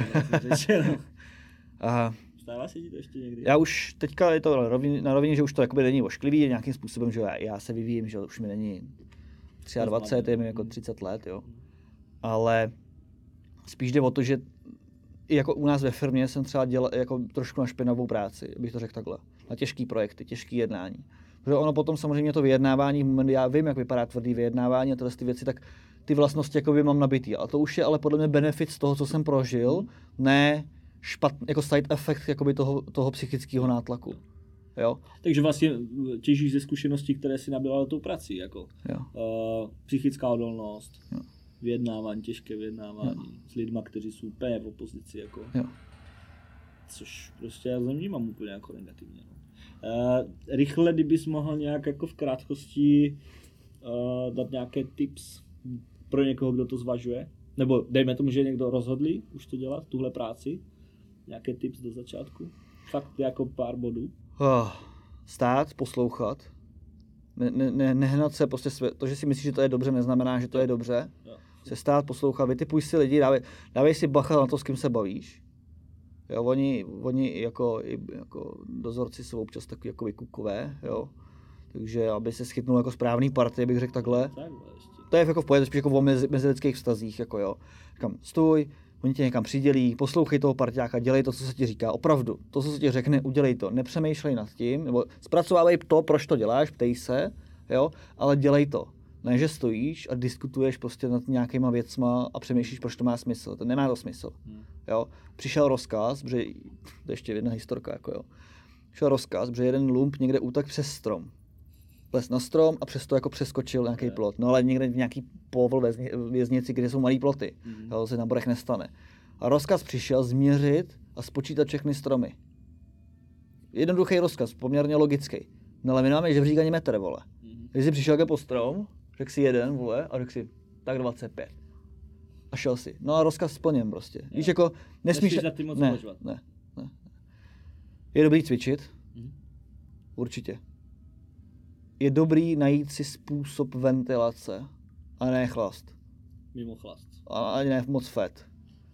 Aha. Stává se ti to ještě někdy? Já už teďka je to na rovině, že už to jakoby není ošklivý, nějakým způsobem, že já, já se vyvíjím, že už mi není dvacet tři, je mi jako třicet let, jo. Ale spíš jde o to, že i jako u nás ve firmě jsem třeba dělal jako trošku na špinavou práci, abych to řekl takhle. Na těžký projekty, těžký jednání. Protože ono potom samozřejmě to vyjednávání, v moment, já vím, jak vypadá tvrdý vyjednávání a tyhle ty věci, tak ty vlastnosti jakoby mám nabitý. A to už je ale podle mě benefit z toho, co jsem prožil, ne špatný, jako side effect jakoby toho, toho psychického nátlaku. Jo? Takže vlastně těžíš ze zkušeností, které si nabila tou prací, jako jo. Uh, psychická odolnost, jo. vyjednávání, těžké vyjednávání jo. s lidma, kteří jsou úplně v opozici, jako. Jo. Což prostě já nevnímám úplně jako negativně. No. Uh, rychle, kdybys mohl nějak jako v krátkosti uh, dát nějaké tips pro někoho, kdo to zvažuje, nebo dejme tomu, že někdo rozhodli už to dělat, tuhle práci, nějaké tips do začátku, fakt jako pár bodů. Oh, stát, poslouchat, ne, ne, ne, nehnat se, prostě své, to, že si myslíš, že to je dobře, neznamená, že to je dobře. Jo. Se stát, poslouchat, vytipuj si lidi, dávej, dávej si bacha na to, s kým se bavíš. Jo, oni, oni jako, jako dozorci jsou občas takový jako vykukové, jo. Takže aby se schytnul jako správný party, bych řekl takhle. To je jako v pohodě, spíš jako o mezi, mezilidských vztazích, jako jo. Říkám, stůj, Oni tě někam přidělí, poslouchej toho parťáka, dělej to, co se ti říká, opravdu. To, co se ti řekne, udělej to. Nepřemýšlej nad tím, nebo zpracovávej to, proč to děláš, ptej se, jo, ale dělej to. Ne, že stojíš a diskutuješ prostě nad nějakýma věcma a přemýšlíš, proč to má smysl. To nemá to smysl. Hmm. Jo. Přišel rozkaz, protože to je ještě jedna historka, jako jo. Přišel rozkaz, protože jeden lump někde útek přes strom. Les na strom a přesto jako přeskočil nějaký plot. No ale někde v nějaký povol věznici, kde jsou malý ploty. Hmm. Jo, to se na borech nestane. A rozkaz přišel změřit a spočítat všechny stromy. Jednoduchý rozkaz, poměrně logický. No ale my nemáme žebřík ani metr, vole. Hmm. Když jsi přišel jako po strom, řekl si jeden, vole, a řekl si, tak dvacet pět. A šel si. No a rozkaz splněn prostě. Jo. Víš, jako nesmíš... Nesmíš na tím moc ne, uvažovat. ne, ne. Je dobrý cvičit. Hmm. Určitě. Je dobrý najít si způsob ventilace a ne chlast. Mimo chlast. A ani ne moc fet.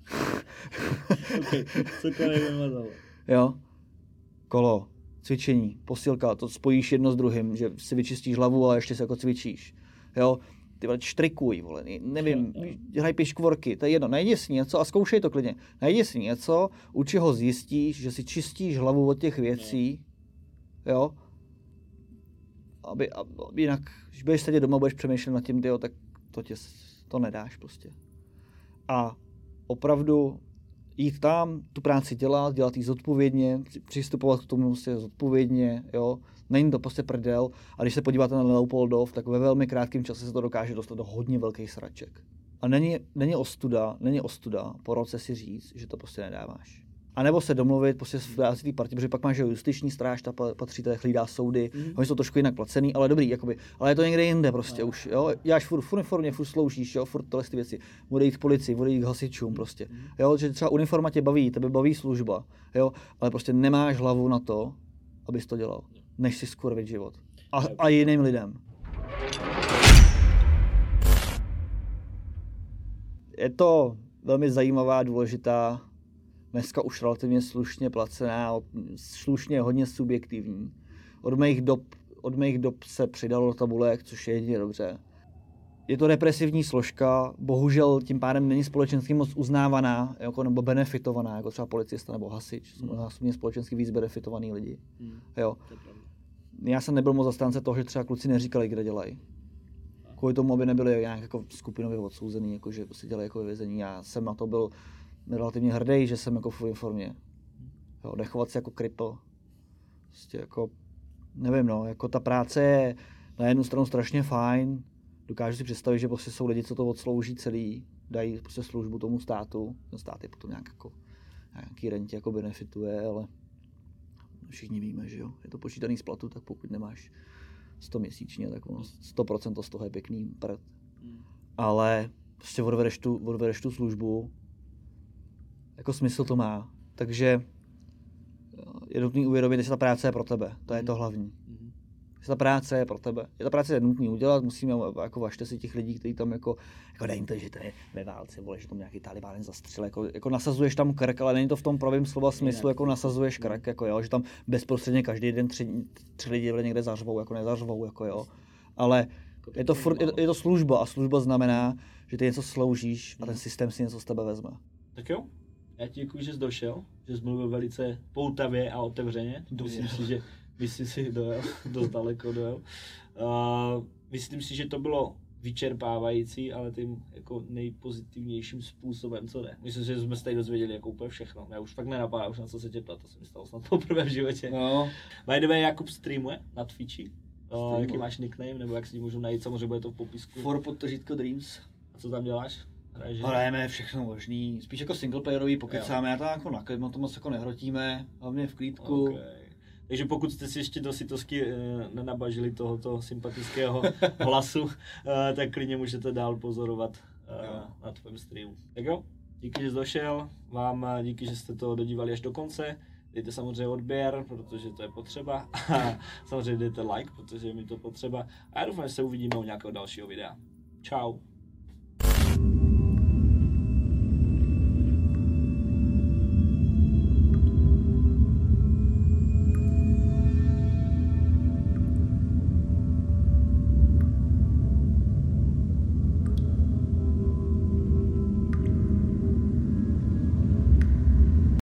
Okay. Cokoliv vymazalo. Jo. Kolo, cvičení, posilka, to spojíš jedno s druhým, že si vyčistíš hlavu, ale ještě se jako cvičíš. Jo. Ty vole, štrikuj, vole, nevím, hraj piškvorky, to je jedno, najdi si něco a zkoušej to klidně. Najdi si něco, u čeho zjistíš, že si čistíš hlavu od těch věcí, jo. Aby, aby jinak, když budeš sedět doma, budeš přemýšlet nad tím, tyjo, tak to tě, to nedáš prostě. A opravdu jít tam, tu práci dělat, dělat ji zodpovědně, přistupovat k tomu prostě zodpovědně, jo. Není to prostě prdel. A když se podíváte na Leopoldov, tak ve velmi krátkém čase se to dokáže dostat do hodně velkých sraček. A není, není ostuda, není ostuda po roce si říct, že to prostě nedáváš. A nebo se domluvit prostě v rámci té party, protože pak máš justiční stráž, ta patří, ta hlídá soudy, mm. oni jsou trošku jinak placený, ale dobrý, jakoby, ale je to někde jinde prostě no. už, jo, děláš furt v uniformě, furt sloužíš, jo, furt tohle ty věci, bude jít k policii, bude jít k hasičům prostě, mm. jo, že třeba uniforma tě baví, tebe baví služba, jo, ale prostě nemáš hlavu na to, abys to dělal, než si skurvit život. A, a jiným lidem. Je to velmi zajímavá, důležitá, dneska už relativně slušně placená, slušně hodně subjektivní. Od mých dob, od mých dob se přidalo do tabulek, což je jedině dobře. Je to represivní složka, bohužel tím pádem není společensky moc uznávaná, jako, nebo benefitovaná, jako třeba policista nebo hasič. Jsou násobně společensky víc benefitovaný lidi. Hmm. Jo. Já jsem nebyl moc zastánce toho, že třeba kluci neříkali, kde dělají. Kvůli tomu, aby nebyli nějak jako skupinově odsouzený, jako, že si dělají jako ve vězení. Já jsem na to byl relativně hrdý, že jsem jako v uniformě. Jo, nechovat se jako kripl. Prostě jako, nevím no, jako ta práce je na jednu stranu strašně fajn. Dokážu si představit, že prostě jsou lidi, co to odslouží celý, dají prostě službu tomu státu. Ten stát je potom nějak jako, nějaký rentě jako benefituje, ale všichni víme, že jo, je to počítaný z platu, tak pokud nemáš sto měsíčně, tak ono sto procent z toho je pěkný prd. Ale prostě odvedeš tu, odvedeš tu službu, jako smysl to má, takže je nutný uvědomit, že ta práce je pro tebe, to je to hlavní. Že ta práce je pro tebe, je ta práce je nutný udělat, musíme, jako važte si těch lidí, kteří tam jako, jako dej to, že to je ve válce, vole, že tam nějaký Talibán zastřel, jako, jako nasazuješ tam krk, ale není to v tom pravém slova smyslu, jako nasazuješ krk, jako jo, že tam bezprostředně každý den tři, tři lidi někde zařvou, jako nezařvou, jako jo, ale je to, furt, je, to, je to služba a služba znamená, že ty něco sloužíš a ten systém si něco z tebe vezme. Tak jo, já ti děkuji, že jsi došel, že jsi mluvil velice poutavě a otevřeně, myslím si, že Myslím si, dojel, dost daleko dojel. Uh, myslím si, že to bylo vyčerpávající, ale tím jako nejpozitivnějším způsobem, co jde. Myslím, že jsme se tady dozvěděli jako úplně všechno. Já už fakt nenapadá, už na co se tě ptát, to se mi stalo snad poprvé v životě. No. By the way, Jakub streamuje na Twitchi. Uh, jaký máš nickname, nebo jak si můžu najít, samozřejmě bude to v popisku. For podtržítko Dreams. A co tam děláš? Hraješ? Hrajeme všechno možný, spíš jako singleplayerový, pokecáme, já to jako na klidmo, to moc jako nehrotíme, hlavně v klídku. Okay. Takže pokud jste si ještě do sitosky e, nenabažili tohoto sympatického hlasu, e, tak klidně můžete dál pozorovat e, na tvém streamu. Tak jo, díky, že jsi došel, vám díky, že jste to dodívali až do konce. Dejte samozřejmě odběr, protože to je potřeba. A samozřejmě dejte like, protože je mi to potřeba. A já doufám, že se uvidíme u nějakého dalšího videa. Čau.